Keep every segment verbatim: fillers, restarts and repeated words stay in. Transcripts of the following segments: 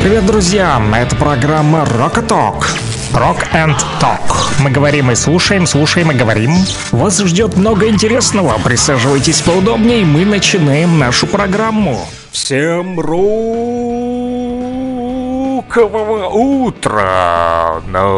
Привет, друзья! Это программа Rock Talk. Rock and Talk. Мы говорим и слушаем, слушаем и говорим. Вас ждет много интересного. Присаживайтесь поудобнее, мы начинаем нашу программу. Всем рокового утра,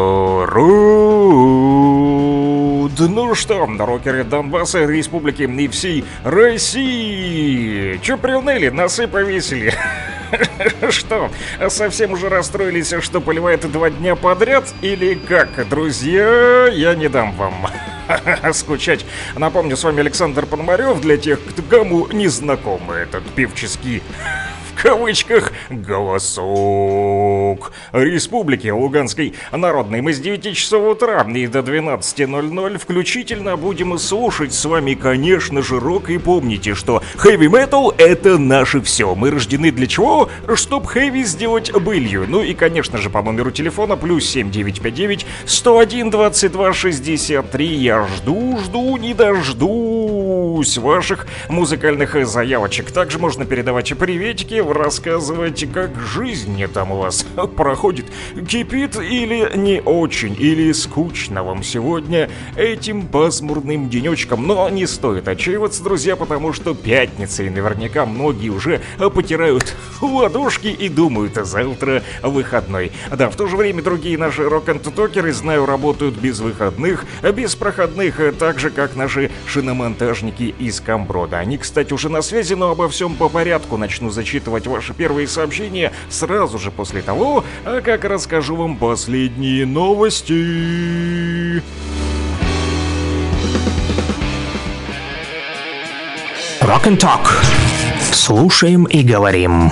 народ! Ну что, рокеры Донбасса, республики и всей России! Чё приуныли, носы повесили? Что, совсем уже расстроились, что поливает два дня подряд? Или как, друзья, я не дам вам скучать. Напомню, с вами Александр Пономарев, для тех, кому не знаком этот певческий, в кавычках, голосок Республики Луганской Народной. Мы с девяти часов утра и до двенадцати ноль-ноль включительно будем слушать с вами, конечно же, рок. И помните, что хэви метал — это наше все. Мы рождены для чего? Чтоб хэви сделать былью. Ну и, конечно же, по номеру телефона плюс семь девятьсот пятьдесят девять сто один двадцать два шестьдесят три. Я жду, жду, не дождусь ваших музыкальных заявочек. Также можно передавать приветики, рассказывать, как жизнь там у вас проходит, кипит или не очень, или скучно вам сегодня этим пасмурным денечком. Но не стоит отчаиваться, друзья, потому что пятница, и наверняка многие уже потирают ладошки и думают, завтра выходной. Да, в то же время другие наши рок-н-токеры, знаю, работают без выходных, без проходных, так же, как наши шиномонтажники из Камброда. Они, кстати, уже на связи, но обо всем по порядку. Начну зачитывать ваши первые сообщения сразу же после того, как расскажу вам последние новости. Rock and Talk. Слушаем и говорим.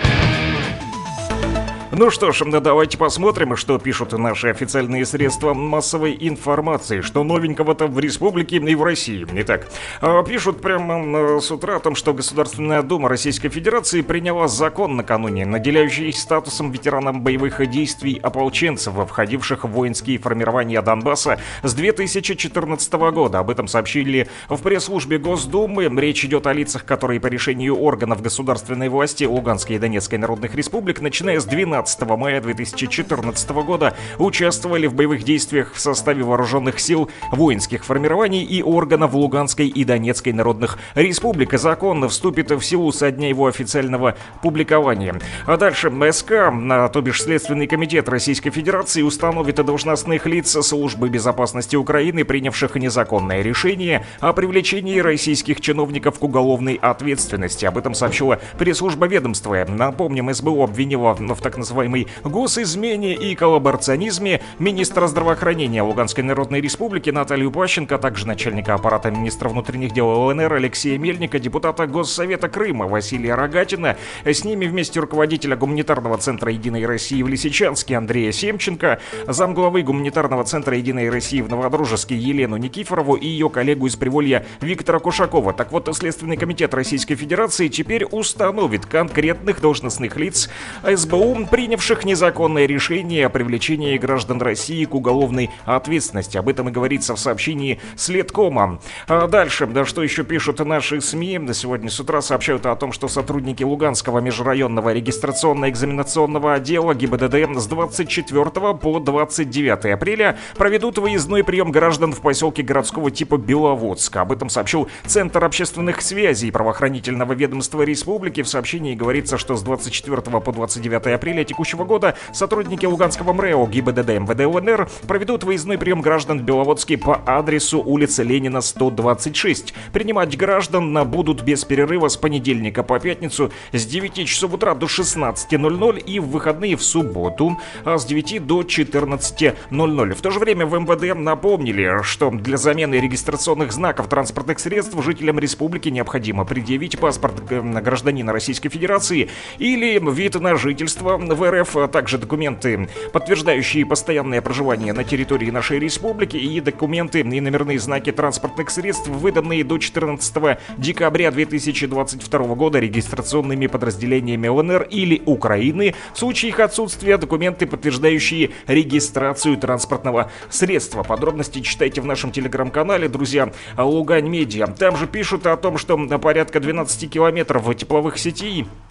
Ну что ж, давайте посмотрим, что пишут наши официальные средства массовой информации, что новенького-то в республике и в России. Итак, пишут прямо с утра о том, что Государственная Дума Российской Федерации приняла закон накануне, наделяющий статусом ветеранам боевых действий ополченцев, входивших в воинские формирования Донбасса с две тысячи четырнадцатого года. Об этом сообщили в пресс-службе Госдумы. Речь идет о лицах, которые по решению органов государственной власти Луганской и Донецкой народных республик, начиная с двенадцатого мая две тысячи четырнадцатого года, участвовали в боевых действиях в составе вооруженных сил, воинских формирований и органов Луганской и Донецкой народных республик. Закон вступит в силу со дня его официального публикования. А дальше СК, то бишь Следственный комитет Российской Федерации, установит должностных лиц Службы безопасности Украины, принявших незаконное решение о привлечении российских чиновников к уголовной ответственности. Об этом сообщила пресс-служба ведомства. Напомним, СБУ обвинила в так называемой госизмене и коллаборационизме министра здравоохранения Луганской Народной Республики Наталью Пащенко, а также начальника аппарата министра внутренних дел ЛНР Алексея Мельника, депутата Госсовета Крыма Василия Рогатина. С ними вместе руководителя гуманитарного центра «Единой России» в Лисичанске Андрея Семченко, замглавы гуманитарного центра «Единой России» в Новодружеске Елену Никифорову и ее коллегу из Приволья Виктора Кушакова. Так вот, Следственный комитет Российской Федерации теперь установит конкретных должностных лиц СБУ, принявших незаконное решение о привлечении граждан России к уголовной ответственности. Об этом и говорится в сообщении Следкома. А дальше, да, что еще пишут наши СМИ? Сегодня с утра сообщают о том, что сотрудники Луганского межрайонного регистрационно-экзаменационного отдела ГИБДД с двадцать четвёртого по двадцать девятое апреля проведут выездной прием граждан в поселке городского типа Беловодска. Об этом сообщил Центр общественных связей правоохранительного ведомства республики. В сообщении говорится, что с двадцать четвёртого по двадцать девятое апреля текущего года сотрудники Луганского МРЭО ГИБДД МВД ЛНР проведут выездной прием граждан в Беловодске по адресу улица Ленина, сто двадцать шесть. Принимать граждан будут без перерыва с понедельника по пятницу с девяти часов утра до шестнадцати ноль-ноль и в выходные в субботу с девяти до четырнадцати ноль-ноль. В то же время в МВД напомнили, что для замены регистрационных знаков транспортных средств жителям республики необходимо предъявить паспорт гражданина Российской Федерации или вид на жительство в РФ, а также документы, подтверждающие постоянное проживание на территории нашей республики, и документы и номерные знаки транспортных средств, выданные до четырнадцатого декабря две тысячи двадцать второго года регистрационными подразделениями ЛНР или Украины. В случае их отсутствия документы, подтверждающие регистрацию транспортного средства. Подробности читайте в нашем телеграм-канале, друзья, Лугань Медиа. Там же пишут о том, что на порядка двенадцати километров тепловых сетей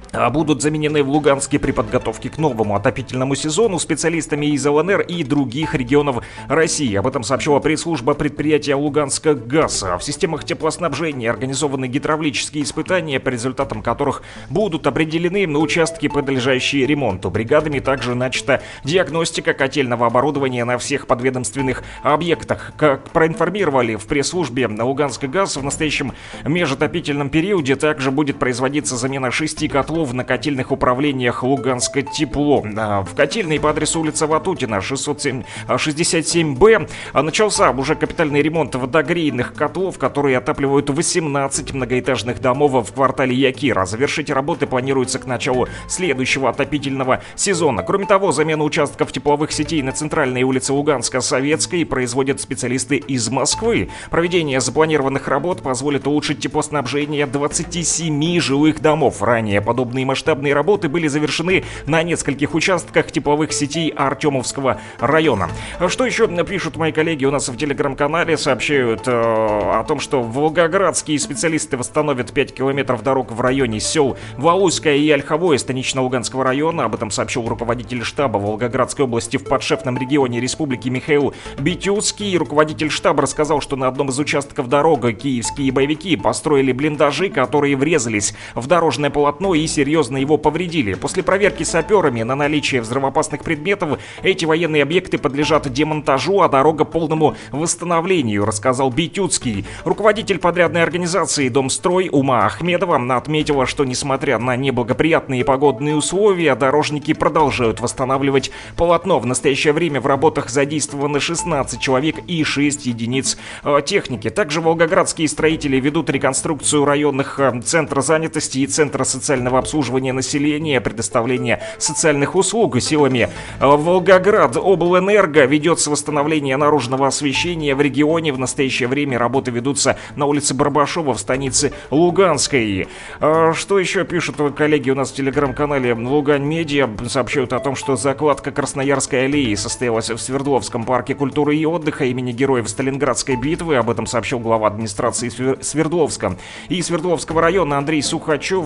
будут заменены в Луганске при подготовке к новому отопительному сезону специалистами из ЛНР и других регионов России. Об этом сообщила пресс-служба предприятия «Луганска ГАЗ». В системах теплоснабжения организованы гидравлические испытания, по результатам которых будут определены на участки, подлежащие ремонту. Бригадами также начата диагностика котельного оборудования на всех подведомственных объектах. Как проинформировали в пресс-службе «Луганска ГАЗ», в настоящем межотопительном периоде также будет производиться замена шести котлов на котельных управлениях «Луганска Тепло». В котельной по адресу улица Ватутина, шестьсот шестьдесят семь бэ, начался уже капитальный ремонт водогрейных котлов, которые отапливают восемнадцать многоэтажных домов в квартале Якира. Завершить работы планируется к началу следующего отопительного сезона. Кроме того, замену участков тепловых сетей на центральной улице Луганска Советской производят специалисты из Москвы. Проведение запланированных работ позволит улучшить теплоснабжение двадцати семи жилых домов. Ранее подобные масштабные работы были завершены на нескольких участках тепловых сетей Артемовского района. Что еще пишут мои коллеги у нас в телеграм-канале? Сообщают э, о том, что волгоградские специалисты восстановят пять километров дорог в районе сел Валуйское и Ольховое Станично-Луганского района. Об этом сообщил руководитель штаба Волгоградской области в подшефном регионе республики Михаил Битюцкий. Руководитель штаба рассказал, что на одном из участков дороги киевские боевики построили блиндажи, которые врезались в дорожное полотно и серьезно его повредили. После проверки саперами на наличие взрывоопасных предметов эти военные объекты подлежат демонтажу, а дорога полному восстановлению, рассказал Битюцкий. Руководитель подрядной организации «Домстрой» Ума Ахмедова отметила, что несмотря на неблагоприятные погодные условия, дорожники продолжают восстанавливать полотно. В настоящее время в работах задействованы шестнадцать человек и шесть единиц э, техники. Также волгоградские строители ведут реконструкцию районных э, центра занятости и центра социального обслуживания населения, предоставления социальных услуг силами э, Волгоград облэнерго ведется восстановление наружного освещения в регионе. В настоящее время работы ведутся на улице Барбашова в станице Луганской. Э, что еще пишут коллеги у нас в телеграм-канале Лугань Медиа? Сообщают о том, что закладка Красноярской аллеи состоялась в Свердловском парке культуры и отдыха имени героев Сталинградской битвы. Об этом сообщил глава администрации Свердловска и Свердловского района Андрей Сухачев.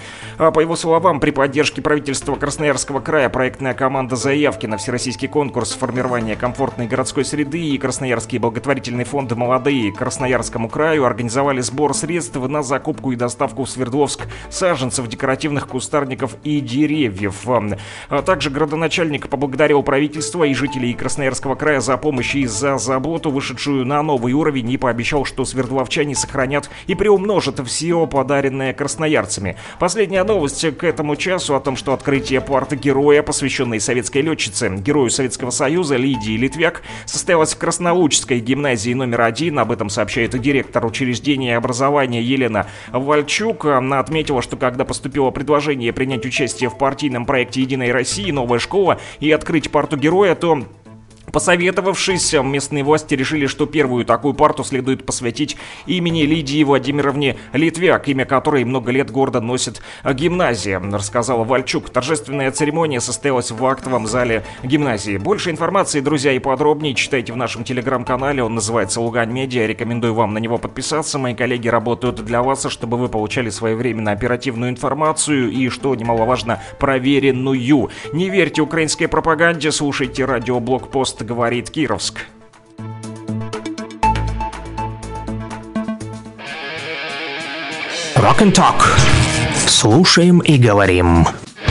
По его словам, при поддержке правительства Красноярского края проектная команда заявки на всероссийский конкурс формирования комфортной городской среды и Красноярский благотворительный фонд «Молодые» Красноярскому краю организовали сбор средств на закупку и доставку в Свердловск саженцев, декоративных кустарников и деревьев. А также градоначальник поблагодарил правительство и жителей Красноярского края за помощь и за заботу, вышедшую на новый уровень, и пообещал, что свердловчане сохранят и приумножат все подаренное красноярцами. Последняя новость к этому часу о том, что открытие парты героя, посвященной советской летчице, герою Советского Союза Лидии Литвяк, состоялась в Краснолучской гимназии номер один. Об этом сообщает директор учреждения образования Елена Вальчук. Она отметила, что когда поступило предложение принять участие в партийном проекте «Единой России. Новая школа» и открыть парту героя, то посоветовавшись, местные власти решили, что первую такую парту следует посвятить имени Лидии Владимировне Литвяк, имя которой много лет гордо носит гимназия, рассказала Вальчук. Торжественная церемония состоялась в актовом зале гимназии. Больше информации, друзья, и подробнее читайте в нашем телеграм-канале. Он называется «Лугань Медиа». Рекомендую вам на него подписаться. Мои коллеги работают для вас, чтобы вы получали своевременно оперативную информацию и, что немаловажно, проверенную. Не верьте украинской пропаганде, слушайте радиоблогпост «Говорит Кировск». Rock and Talk. Слушаем и говорим.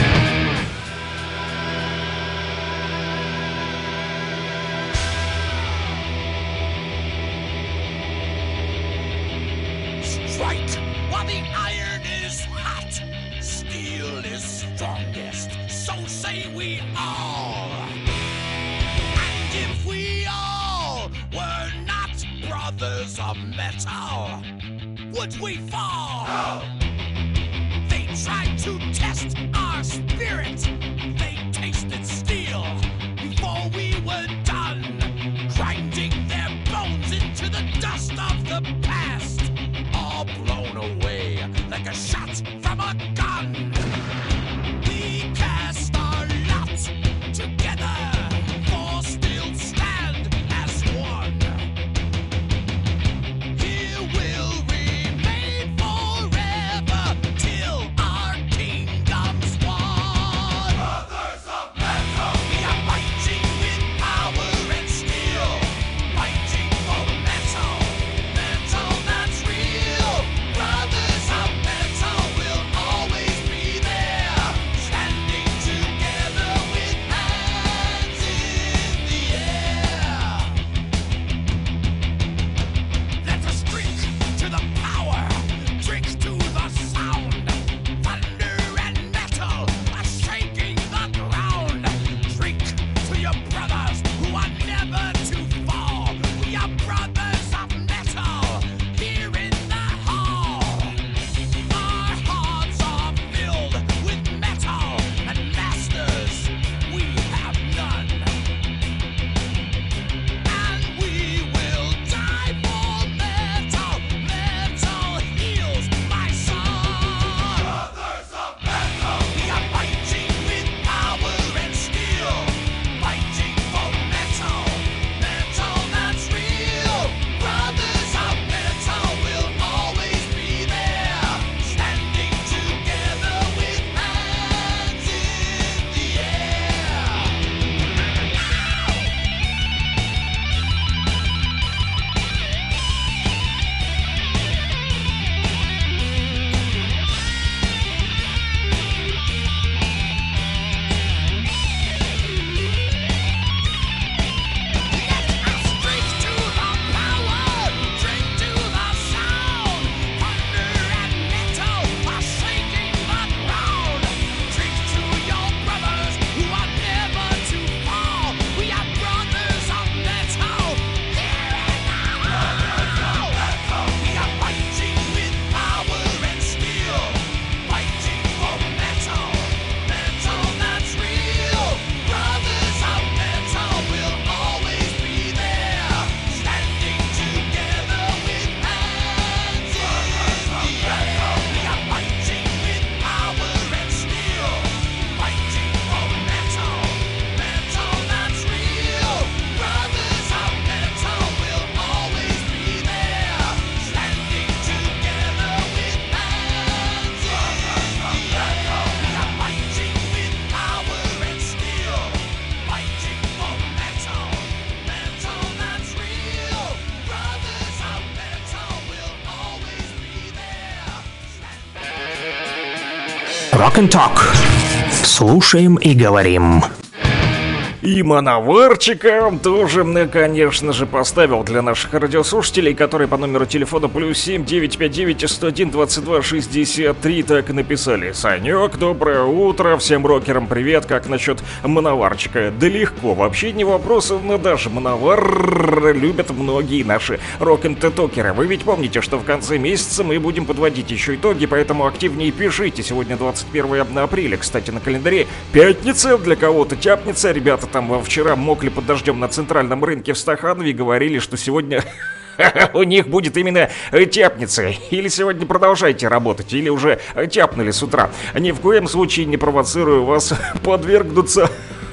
Would we fall? No. They tried to test our spirit. They tasted steel before we were done, grinding their bones into the dust of the past, all blown away like a shot from a gun. We cast our lot together, for still stand as one. Here will till our kingdom Rock and Talk. Слушаем и говорим. И Мановарчика тоже, конечно же, поставил для наших радиослушателей, которые по номеру телефона плюс семь девятьсот пятьдесят девять сто один двадцать два шестьдесят три так и написали. Санек, доброе утро, всем рокерам привет, как насчет Мановарчика? Да легко, вообще не вопрос, но даже Мановар любят многие наши рок-н-токеры. Вы ведь помните, что в конце месяца мы будем подводить еще итоги, поэтому активнее пишите. Сегодня двадцать первое апреля, кстати, на календаре пятница, для кого-то тяпница, ребята там вчера мокли под дождем на центральном рынке в Стаханове, говорили, что сегодня у них будет именно тяпница. Или сегодня продолжайте работать, или уже тяпнули с утра. Ни в коем случае не провоцирую вас подвергнуться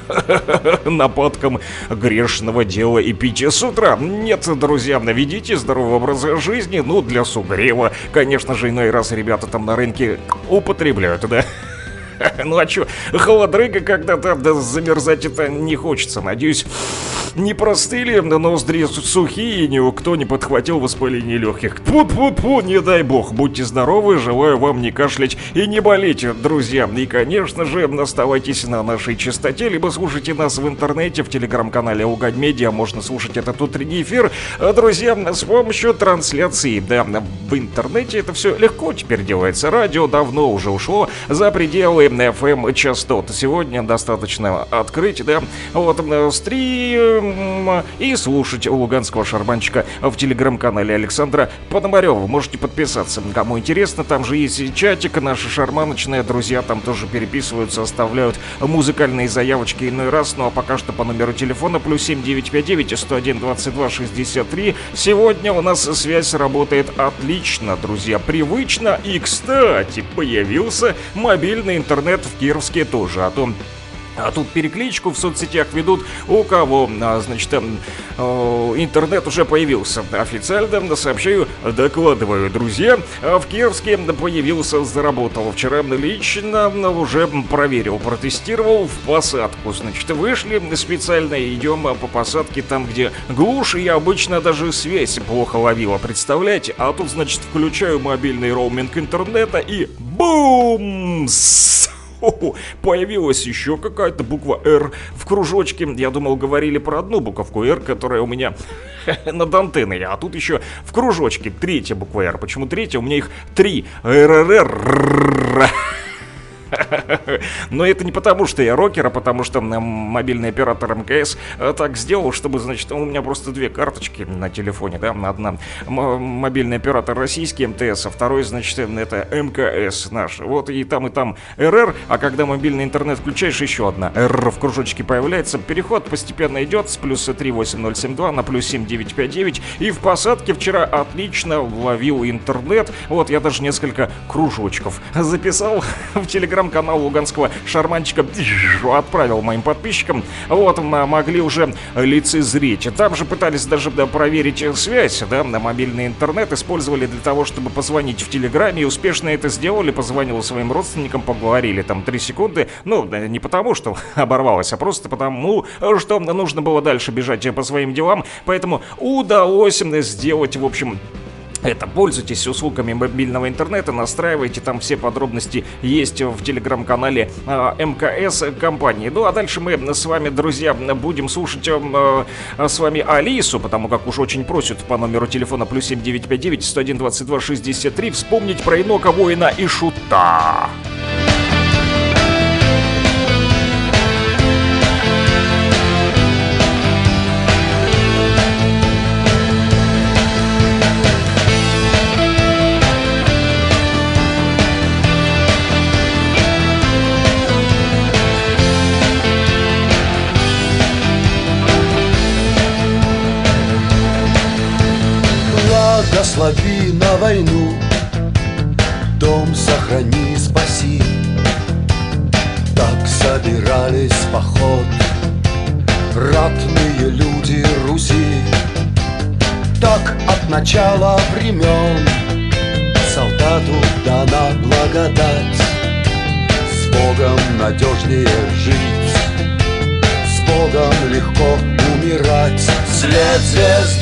нападкам грешного дела и питья с утра. Нет, друзья, наведите здоровый образ жизни, ну, для сугрева. Конечно же, иной раз ребята там на рынке употребляют, да? Ну а чё, холодрыга когда-то, да, замерзать это не хочется. Надеюсь, не простыли ноздри сухие, и никто не подхватил воспаление легких. Тьфу-тьфу-тьфу, не дай бог. Будьте здоровы, желаю вам не кашлять и не болеть, друзья. И, конечно же, оставайтесь на нашей частоте, либо слушайте нас в интернете, в телеграм-канале Угадь Медиа. Можно слушать этот утренний эфир, друзья, с помощью трансляции. Да, в интернете это все легко теперь делается. Радио давно уже ушло за пределы эф эм частот. Сегодня достаточно открыть, да, вот, стрим и слушать луганского шарманчика в телеграм-канале Александра Пономарева. Можете подписаться, кому интересно. Там же есть чатик, наши шарманочные друзья там тоже переписываются, оставляют музыкальные заявочки иной раз. Ну а пока что по номеру телефона плюс семь девятьсот пятьдесят девять сто один двадцать два шестьдесят три. Сегодня у нас связь работает отлично, друзья, привычно. И, кстати, появился мобильный интернет в Кировске тоже, а то... А тут перекличку в соцсетях ведут, у кого, а, значит, э, интернет уже появился. Официально сообщаю, докладываю, друзья, в Кировске появился, заработал. Вчера лично уже проверил, протестировал в посадку. Значит, вышли специально, идем по посадке там, где глушь, и обычно даже связь плохо ловила, представляете? А тут, значит, включаю мобильный роуминг интернета и бум! О-о, появилась еще какая-то буква «Р» в кружочке. Я думал, говорили про одну буковку «Р», которая у меня над антенной. А тут еще в кружочке третья буква «Р». Почему третья? У меня их три. Р-р-р-р-р. Но это не потому, что я рокер, а потому что мобильный оператор эм ка эс так сделал, чтобы, значит, у меня просто две карточки на телефоне, да, одна мобильный оператор российский эм тэ эс, а второй, значит, это эм ка эс наш. Вот и там, и там эр эр, а когда мобильный интернет включаешь, еще одна эр в кружочке появляется. Переход постепенно идет с плюс три восемь ноль семь два на плюс семь девятьсот пятьдесят девять, и в посадке вчера отлично ловил интернет. Вот я даже несколько кружочков записал в телеграм канал луганского шарманчика, отправил моим подписчикам. Вот, могли уже лицезреть. Там же пытались даже, да, проверить связь, да, на мобильный интернет. Использовали для того, чтобы позвонить в Телеграме. И успешно это сделали. Позвонил своим родственникам, поговорили там три секунды. Ну, не потому, что оборвалось, а просто потому, что нужно было дальше бежать по своим делам. Поэтому удалось сделать, в общем... Это, пользуйтесь услугами мобильного интернета, настраивайте, там все подробности есть в телеграм-канале э, эм ка эс компании. Ну а дальше мы с вами, друзья, будем слушать э, с вами Алису, потому как уж очень просят по номеру телефона плюс семь девятьсот пятьдесят девять сто один двадцать два шестьдесят три вспомнить про Енока, Воина и Шута. Благослови на войну, дом сохрани, спаси. Так собирались в поход ратные люди Руси. Так от начала времен солдату дана благодать. С Богом надежнее жить, с Богом легко умирать. След звезды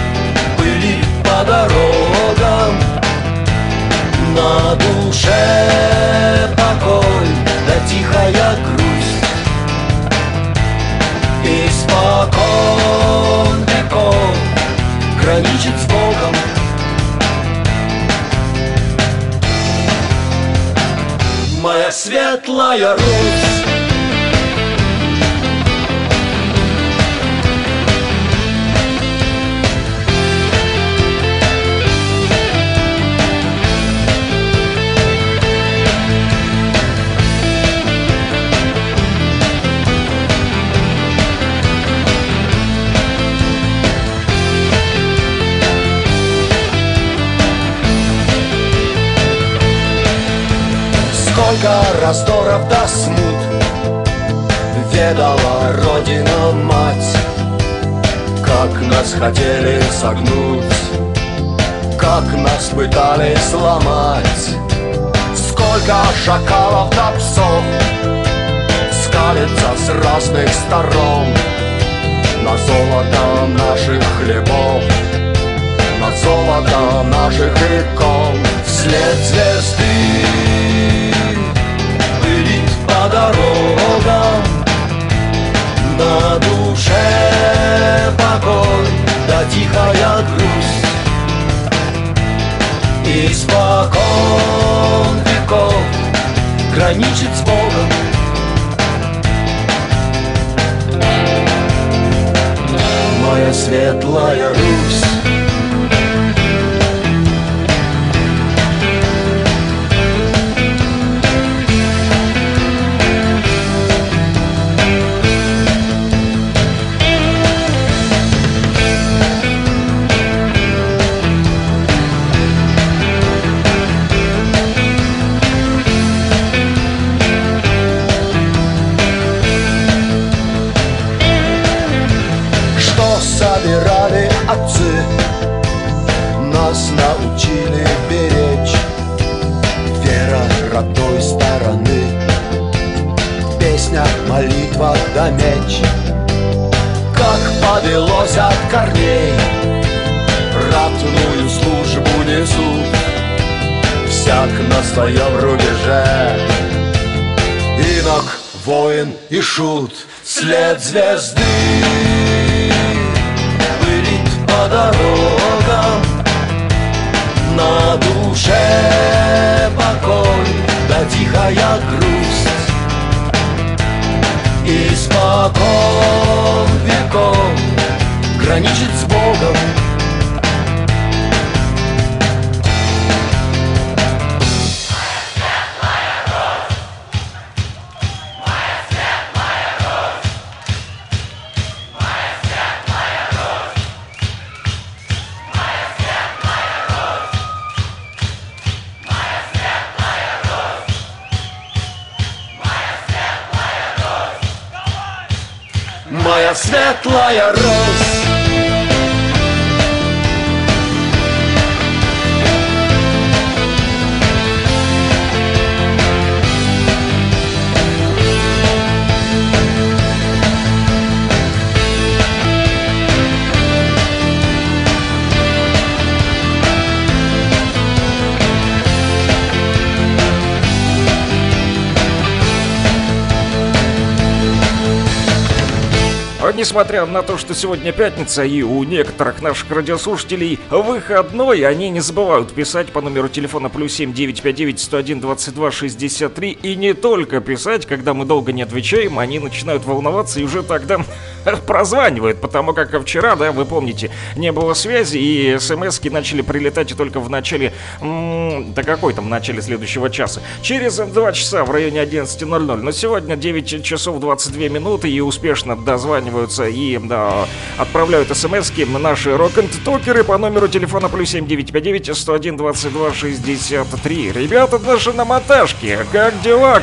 по дорогам, на душе моя светлая Русь. Сколько раздоров да смут ведала Родина-мать, как нас хотели согнуть, как нас пытались сломать. Сколько шакалов да псов скалится с разных сторон на золото наших хлебов, на золото наших икон. Вслед звезды пылит по дорогам, на душе покой да тихая грусть. Испокон веков граничит с Богом моя светлая Русь. Собирали отцы, нас научили беречь. Вера родной стороны, песня, молитва да меч. Как повелось от корней, ратную службу несут, всяк на своем рубеже, инок, воин и шут. След звезды по дорогам, на душе покой да тихая грусть. Испокон веков граничит с Богом моя светлая Русь. Несмотря на то, что сегодня пятница и у некоторых наших радиослушателей выходной, они не забывают писать по номеру телефона плюс семь девятьсот пятьдесят девять сто один двадцать два шестьдесят три. И не только писать, когда мы долго не отвечаем, они начинают волноваться и уже тогда прозванивают, потому как вчера, да, вы помните, не было связи и смс-ки начали прилетать только в начале, м- да какой там, в начале следующего часа. Через два часа в районе одиннадцать ноль ноль. Но сегодня девять часов двадцать две минуты и успешно дозваниваются и да, отправляют смс-ки на наши рок-н-токеры по номеру телефона плюс семь девятьсот пятьдесят девять сто один двадцать два шестьдесят три. Ребята даже на монтажке. Как дела,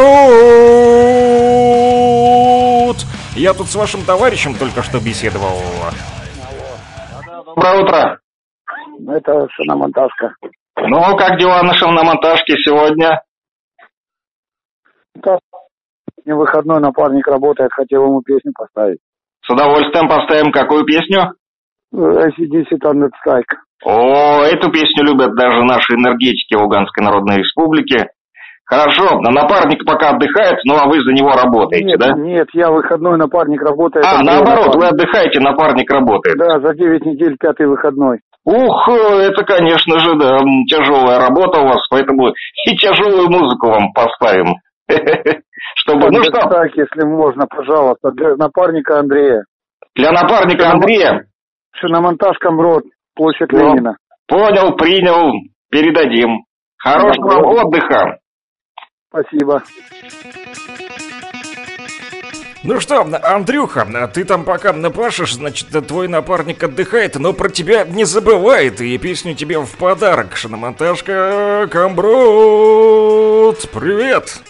Камбрут? Я тут с вашим товарищем только что беседовал. Доброе утро. Это шиномонтажка. Ну, как дела на шиномонтажке сегодня? Да, не выходной, напарник работает, хотел ему песню поставить. С удовольствием поставим какую песню? эй си ди си Thunder Strike. О, эту песню любят даже наши энергетики Луганской Народной Республики. Хорошо, напарник пока отдыхает, ну а вы за него работаете, нет, да? Нет, я выходной, напарник работает. А, наоборот, напарник. Вы отдыхаете, напарник работает. Да, за девять недель пятый выходной. Ух, это, конечно же, да, тяжелая работа у вас, поэтому и тяжелую музыку вам поставим. Чтобы, ну что? Так, если можно, пожалуйста, для напарника Андрея. Для напарника Андрея? Шиномонтаж Камрод, площадь Ленина. Понял, принял, передадим. Хорошего отдыха. Спасибо. Ну что, Андрюха, ты там пока напашешь, значит, твой напарник отдыхает, но про тебя не забывает, и песню тебе в подарок. Шиномонтажка Камброд, привет!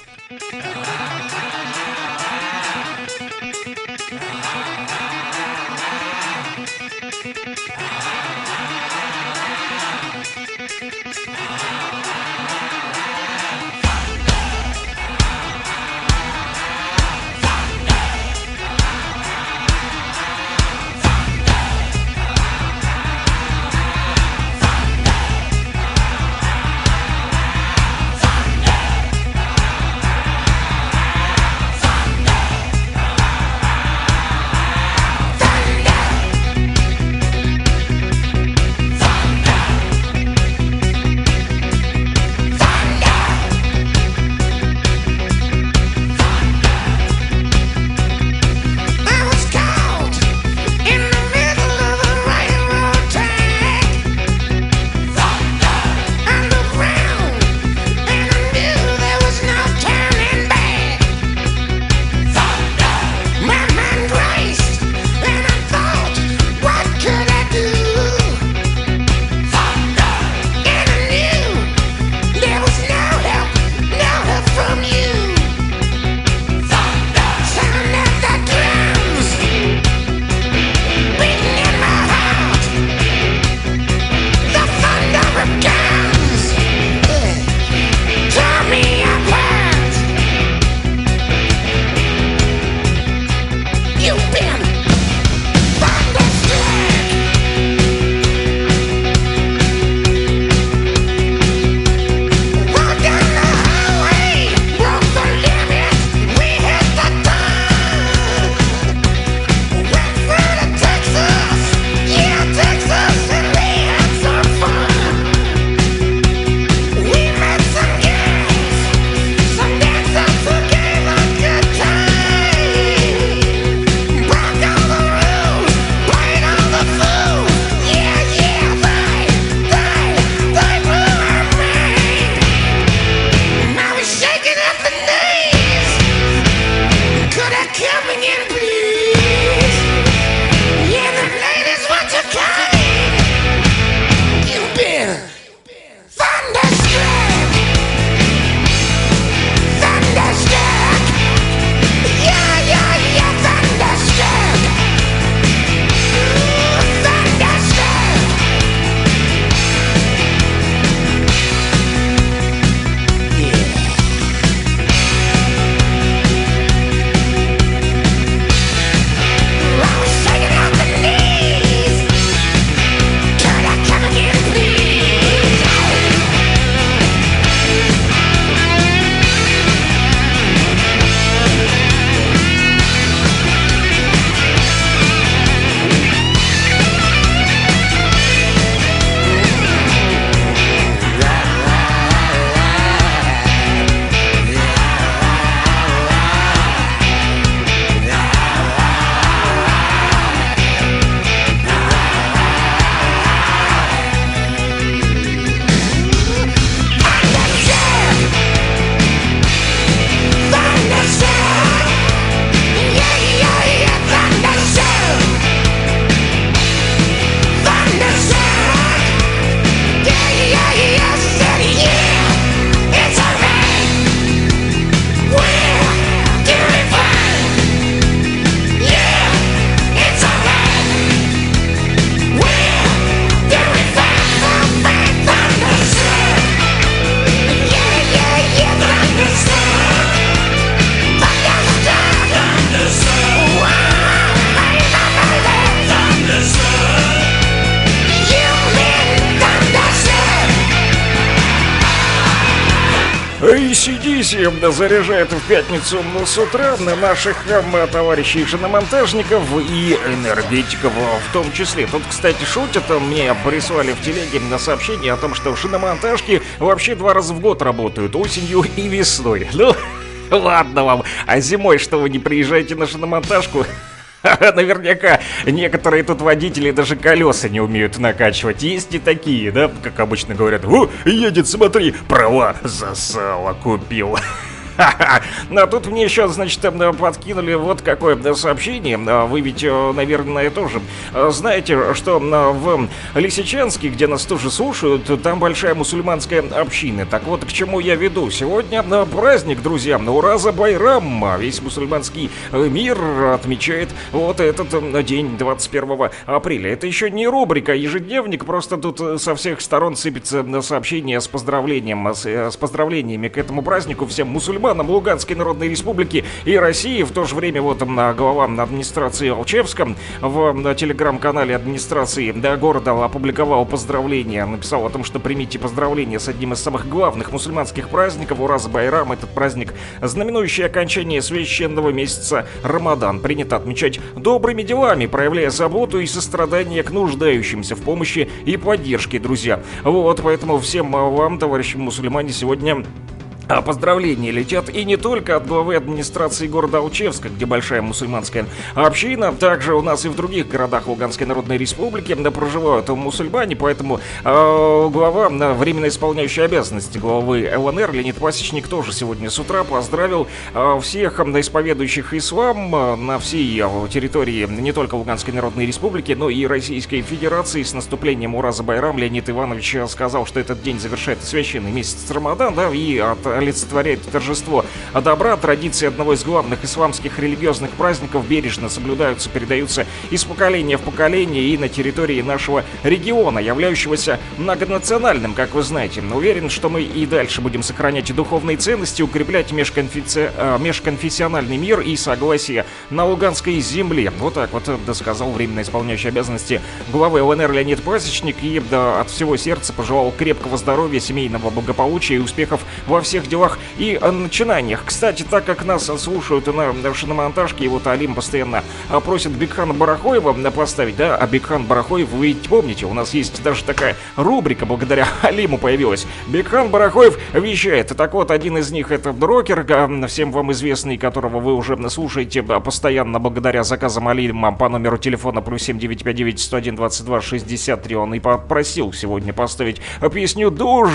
эй си ди си заряжает в пятницу с утра наших товарищей шиномонтажников и энергетиков в том числе. Тут, кстати, шутят, мне прислали в телеге на сообщение о том, что шиномонтажки вообще два раза в год работают, осенью и весной. Ну, ладно вам, а зимой что, вы не приезжаете на шиномонтажку? Наверняка некоторые тут водители даже колеса не умеют накачивать. Есть и такие, да, как обычно говорят: «О, едет, смотри, права за сало купил». А тут мне еще, значит, подкинули вот какое сообщение. Вы ведь, наверное, тоже знаете, что в Лисичанске, где нас тоже слушают, там большая мусульманская община. Так вот, к чему я веду. Сегодня праздник, друзья, Ураза Байрам. Весь мусульманский мир отмечает вот этот день двадцать первого апреля. Это еще не рубрика «Ежедневник», просто тут со всех сторон сыпется сообщение с поздравлением, с, с поздравлениями к этому празднику всем мусульманам Луганской Народной Республики и России. В то же время вот глава администрации Алчевска в телеграм-канале администрации города опубликовал поздравления. Написал о том, что примите поздравления с одним из самых главных мусульманских праздников Ураз Байрам. Этот праздник, знаменующий окончание священного месяца Рамадан, принято отмечать добрыми делами, проявляя заботу и сострадание к нуждающимся в помощи и поддержке, друзья. Вот, поэтому всем вам, товарищи мусульмане, сегодня А поздравления летят и не только от главы администрации города Алчевска, где большая мусульманская община, также у нас и в других городах Луганской Народной Республики проживают мусульмане, поэтому э, глава, временно исполняющий обязанности главы ЛНР Леонид Пасечник тоже сегодня с утра поздравил э, всех исповедующих ислам на всей территории не только Луганской Народной Республики, но и Российской Федерации с наступлением Ураза Байрам. Леонид Иванович сказал, что этот день завершает священный месяц Рамадан, да, и от олицетворяет торжество добра. Традиции одного из главных исламских религиозных праздников бережно соблюдаются, передаются из поколения в поколение и на территории нашего региона, являющегося многонациональным, как вы знаете. Уверен, что мы и дальше будем сохранять духовные ценности, укреплять межконфи... межконфессиональный мир и согласие на Луганской земле. Вот так вот досказал временно исполняющий обязанности главы ЛНР Леонид Пасечник и да, от всего сердца пожелал крепкого здоровья, семейного благополучия и успехов во всех делах и начинаниях. Кстати, так как нас слушают на шиномонтажке, и вот Алим постоянно просит Бекхана Барахоева поставить, да, а Бекхан Барахоев, вы ведь помните, у нас есть даже такая рубрика, благодаря Алиму появилась. Бекхан Барахоев вещает. Так вот, один из них — это Дрокер, всем вам известный, которого вы уже слушаете постоянно благодаря заказам Алима по номеру телефона плюс семь девять пять девять сто один двадцать два шестьдесят три. Он и попросил сегодня поставить песню «Дождь».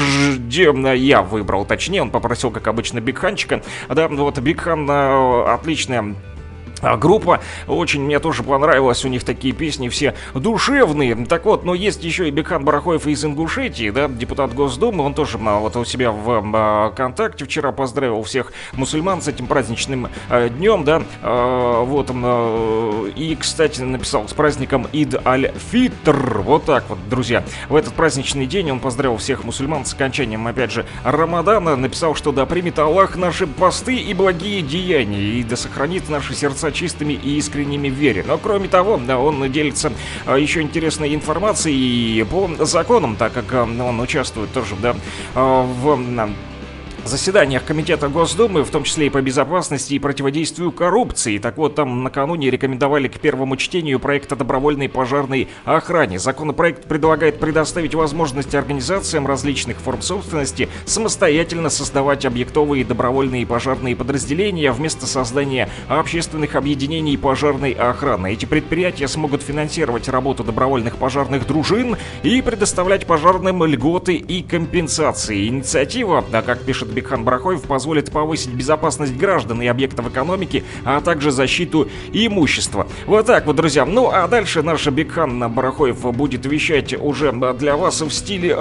Я выбрал, точнее, он попросил, как обычно, Бекханчика. Да, вот Бекхан отличная группа, очень мне тоже понравилось, у них такие песни все душевные. Так вот, но есть еще и Бекхан Барахоев из Ингушетии, да, депутат Госдумы, он тоже вот у себя в ВКонтакте вчера поздравил всех мусульман с этим праздничным э, днем, да, э, вот он, э, и, кстати, написал с праздником Ид Аль-Фитр, вот так вот, друзья. В этот праздничный день он поздравил всех мусульман с окончанием, опять же, Рамадана, написал, что да примет Аллах наши посты и благие деяния, и да сохранит наши сердца чистыми и искренними в вере. Но кроме того, да, он делится а, еще интересной информацией по законам, так как а, он участвует тоже, да, а, в а, заседаниях Комитета Госдумы, в том числе и по безопасности и противодействию коррупции. Так вот, там накануне рекомендовали к первому чтению проект о добровольной пожарной охране. Законопроект предлагает предоставить возможность организациям различных форм собственности самостоятельно создавать объектовые добровольные пожарные подразделения вместо создания общественных объединений пожарной охраны. Эти предприятия смогут финансировать работу добровольных пожарных дружин и предоставлять пожарным льготы и компенсации. Инициатива, да, как пишет Бекхан Барахоев, позволит повысить безопасность граждан и объектов экономики, а также защиту имущества. Вот так вот, друзья. Ну, а дальше наш Бекхан Барахоев будет вещать уже для вас в стиле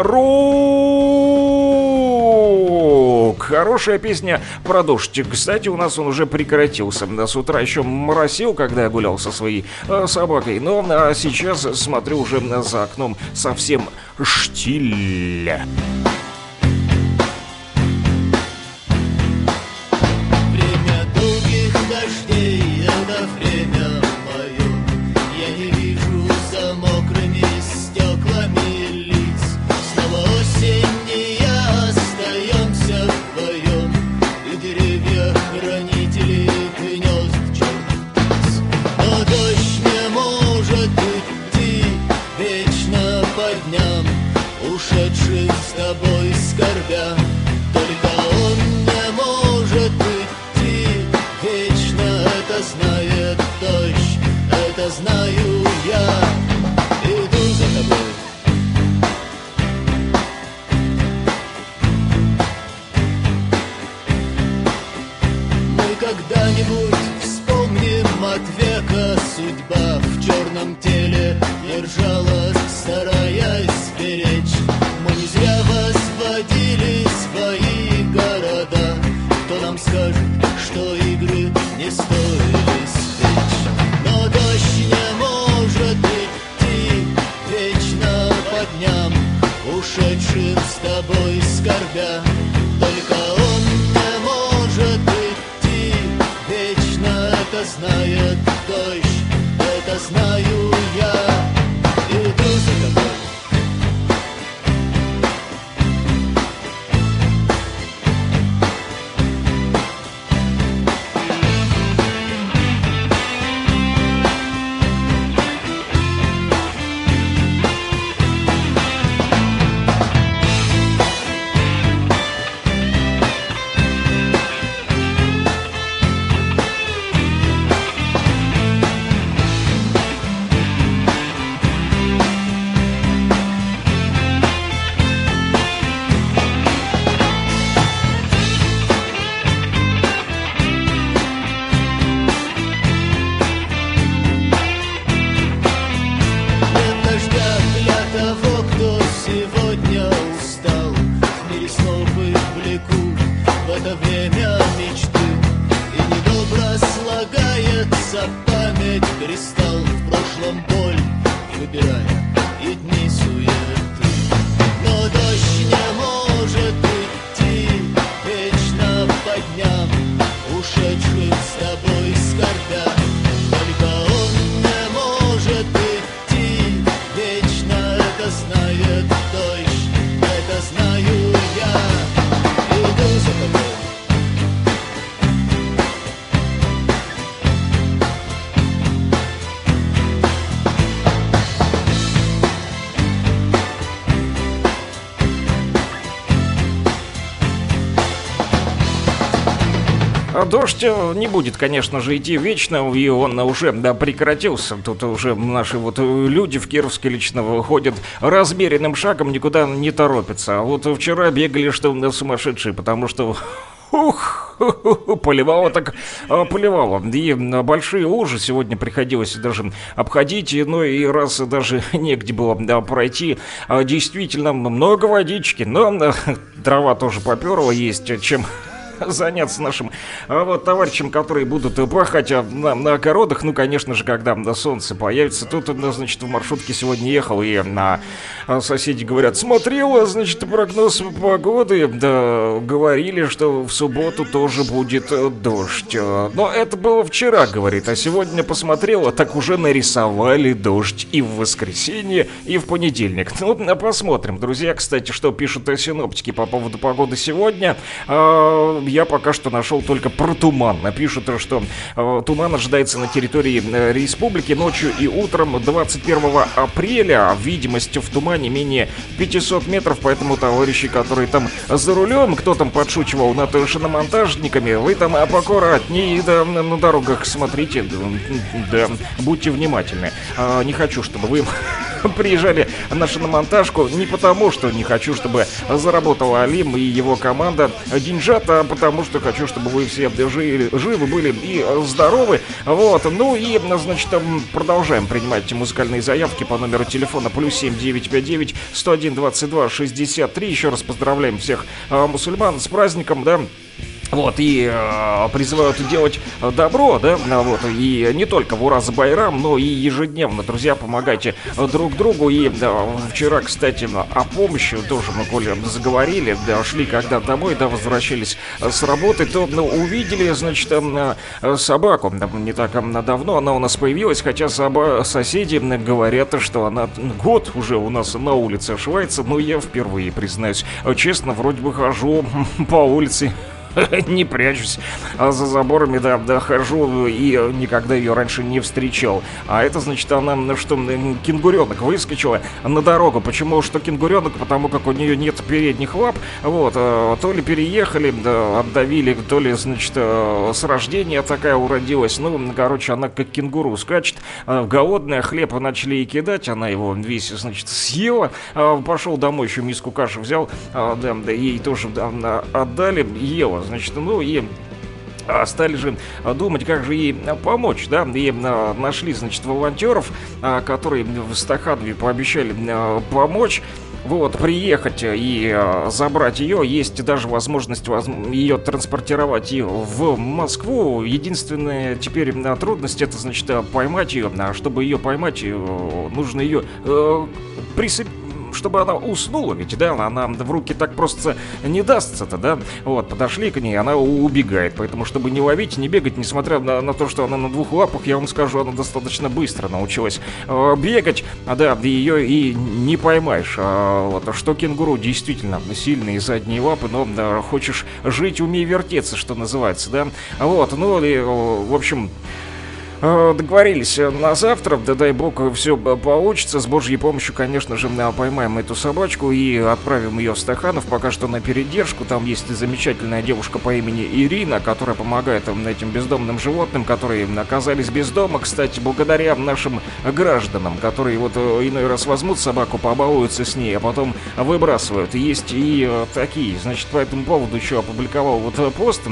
рок. Хорошая песня про дождь. Кстати, у нас он уже прекратился. С утра еще моросил, когда я гулял со своей э, собакой. Но а сейчас смотрю уже за окном совсем штиль. Остаемся вдвоем. скорбя. Только он не может идти вечно, это знает дождь, это знаю я. Иду за тобой. Дождь не будет, конечно же, идти вечно, и он уже да, прекратился. Тут уже наши вот люди в Кировске лично выходят размеренным шагом, никуда не торопятся. А вот вчера бегали, что сумасшедшие, потому что... Ух, поливало так поливало. И большие лужи сегодня приходилось даже обходить, ну и раз даже негде было да, пройти. Действительно много водички, но трава тоже поперла, есть чем заняться нашим а вот товарищам, которые будут пахать на, на огородах. Ну, конечно же, когда солнце появится. Тут, значит, в маршрутке сегодня ехал, и на соседи говорят, смотрел, значит, прогноз погоды, да, говорили, что в субботу тоже будет дождь. Но это было вчера, говорит, а сегодня посмотрела, так уже нарисовали дождь и в воскресенье, и в понедельник. Ну, посмотрим, друзья, кстати, что пишут синоптики по поводу погоды сегодня. Я пока что нашел только про туман. Пишут, что э, туман ожидается на территории э, республики ночью и утром двадцать первого апреля. Видимость в тумане менее пятьсот метров, поэтому товарищи, которые там за рулем, кто там подшучивал над шиномонтажниками, вы там поаккуратнее, да, на дорогах смотрите, да, будьте внимательны. А, не хочу, чтобы вы приезжали на шиномонтажку не потому, что не хочу, чтобы заработал Алим и его команда деньжат, а потому что хочу, чтобы вы все жили, живы были и здоровы. Вот, ну и, значит, продолжаем принимать музыкальные заявки по номеру телефона плюс семь девять пять девять сто один двадцать два шестьдесят три. Еще раз поздравляем всех а, мусульман с праздником, да. Вот, и э, призывают делать добро, да, вот, и не только в Ураз-Байрам, но и ежедневно, друзья, помогайте друг другу. И да, вчера, кстати, о помощи тоже мы, коли заговорили, да, шли когда домой, да, возвращались с работы, то ну, увидели, значит, собаку, не так давно она у нас появилась, хотя соба- соседи говорят, что она год уже у нас на улице ошивается, но я впервые, признаюсь, честно, вроде бы хожу по улице, не прячусь, а за заборами, да, да, хожу и никогда ее раньше не встречал. А это значит, она, ну что, кенгуренок выскочила на дорогу. Почему что кенгуренок? Потому как у нее нет передних лап. Вот, то ли переехали, да, отдавили, то ли, значит, с рождения такая уродилась. Ну, короче, она как кенгуру скачет. Голодная, хлеб начали ей кидать, она его весь, значит, съела. Пошел домой, еще миску каши взял, да, да, ей тоже да, отдали, ела. Значит, ну и стали же думать, как же ей помочь, да, и нашли, значит, волонтеров, которые в Стаханове пообещали помочь. Вот, приехать и забрать ее. Есть даже возможность ее транспортировать и в Москву. Единственная теперь трудность, это, значит, поймать ее. А чтобы ее поймать, нужно ее э, присоединить. чтобы она уснула, ведь, да, она в руки так просто не дастся-то, да, вот, подошли к ней, она убегает, поэтому, чтобы не ловить, не бегать, несмотря на, на то, что она на двух лапах, я вам скажу, она достаточно быстро научилась э, бегать, а, да, ее и не поймаешь, а, вот, что кенгуру действительно сильные задние лапы, но да, хочешь жить, умей вертеться, что называется, да, вот, ну, и, в общем... Договорились на завтра, да дай бог все получится. С Божьей помощью, конечно же, поймаем эту собачку и отправим ее в Стаханов пока что на передержку. Там есть замечательная девушка по имени Ирина, которая помогает этим бездомным животным, которые оказались без дома. Кстати, благодаря нашим гражданам, которые вот иной раз возьмут собаку, побалуются с ней, а потом выбрасывают. Есть и такие. Значит, по этому поводу еще опубликовал вот пост.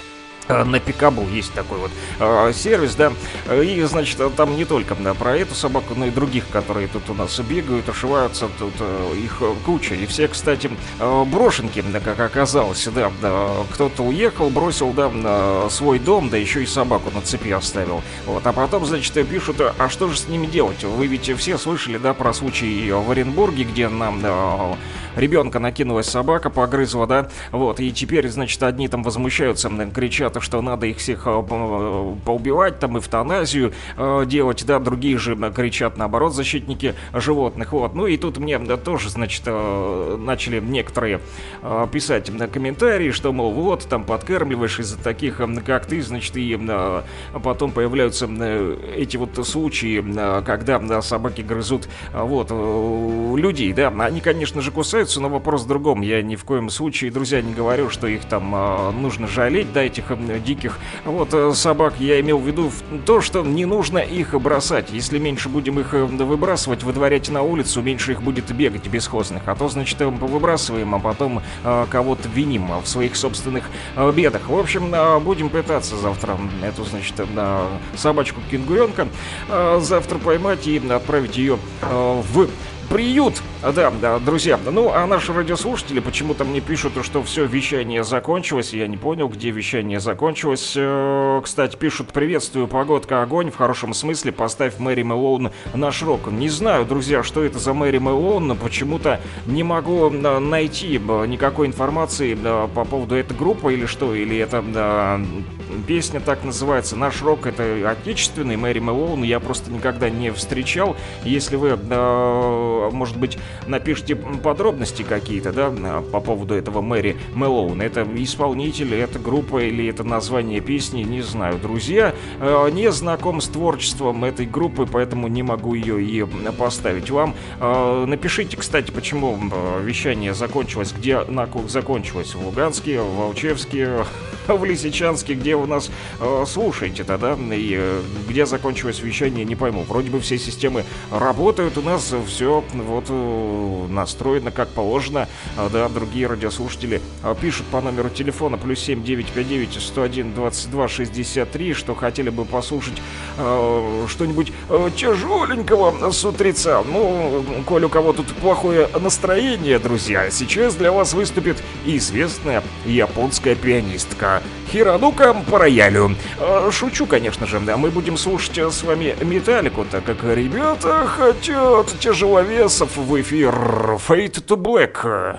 На Пикабу есть такой вот э, сервис, да, и, значит, там не только да, про эту собаку, но и других, которые тут у нас бегают, ошиваются, тут э, их куча, и все, кстати, э, брошенки, да, как оказалось, да, да, кто-то уехал, бросил, да, на свой дом, да еще и собаку на цепи оставил, вот, а потом, значит, пишут, а что же с ними делать? Вы ведь все слышали, да, про случай в Оренбурге, где нам, да, ребенка накинулась собака, погрызла, да, вот, и теперь, значит, одни там возмущаются, кричат, что надо их всех поубивать, там, эвтаназию э, делать, да, другие же кричат, наоборот, защитники животных, вот, ну и тут мне да, тоже, значит, э, начали некоторые э, писать на комментарии, что, мол, вот, там, подкармливаешь из-за таких, как ты, значит, и э, потом появляются э, эти вот случаи, э, когда да, собаки грызут, э, вот, э, людей, да, они, конечно же, кусаются, но вопрос в другом, я ни в коем случае, друзья, не говорю, что их там э, нужно жалеть, да, этих диких вот собак, я имел в виду то, что не нужно их бросать. Если меньше будем их выбрасывать, выдворять на улицу, меньше их будет бегать бесхозных. А то, значит, выбрасываем, а потом э, кого-то виним в своих собственных э, бедах. В общем, э, будем пытаться завтра эту, значит, э, собачку-кенгуренка э, завтра поймать и отправить ее э, в приют. Да, да, друзья. Ну, а наши радиослушатели почему-то мне пишут, что все, вещание закончилось. Я не понял, где вещание закончилось. Кстати, пишут: приветствую, погодка огонь, в хорошем смысле, поставь Мэри Мэлоун наш рок. Не знаю, друзья, что это за Мэри Мэлоун, но почему-то не могу найти никакой информации по поводу этой группы или что, или это да, песня так называется. Наш рок — это отечественный, Мэри Мэлоун я просто никогда не встречал. Если вы, да, может быть, напишите подробности какие-то, да, по поводу этого Мэри Мэлоун. Это исполнитель, это группа или это название песни, не знаю, друзья. Не знаком с творчеством этой группы, поэтому не могу ее и поставить вам. Напишите, кстати, почему вещание закончилось, где оно закончилось. В Луганске, в Волчевске, в Лисичанске, где вы нас слушаете тогда, и где закончилось вещание, не пойму. Вроде бы все системы работают, у нас все вот настроено как положено, да, другие радиослушатели пишут по номеру телефона плюс семь девять пять девять сто один двадцать два шестьдесят три, что хотели бы послушать э, что-нибудь э, тяжеленького с утреца. Ну, коль у кого тут плохое настроение, друзья, сейчас для вас выступит известная японская пианистка Хиранука по роялю. Э, шучу, конечно же, да, мы будем слушать с вами Металлику, так как ребята хотят тяжеловесов в эфир. Fade to Black.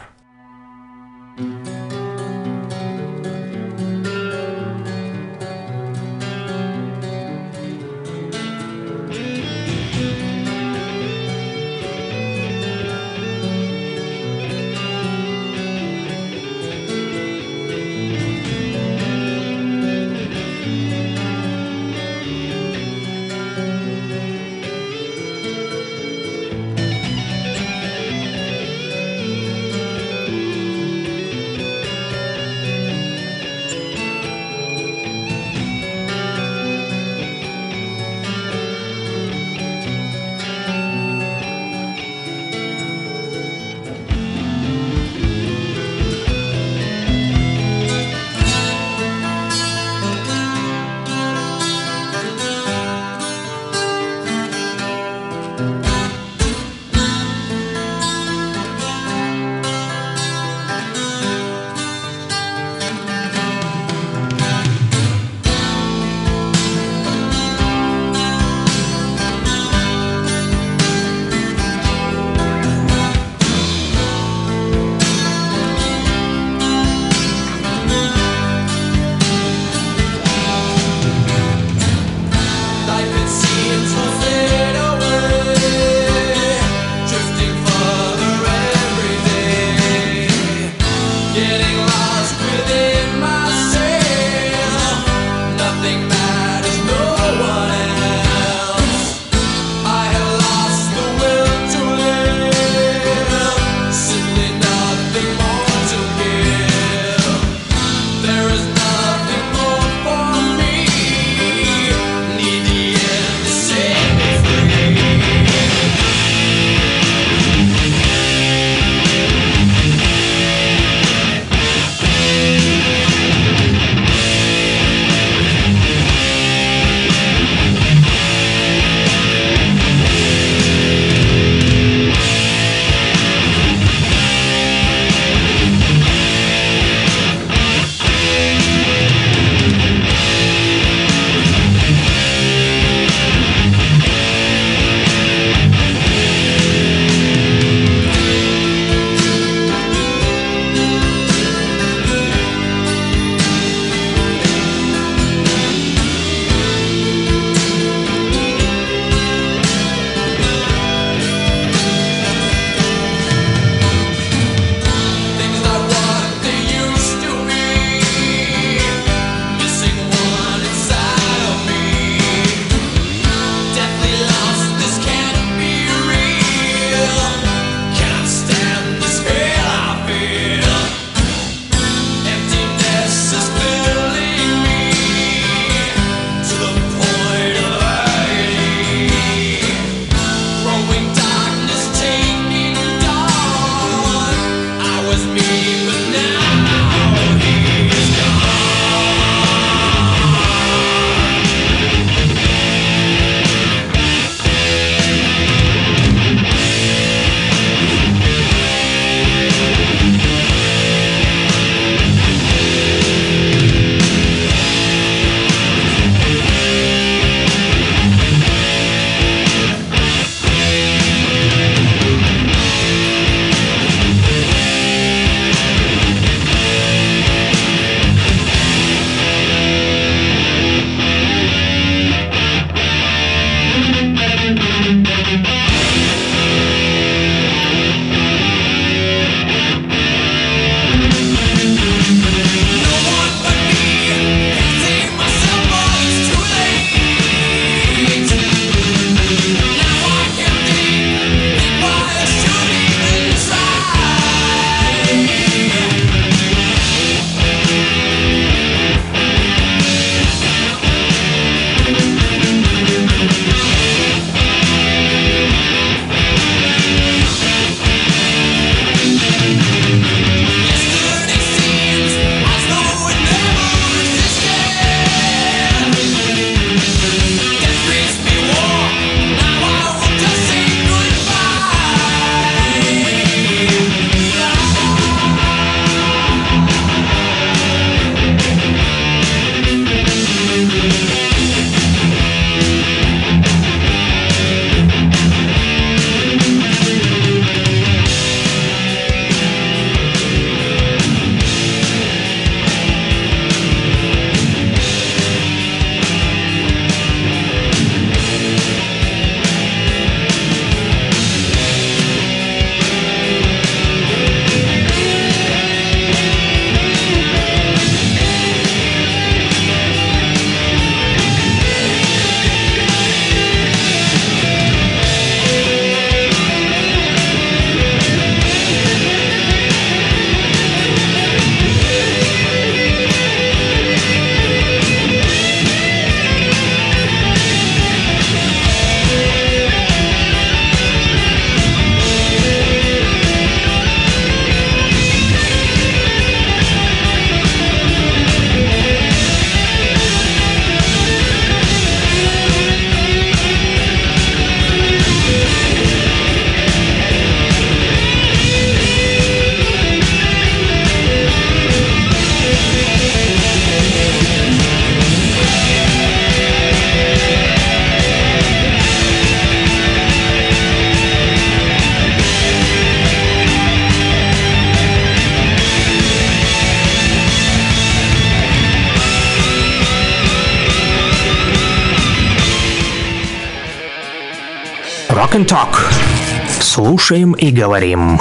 Rock and Talk. Слушаем и говорим.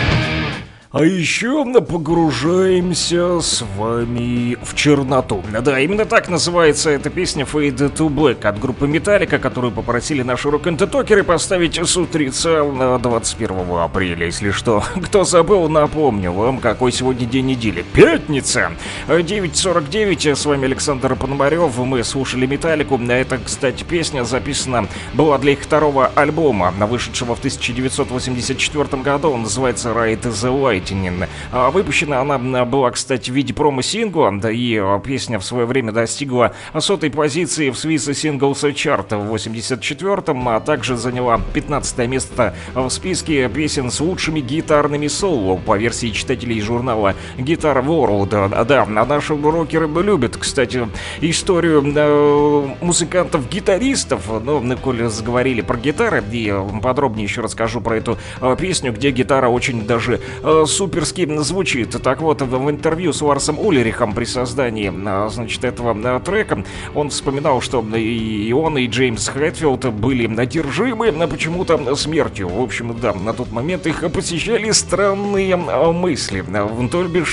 А еще погружаемся с вами в черноту. Да, именно так называется эта песня Fade to Black от группы Metallica, которую попросили наши рок-н-токеры поставить с утреца двадцать первого апреля. Если что, кто забыл, напомню вам, какой сегодня день недели. Пятница! девять сорок девять, с вами Александр Пономарев, мы слушали Металлику. Эта, кстати, песня записана была для их второго альбома, вышедшего в тысяча девятьсот восемьдесят четвёртом году. Он называется Ride the Light. Выпущена она была, кстати, в виде промо-сингла, да и песня в свое время достигла сотой позиции в Swiss Singles Chart в восемьдесят четвёртом, а также заняла пятнадцатое место в списке песен с лучшими гитарными соло по версии читателей журнала Guitar World. Да, наши рокеры любят, кстати, историю э, музыкантов-гитаристов. Ну, коль заговорили про гитары, и подробнее еще расскажу про эту э, песню, где гитара очень даже э, суперски звучит. Так вот, в интервью с Ларсом Ульрихом при создании, значит, этого трека он вспоминал, что и он, и Джеймс Хэтфилд были одержимы почему-то смертью. В общем, да, на тот момент их посещали странные мысли. То бишь,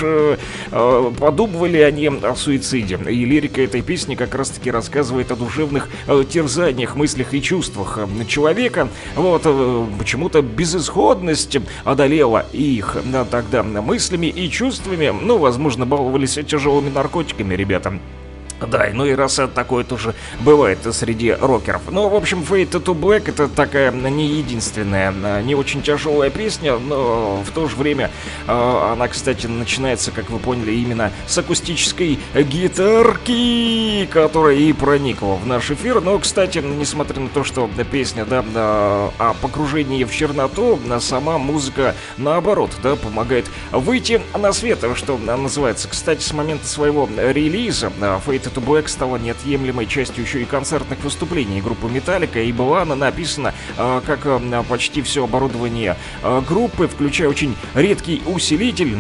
подумывали они о суициде. И лирика этой песни как раз-таки рассказывает о душевных терзаниях, мыслях и чувствах человека. Вот, почему-то безысходность одолела их тогда мыслями и чувствами. Ну, возможно, баловались тяжелыми наркотиками, ребята. Да, ну и раз такое тоже бывает среди рокеров. Ну, в общем, Fade to Black — это такая не единственная, не очень тяжелая песня, но в то же время э, она, кстати, начинается, как вы поняли, именно с акустической гитарки, которая и проникла в наш эфир. Но, кстати, несмотря на то, что песня, да, о погружении в черноту, сама музыка, наоборот, да, помогает выйти на свет, что называется. Кстати, с момента своего релиза Fade to Black стала неотъемлемой частью еще и концертных выступлений группы Metallica, и была она написана э, как э, почти все оборудование э, группы, включая очень редкий усилитель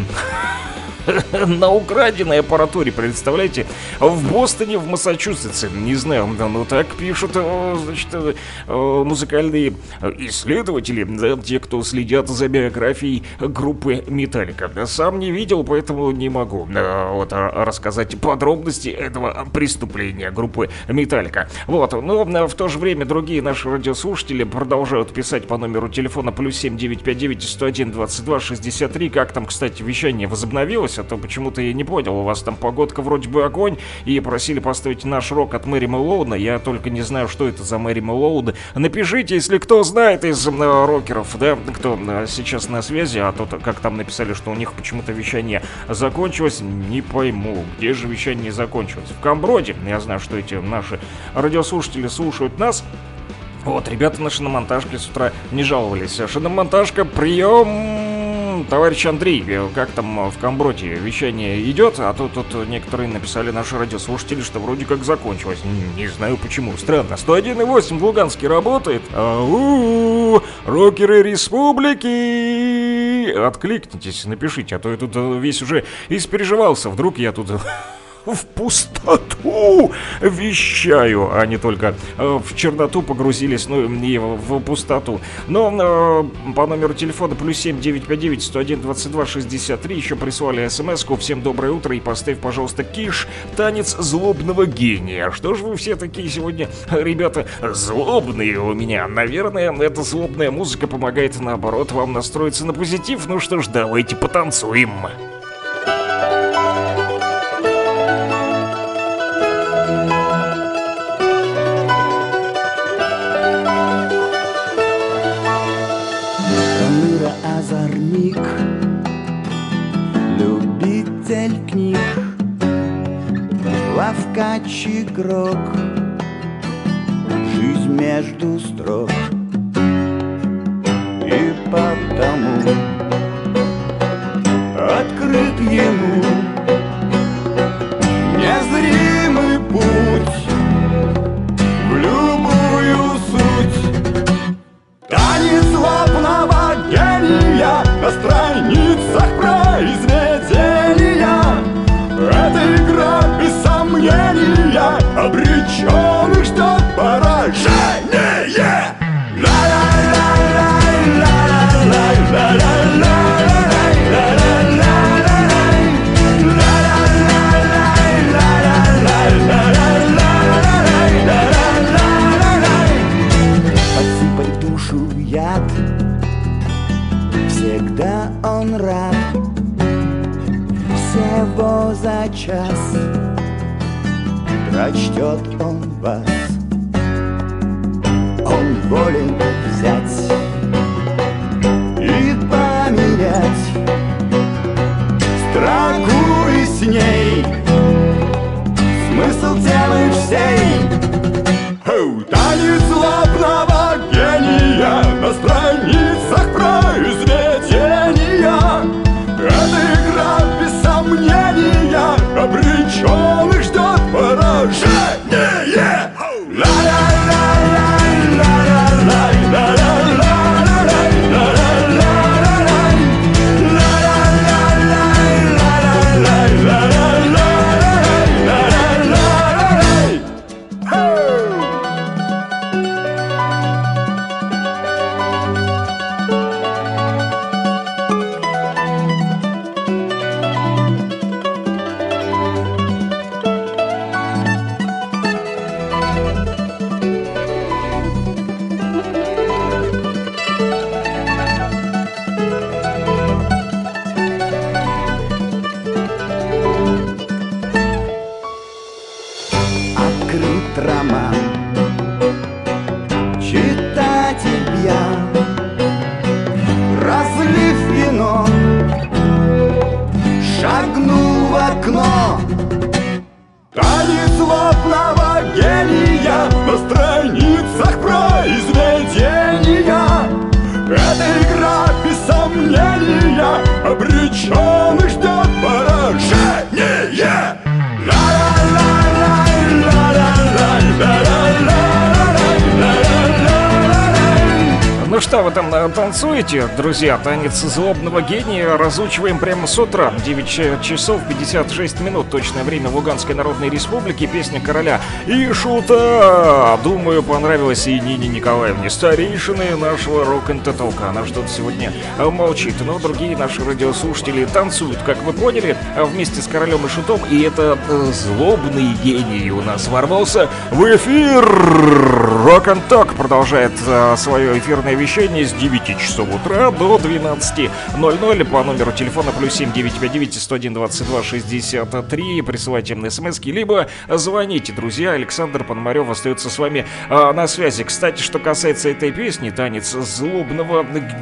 на украденной аппаратуре, представляете, в Бостоне, в Массачусетсе. Не знаю, ну так пишут, значит, музыкальные исследователи, да, те, кто следят за биографией группы Metallica. Сам не видел, поэтому не могу вот рассказать подробности этого преступления группы Metallica. Вот, но в то же время другие наши радиослушатели продолжают писать по номеру телефона плюс семь девять пять девять сто один двадцать два шестьдесят три. Как там, кстати, вещание возобновилось? А то почему-то я не понял, у вас там погодка вроде бы огонь, и просили поставить наш рок от Мэри Мэлоуна. Я только не знаю, что это за Мэри Мэлоун. Напишите, если кто знает из э, рокеров, да, кто э, сейчас на связи, а то, как там написали, что у них почему-то вещание закончилось, не пойму, где же вещание закончилось. В Камброде. Я знаю, что эти наши радиослушатели слушают нас. Вот, ребята на шиномонтажке с утра не жаловались. Шиномонтажка, прием! Товарищ Андрей, как там в Камброде вещание идет? А то тут некоторые написали, наши радиослушатели, что вроде как закончилось. Не знаю почему. Странно. сто один и восемь в Луганске работает. Ау, рокеры республики! Откликнитесь, напишите, а то я тут весь уже испереживался. Вдруг я тут в пустоту вещаю, а не только э, в черноту погрузились, ну и в, в пустоту. Но э, по номеру телефона плюс семь девять пять девять сто один двадцать два шестьдесят три еще прислали смс-ку. Всем доброе утро и поставь, пожалуйста, Киш, танец злобного гения. Что же вы все такие сегодня, ребята, злобные у меня? Наверное, эта злобная музыка помогает, наоборот, вам настроиться на позитив. Ну что ж, давайте потанцуем. Озорник, любитель книг, ловкач игрок, жизнь между строк. И потому открыт ему незримый путь в любую суть. Танец злобного гения на страницах произведения. Эта игра без сомнения обреченных ждет поражение. Ля-ля-ля. всего за час прочтет он вас. Он волен взять и поменять строку и с ней смысл темы всей. Оу, танец злобного гения на страницах произведения. Эта игра без сомнения обреченных ждет поражение. Обреченных ждет поражение. Ну что вы там танцуете, друзья? Танец злобного гения разучиваем прямо с утра. девять часов пятьдесят шесть минут, точное время в Луганской Народной Республике. Песня короля и шута. Думаю, понравилась и Нине Николаевне, старейшины нашего рок-н-толка. Она что-то сегодня молчит, но другие наши радиослушатели танцуют, как вы поняли, вместе с королем и шутом. И это злобный гений у нас ворвался в эфир. Рок-н-ток продолжает свое эфирное вещание с девяти часов утра до двенадцати ноль-ноль по номеру телефона плюс семь девятьсот пятьдесят девять сто один двадцать два шестьдесят три. Присылайте мне смски, либо звоните, друзья. Александр Пономарев остается с вами а, на связи. Кстати, что касается этой песни, танец злобного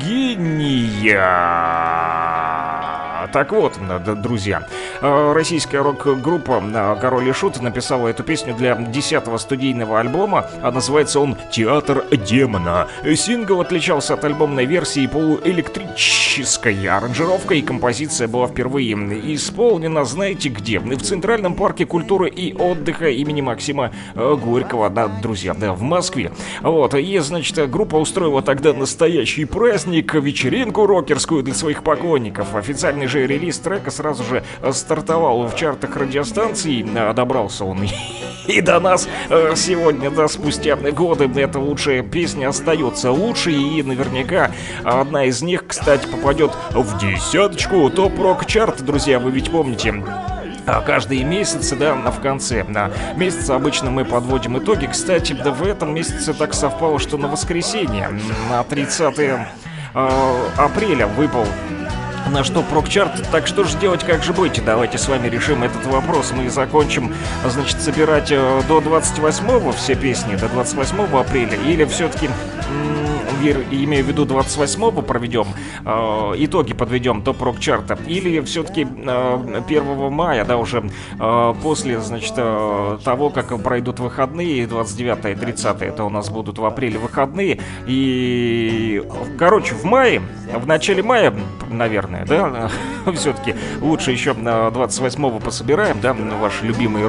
гения. Так вот, друзья, российская рок-группа «Король и Шут» написала эту песню для десятого студийного альбома, а называется он «Театр демона». Сингл отличался от альбомной версии полуэлектрической аранжировкой, и композиция была впервые исполнена, знаете где? В Центральном парке культуры и отдыха имени Максима Горького, да, друзья, да, в Москве. Вот, и, значит, группа устроила тогда настоящий праздник, вечеринку рокерскую для своих поклонников. Официальный же релиз трека сразу же стартовал в чартах радиостанций, добрался он и до нас сегодня, да, спустя годы. Эта лучшая песня остается лучшей, и наверняка одна из них, кстати, попадет в десяточку топ-рок чарт, друзья, вы ведь помните. А каждые месяцы, да, в конце на месяца обычно мы подводим итоги. Кстати, да, в этом месяце так совпало, что на воскресенье, на тридцатое апреля выпал наш топ-рок-чарт. Так что же делать, как же быть? Давайте с вами решим этот вопрос. Мы закончим, значит, собирать до двадцать восьмого все песни, до двадцать восьмого апреля, или все-таки, имею в виду, двадцать восьмого проведем, э, итоги подведем топ-рок-чарта, или все-таки э, первого мая, да, уже э, после, значит, э, того, как пройдут выходные, двадцать девятое и тридцатое, это у нас будут в апреле выходные, и, короче, в мае, в начале мая, наверное, да, все-таки лучше еще двадцать восьмого пособираем, да, ваши любимые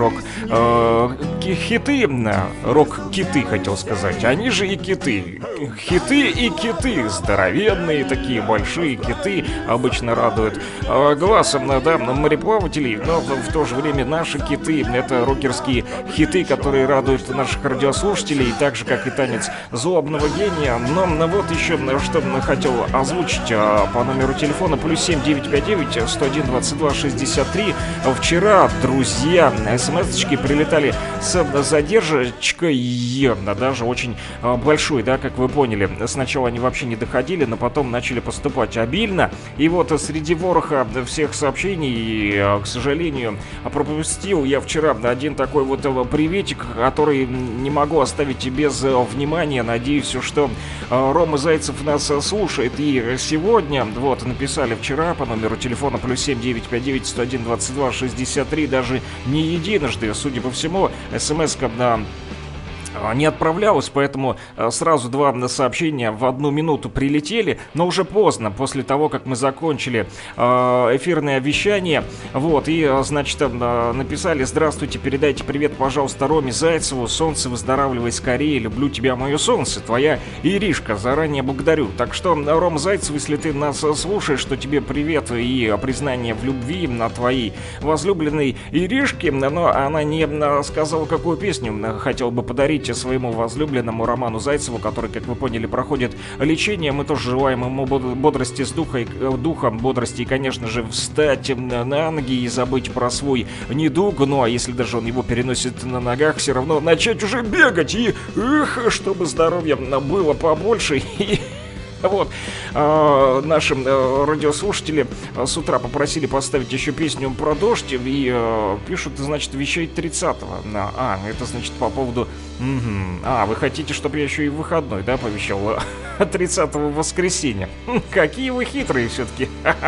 рок-хиты, рок-киты, хотел сказать, они же и киты, хиты и киты, здоровенные такие большие киты, обычно радуют э, глаз, да, мореплавателей, но в то же время наши киты — это рокерские хиты, которые радуют наших радиослушателей, так же, как и танец злобного гения. Но вот еще что хотел озвучить э, по номеру телефона плюс семь девятьсот пятьдесят девять сто один двадцать два шестьдесят три. Вчера, друзья, смс-очки прилетали с задержкой, даже очень большой, да, как вы поняли, сначала они вообще не доходили, но потом начали поступать обильно. И вот среди вороха всех сообщений, к сожалению, пропустил я вчера один такой вот приветик, который не могу оставить без внимания. Надеюсь, что Рома Зайцев нас слушает. И сегодня, вот, написали вчера по номеру телефона плюс семь девять пять девять сто один двадцать два шестьдесят три, даже не единожды, судя по всему, смс-ка на... не отправлялось, поэтому сразу два сообщения в одну минуту прилетели, но уже поздно, после того, как мы закончили эфирное вещание. Вот, и, значит, написали: здравствуйте, передайте привет, пожалуйста, Роме Зайцеву, солнце, выздоравливай скорее, люблю тебя, мое солнце, твоя Иришка, заранее благодарю. Так что, Рома Зайцев, если ты нас слушаешь, что тебе привет и признание в любви на твоей возлюбленной Иришке, но она не сказала, какую песню хотел бы подарить своему возлюбленному Роману Зайцеву, который, как вы поняли, проходит лечение. Мы тоже желаем ему бодрости с духа, духа, бодрости и, конечно же, встать на ноги и забыть про свой недуг. Ну, а если даже он его переносит на ногах, все равно начать уже бегать и, эх, чтобы здоровья было побольше. И вот, э, наши э, радиослушатели э, с утра попросили поставить еще песню про дождь. И э, пишут, значит, вещает тридцатого. А, это значит по поводу... Угу. А, вы хотите, чтобы я еще и в выходной, да, повещал? тридцатого воскресенья. Какие вы хитрые все-таки.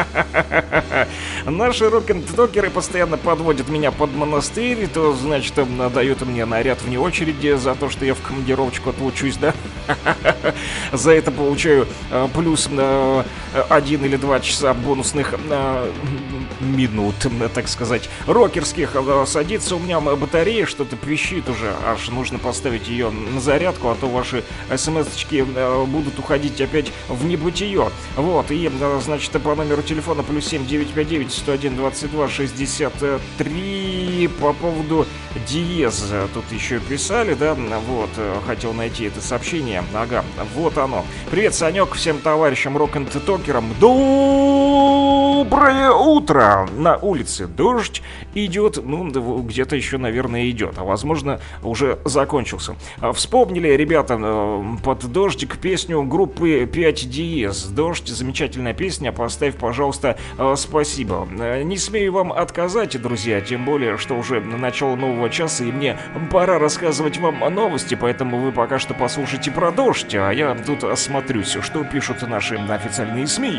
Наши рок-н-токеры постоянно подводят меня под монастырь. То, значит, дают мне наряд вне очереди за то, что я в командировочку отлучусь, да? За это получаю э, плюс э, один или два часа бонусных э, минут, так сказать, рокерских. Садится у меня батарея, что-то пищит уже, аж нужно поставить ее на зарядку, а то ваши смс-очки э, будут уходить опять в небытие. Вот, и, значит, по номеру телефона плюс семь девять пять девять сто один двадцать два шестьдесят три по поводу диез тут еще писали, да, вот, хотел найти это сообщение. Ага, вот оно. Привет, Санек, всем товарищам рок-н-токерам. Доброе утро! На улице дождь идет, ну, где-то еще, наверное, идет, а возможно, уже закончился. Вспомнили, ребята, под дождик песню группы пять диез. Дождь, замечательная песня, поставь, пожалуйста, спасибо. Не смею вам отказать, друзья, тем более, что уже начало нового часа, и мне пора рассказывать вам новости, поэтому вы пока что послушайте про дождь, а я тут осмотрюсь, что пишут наши официальные СМИ.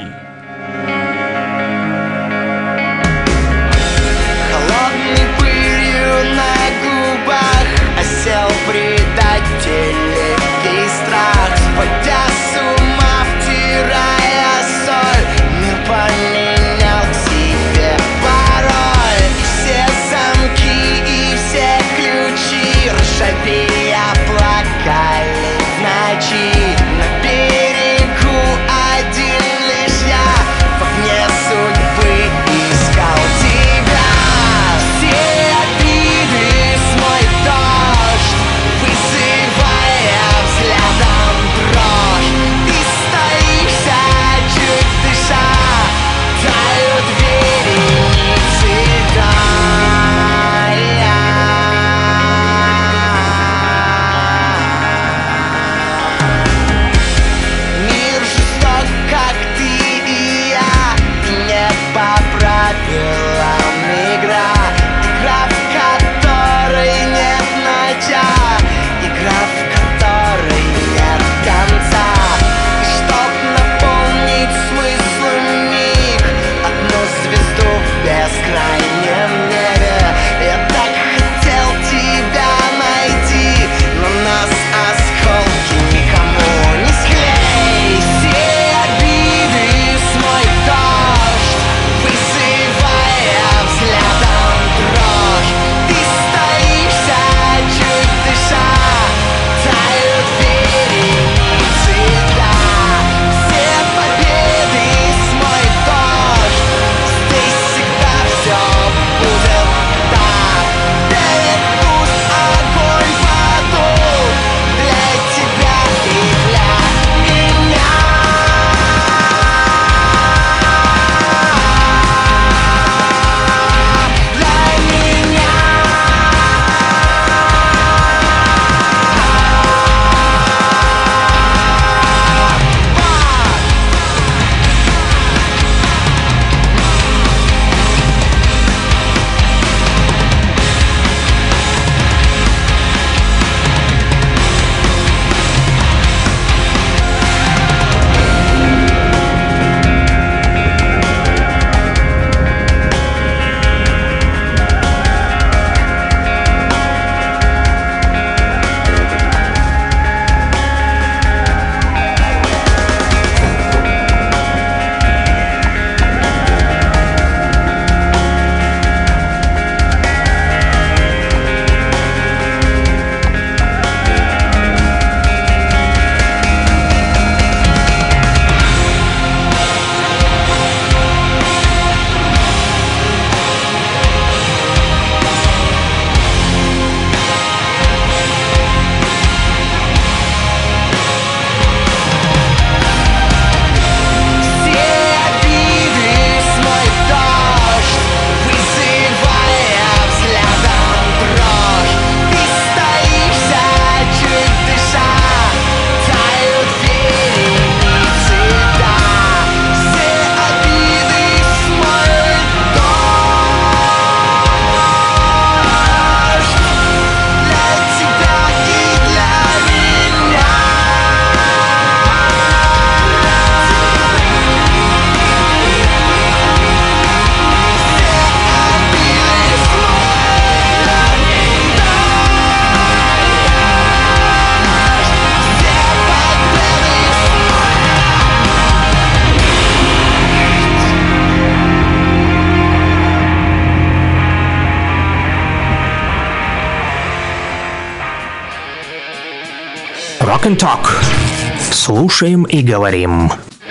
Холодной пылью на губах осел предательский страх, сводя с ума, втирая соль, мир поменял к себе пароль. И все замки и все ключи ржавея плакали в ночи. На берегу один лишь я, Walk and Talk. Слушаем и говорим.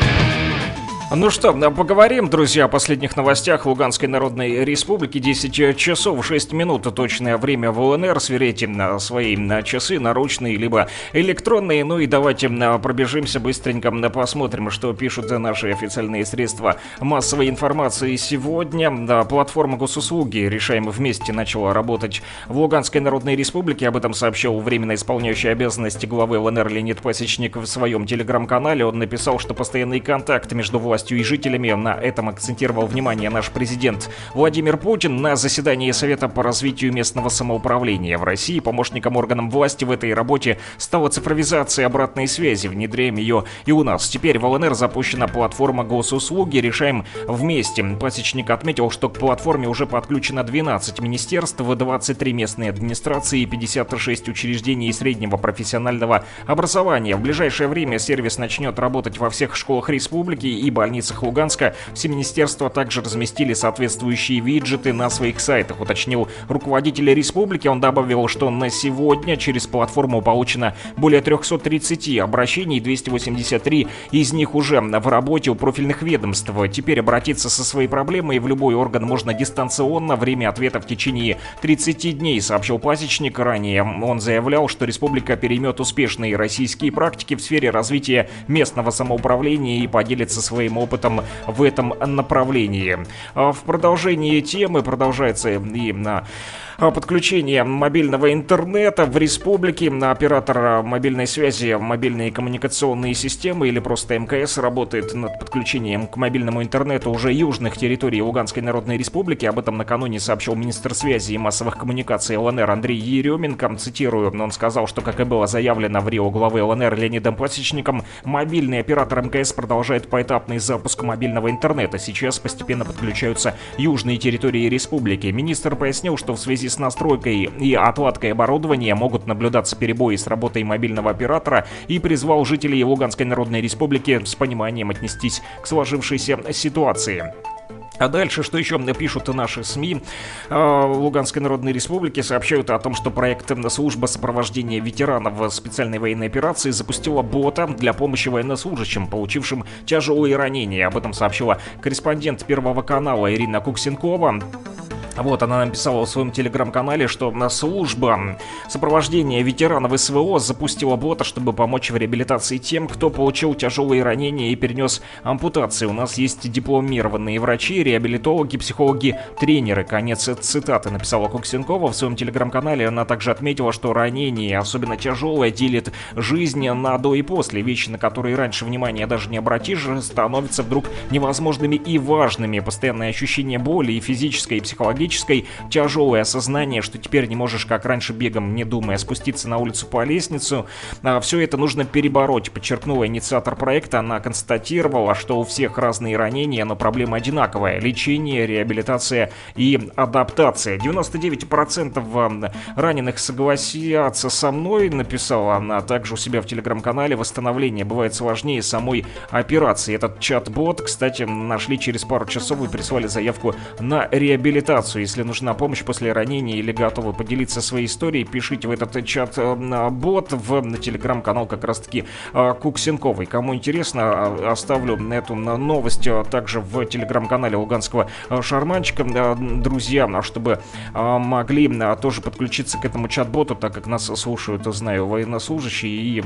Ну что, поговорим, друзья, о последних новостях Луганской Народной Республики. десять часов шесть минут, точное время в ЛНР. Сверяйте свои часы, наручные, либо электронные. Ну и давайте пробежимся быстренько, посмотрим, что пишут наши официальные средства массовой информации сегодня. Платформа госуслуги «Решаем вместе» начала работать в Луганской Народной Республике. Об этом сообщил временно исполняющий обязанности главы ЛНР Леонид Пасечник в своем телеграм-канале. Он написал, что постоянный контакт между властью и жителями. На этом акцентировал внимание наш президент Владимир Путин на заседании Совета по развитию местного самоуправления в России. Помощником органам власти в этой работе стала цифровизация обратной связи. Внедряем ее и у нас. Теперь в ЛНР запущена платформа госуслуги «Решаем вместе». Пасечник отметил, что к платформе уже подключено двенадцать министерств, двадцать три местные администрации и пятьдесят шесть учреждений среднего профессионального образования. В ближайшее время сервис начнет работать во всех школах республики и больницах Луганска. Все министерства также разместили соответствующие виджеты на своих сайтах, уточнил руководитель республики. Он добавил, что на сегодня через платформу получено более триста тридцать обращений, двести восемьдесят три из них уже в работе у профильных ведомств. Теперь обратиться со своей проблемой в любой орган можно дистанционно. Время ответа в течение тридцати дней, сообщил Пасечник. Ранее он заявлял, что республика переймет успешные российские практики в сфере развития местного самоуправления и поделится своим опытом в этом направлении. В продолжении темы продолжается и на подключение мобильного интернета в республике. Оператор мобильной связи, мобильные коммуникационные системы или просто МКС работает над подключением к мобильному интернету уже южных территорий Луганской Народной Республики. Об этом накануне сообщил министр связи и массовых коммуникаций ЛНР Андрей Еременко. Цитирую, он сказал, что, как и было заявлено в РИО главы ЛНР Леонидом Пасечником, мобильный оператор МКС продолжает поэтапный запуск мобильного интернета. Сейчас постепенно подключаются южные территории республики. Министр пояснил, что в связи с настройкой и отладкой оборудования могут наблюдаться перебои с работой мобильного оператора и призвал жителей Луганской Народной Республики с пониманием отнестись к сложившейся ситуации. А дальше, что еще пишут наши СМИ Луганской Народной Республики, сообщают о том, что проект служба сопровождения ветеранов специальной военной операции запустила бота для помощи военнослужащим, получившим тяжелые ранения. Об этом сообщила корреспондент Первого канала Ирина Куксенкова. Вот, она написала в своем телеграм-канале, что служба сопровождения ветеранов СВО запустила бота, чтобы помочь в реабилитации тем, кто получил тяжелые ранения и перенес ампутации. У нас есть дипломированные врачи, реабилитологи, психологи, тренеры. Конец цитаты, написала Куксенкова в своем телеграм-канале. Она также отметила, что ранение, особенно тяжелое, делит жизнь на до и после. Вещи, на которые раньше внимания даже не обратишь, становятся вдруг невозможными и важными. Постоянное ощущение боли и физической, и психологической, тяжелое осознание, что теперь не можешь, как раньше, бегом, не думая, спуститься на улицу по лестницу. А, все это нужно перебороть, подчеркнула инициатор проекта. Она констатировала, что у всех разные ранения, но проблема одинаковая: лечение, реабилитация и адаптация. девяносто девять процентов раненых согласятся со мной, написала она также у себя в телеграм-канале. Восстановление бывает сложнее самой операции. Этот чат-бот, кстати, нашли через пару часов и прислали заявку на реабилитацию. Если нужна помощь после ранения или готовы поделиться своей историей, пишите в этот чат-бот в телеграм-канал как раз-таки Куксенковой. Кому интересно, оставлю эту новость также в телеграм-канале Луганского шарманчика, друзья, чтобы могли тоже подключиться к этому чат-боту, так как нас слушают, знаю, военнослужащие, и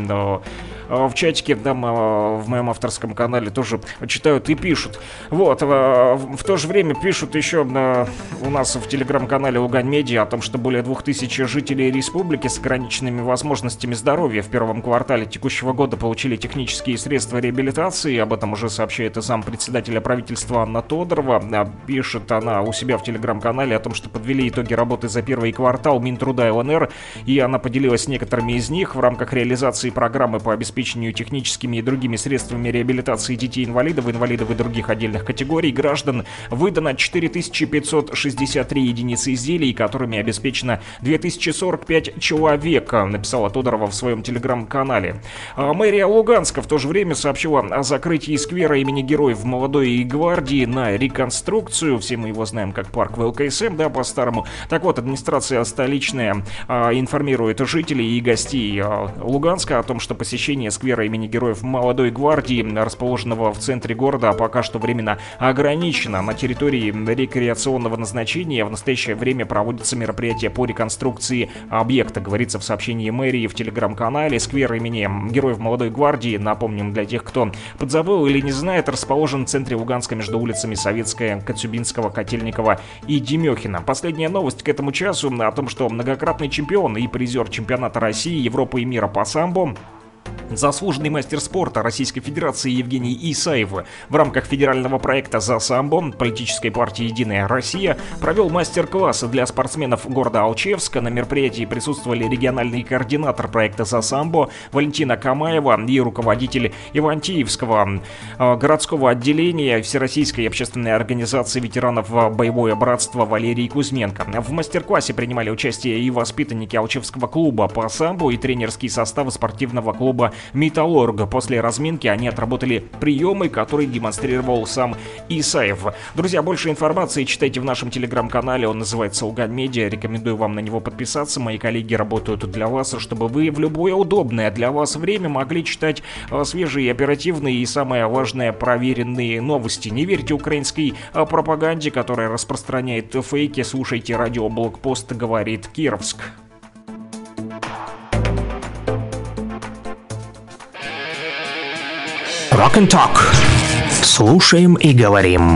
в чатике там в моем авторском канале тоже читают и пишут. Вот, в то же время пишут еще у нас в телеграм-канале Лугань Медиа о том, что более двух тысяч жителей республики с ограниченными возможностями здоровья в первом квартале текущего года получили технические средства реабилитации. Об этом уже сообщает и зампредседателя правительства Анна Тодорова. Пишет она у себя в телеграм-канале о том, что подвели итоги работы за первый квартал Минтруда ЛНР, и она поделилась некоторыми из них. В рамках реализации программы по обеспечению техническими и другими средствами реабилитации детей-инвалидов, инвалидов и других отдельных категорий граждан выдано четыре тысячи пятьсот шестьдесят пятьдесят три единицы изделий, которыми обеспечено две тысячи сорок пять человек, написала Тодорова в своем телеграм-канале. Мэрия Луганска в то же время сообщила о закрытии сквера имени Героев Молодой гвардии на реконструкцию. Все мы его знаем как парк вэ эл ка эс эм, да, по-старому. Так вот, администрация столичная а, информирует жителей и гостей а, Луганска о том, что посещение сквера имени Героев Молодой гвардии, расположенного в центре города, пока что временно ограничено. На территории рекреационного назначения в настоящее время проводятся мероприятия по реконструкции объекта, говорится в сообщении мэрии в телеграм-канале. Сквер имени Героев Молодой гвардии, напомним для тех, кто подзабыл или не знает, расположен в центре Луганска между улицами Советская, Коцюбинского, Котельникова и Демехина. Последняя новость к этому часу о том, что многократный чемпион и призер чемпионата России, Европы и мира по самбо, заслуженный мастер спорта Российской Федерации Евгений Исаев в рамках федерального проекта «За самбо» политической партии «Единая Россия» провел мастер-класс для спортсменов города Алчевска. На мероприятии присутствовали региональный координатор проекта «За самбо» Валентина Камаева и руководитель Ивантеевского городского отделения Всероссийской общественной организации ветеранов «Боевое братство» Валерий Кузьменко. В мастер-классе принимали участие и воспитанники Алчевского клуба по самбо, и тренерский состав спортивного клуба «Металлург». После разминки они отработали приемы, которые демонстрировал сам Исаев. Друзья, больше информации читайте в нашем телеграм-канале, он называется Уган Медиа. Рекомендую вам на него подписаться. Мои коллеги работают для вас, чтобы вы в любое удобное для вас время могли читать свежие, оперативные и, самое важное, проверенные новости. Не верьте украинской пропаганде, которая распространяет фейки. Слушайте радио «Блокпост говорит Кировск». Rock and Talk. Слушаем и говорим.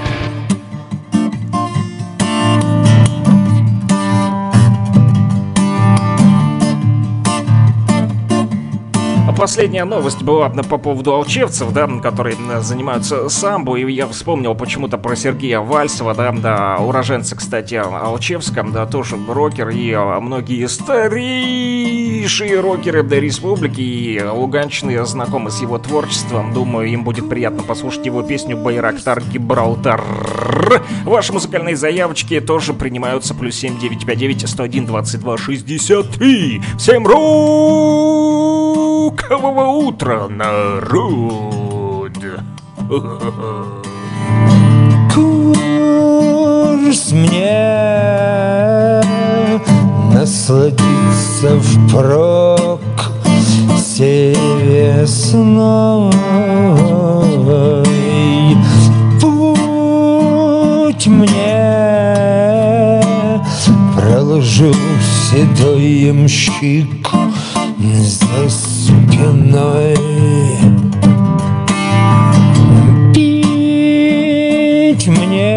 Последняя новость была по поводу алчевцев, да, которые занимаются самбо, и я вспомнил почему-то про Сергея Вальцева, да, да, уроженца, кстати, Алчевска, да, тоже рокер, и многие старейшие рокеры до республики и луганчины знакомы с его творчеством. Думаю, им будет приятно послушать его песню «Байрактар Гибралтар». Ваши музыкальные заявочки тоже принимаются. Плюс семь девять пять девять сто один двадцать два шестьдесят три. Всем рукового утра, народ! Курс мне насладиться впрок всей весной. Путь мне проложил седой ямщик за спиной. Пить мне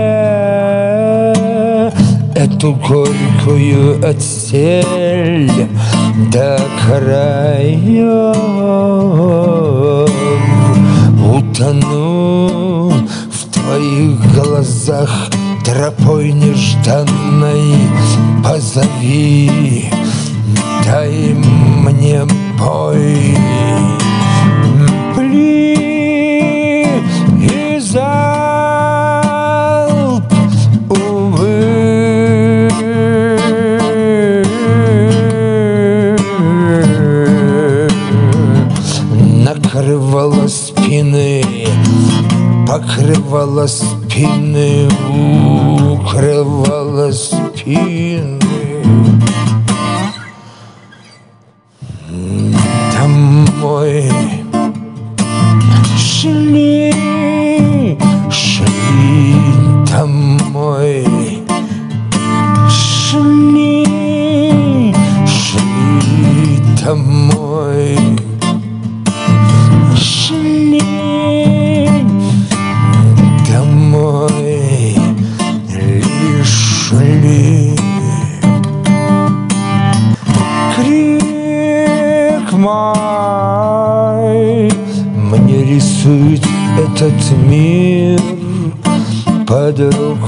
эту горькую отсель до краев. Утону в твоих глазах тропой нежданной. Позови, дай мне бой. Пли и залп, увы. Накрывала спины, покрывала спины, укрывала спины. Домой шли, шли домой, шли, шли домой, шли домой, лишь шли. Крик мой мне рисует этот мир под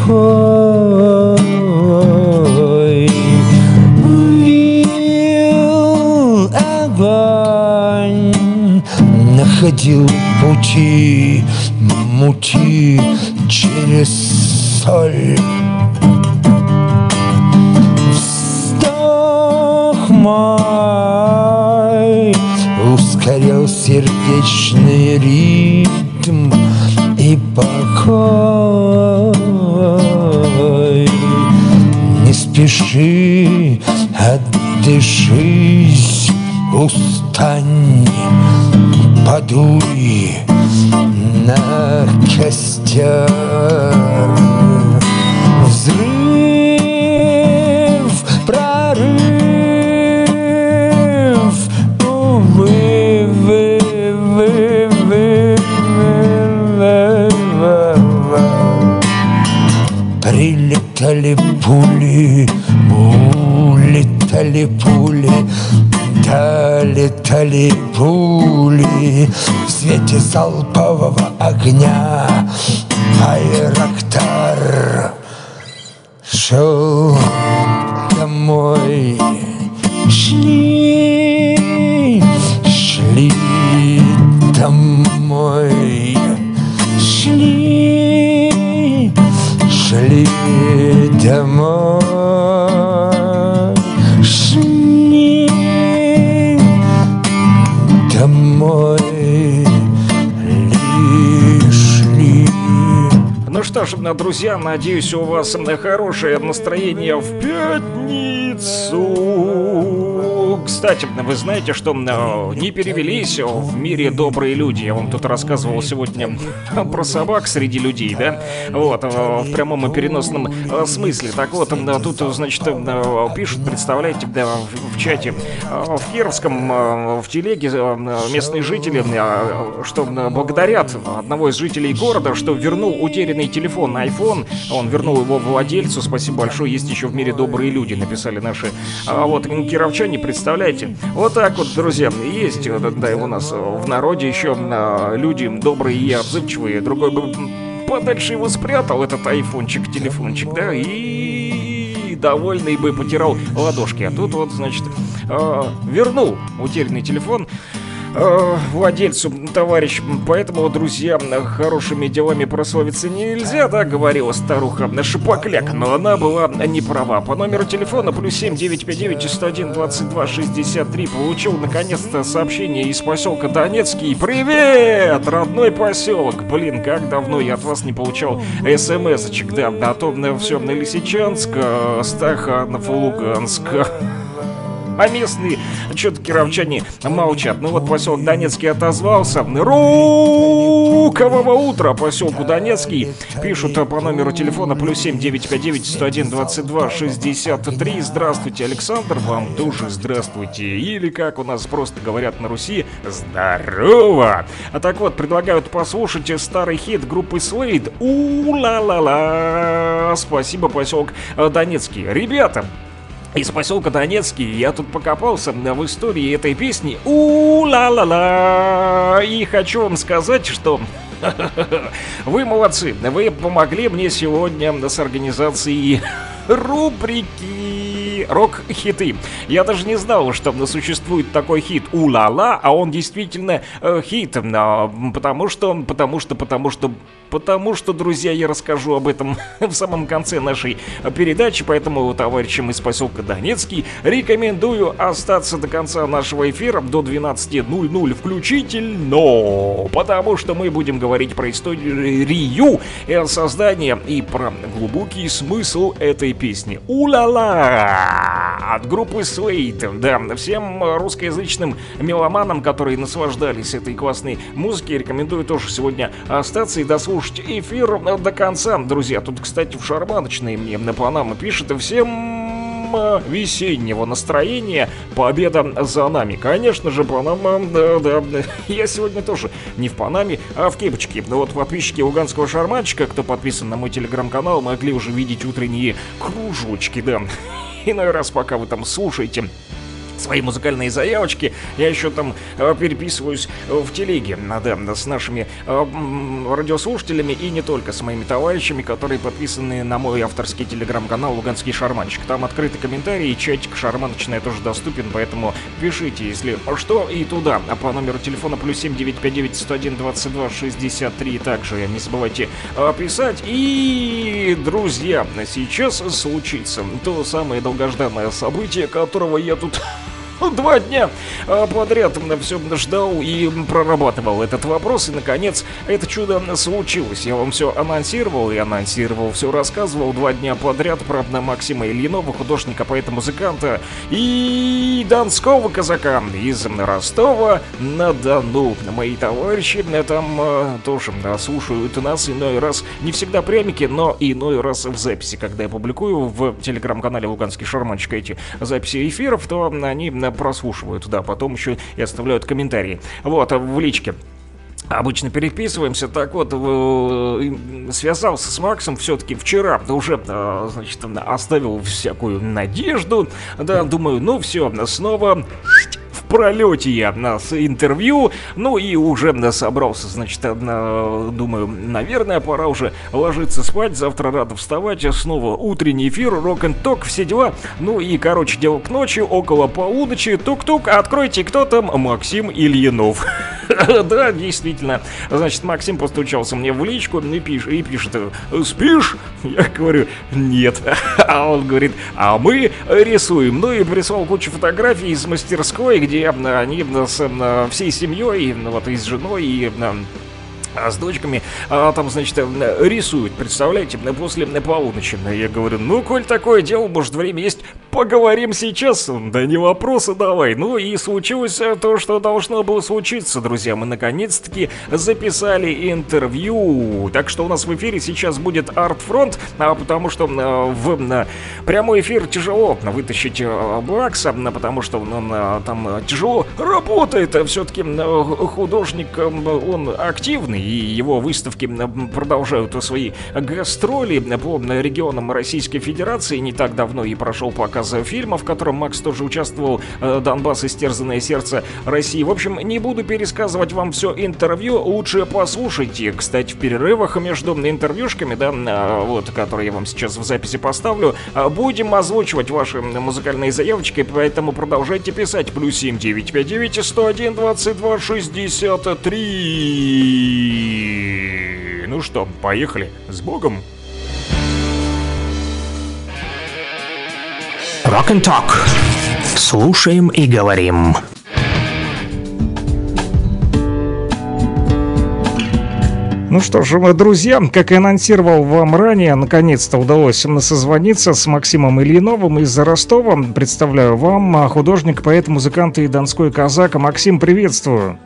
рукой. Вил огонь, находил пути, мути через соль. май ускорял сердечный ритм и покой. Не спеши, отдышись, устань, подуй на костер. Взрыв, прорыв, увы, вы, вы, вы, вы. Прилетали пули, улетали пули, долетали пули в свете залпового огня. Байрактар шел домой. Шли, шли домой. Шли, шли домой. Шли домой. Ну что ж, друзья, надеюсь, у вас хорошее настроение в пятницу. Кстати, вы знаете, что не перевелись в мире добрые люди. Я вам тут рассказывал сегодня про собак среди людей, да? Вот, в прямом и переносном смысле. Так вот, тут, значит, пишут, представляете, в чате, в Кировском, в телеге местные жители, что благодарят одного из жителей города, что вернул утерянный телефон iPhone. Он вернул его владельцу. Спасибо большое. Есть еще в мире добрые люди, написали наши а вот кировчане, представляете? Вот так вот, друзья, есть, да, у нас в народе еще люди добрые и отзывчивые. Другой бы подальше его спрятал, этот айфончик, телефончик, да, и довольный бы потирал ладошки. А тут вот, значит, вернул утерянный телефон владельцу, товарищ. Поэтому, друзья, хорошими делами прославиться нельзя, да, говорила старуха Шапокляк, но она была не права. По номеру телефона плюс семь девять пять девять сто один двадцать два шестьдесят три получил наконец-то сообщение из поселка Донецкий. Привет, родной поселок. Блин, как давно я от вас не получал смс-очек, да, а то все на Лисичанск, Стаханов, Луганск. А местные что-то кировчане молчат. Ну вот поселок Донецкий отозвался. Рукового утра поселку Донецкий. Пишут по номеру телефона плюс семь девять пять девять сто один двадцать два шестьдесят три. Здравствуйте, Александр. Вам тоже здравствуйте. Или, как у нас просто говорят на Руси, здорово. А так вот, предлагают послушать старый хит группы Slade. У-ла-ла-ла. Спасибо, поселок Донецкий. Ребята, из поселка Донецкий я тут покопался в истории этой песни. У-ла-ла-ла. И хочу вам сказать, что вы молодцы. Вы помогли мне сегодня с организацией рубрики «Рок-хиты». Я даже не знал, что существует такой хит «У-ла-ла», а он действительно э, хит. А, потому что, потому что, потому что, потому что, друзья, я расскажу об этом в самом конце нашей передачи. Поэтому товарищам из поселка Донецкий рекомендую остаться до конца нашего эфира, до двенадцати ноль-ноль включительно. Потому что мы будем говорить про историю создания и про глубокий смысл этой песни. У-ла-ла! От группы Slade. Да, всем русскоязычным меломанам, которые наслаждались этой классной музыкой, рекомендую тоже сегодня остаться и дослушать эфир до конца. Друзья, тут, кстати, в шарманочной мне на Панама пишет: всем весеннего настроения, победа за нами. Конечно же, Панама, да, да, я сегодня тоже не в Панаме, а в кепочке. Вот подписчики Луганского шарманчика, кто подписан на мой телеграм-канал, могли уже видеть утренние кружочки, да. Иной раз, пока вы там слушаете свои музыкальные заявочки, я еще там э, переписываюсь в телеге, да, с нашими э, радиослушателями и не только, с моими товарищами, которые подписаны на мой авторский телеграм-канал «Луганский шарманчик». Там открытый комментарий, чатик шарманочный тоже доступен, поэтому пишите, если что, и туда. А по номеру телефона плюс семь девять пять девять сто один двадцать два шестьдесят три также не забывайте э, писать. И, друзья, сейчас случится то самое долгожданное событие, которого я тут Два дня подряд все ждал и прорабатывал этот вопрос, и, наконец, это чудо случилось. Я вам все анонсировал и анонсировал, все рассказывал два дня подряд про Максима Ильинова, художника, поэта, музыканта и донского казака из Ростова-на-Дону. Мои товарищи там тоже слушают нас иной раз, не всегда прямики, но иной раз в записи. Когда я публикую в телеграм-канале «Луганский шарманщик» эти записи эфиров, то они прослушивают, да, потом еще и оставляют комментарии. Вот, в личке. Обычно переписываемся, так вот, связался с Максом все-таки вчера, уже, значит, оставил всякую надежду, да, думаю, ну все, снова... В пролете я с интервью, ну и уже собрался, значит, думаю, наверное, пора уже ложиться спать, завтра рано вставать, снова утренний эфир, рок-н-ток, все дела, ну и, короче, дело к ночи, около полуночи, тук-тук, откройте, кто там? Максим Ильинов. Да, действительно, значит, Максим постучался мне в личку и пишет, и пишет, спишь? Я говорю, нет, а он говорит, а мы рисуем, ну и прислал кучу фотографий из мастерской, где они с всей семьей, вот и с женой, и с дочками, а там, значит, рисуют, представляете, после полуночи. Я говорю, ну, коль такое дело, может, время есть, поговорим сейчас. Да не вопросы, давай. Ну и случилось то, что должно было случиться, друзья. Мы наконец-таки записали интервью. Так что у нас в эфире сейчас будет Артфронт, а потому что в прямой эфир тяжело вытащить Макса, потому что он там тяжело работает. Все-таки художник, он активный, и его выставки продолжают свои гастроли по регионам Российской Федерации. Не так давно и прошел показ фильма, в котором Макс тоже участвовал, «Донбасс. Истерзанное сердце России». В общем, не буду пересказывать вам все интервью, лучше послушайте. Кстати, в перерывах между интервьюшками, да, вот, которые я вам сейчас в записи поставлю, будем озвучивать ваши музыкальные заявочки, поэтому продолжайте писать. Плюс семь девять пять девять сто один двадцать два шестьдесят три. Ну что, поехали. С Богом. Рок-н-ток. Слушаем и говорим. Ну что ж, друзья, как и анонсировал вам ранее, наконец-то удалось созвониться с Максимом Ильиновым из Ростова. Представляю вам художник, поэт, музыкант и донской казак. Максим, приветствую.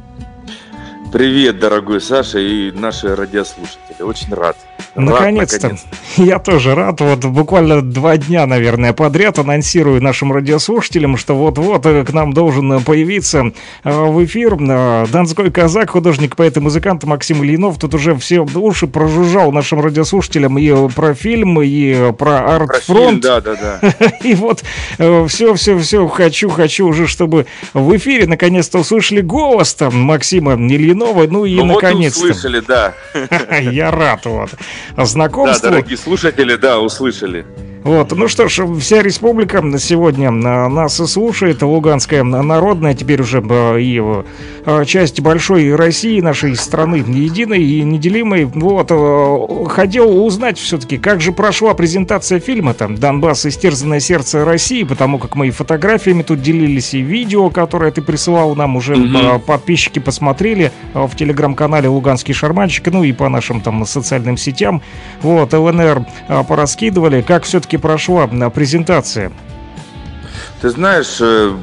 Привет, дорогой Саша и наши радиослушатели. Очень рад. Наконец-то. Наконец-то. Я тоже рад. Вот буквально два дня, наверное, подряд анонсирую нашим радиослушателям, что вот-вот к нам должен появиться в эфир донской казак, художник, поэт и музыкант Максим Ильинов. Тут уже все уши прожужжал нашим радиослушателям и про фильм, и про Артфронт. Да, да, да. И вот все-все-все хочу, хочу уже, чтобы в эфире наконец-то услышали голос там Максима Ильинова. Ну и ну, наконец-то. Вот услышали, да. Я рад, вот. Знакомству. Да, дорогие слушатели, да, услышали. Вот, ну что ж, вся республика сегодня нас слушает, Луганская народная, теперь уже и часть большой России, нашей страны, единой и неделимой. Вот, хотел узнать все-таки, как же прошла презентация фильма там «Донбасс. Истерзанное сердце России», потому как мы и фотографиями тут делились, и видео, которое ты присылал нам, уже mm-hmm. подписчики посмотрели в телеграм-канале «Луганский шарманщик», ну и по нашим там социальным сетям. Вот, ЛНР пораскидывали, как все-таки прошла презентация. Ты знаешь,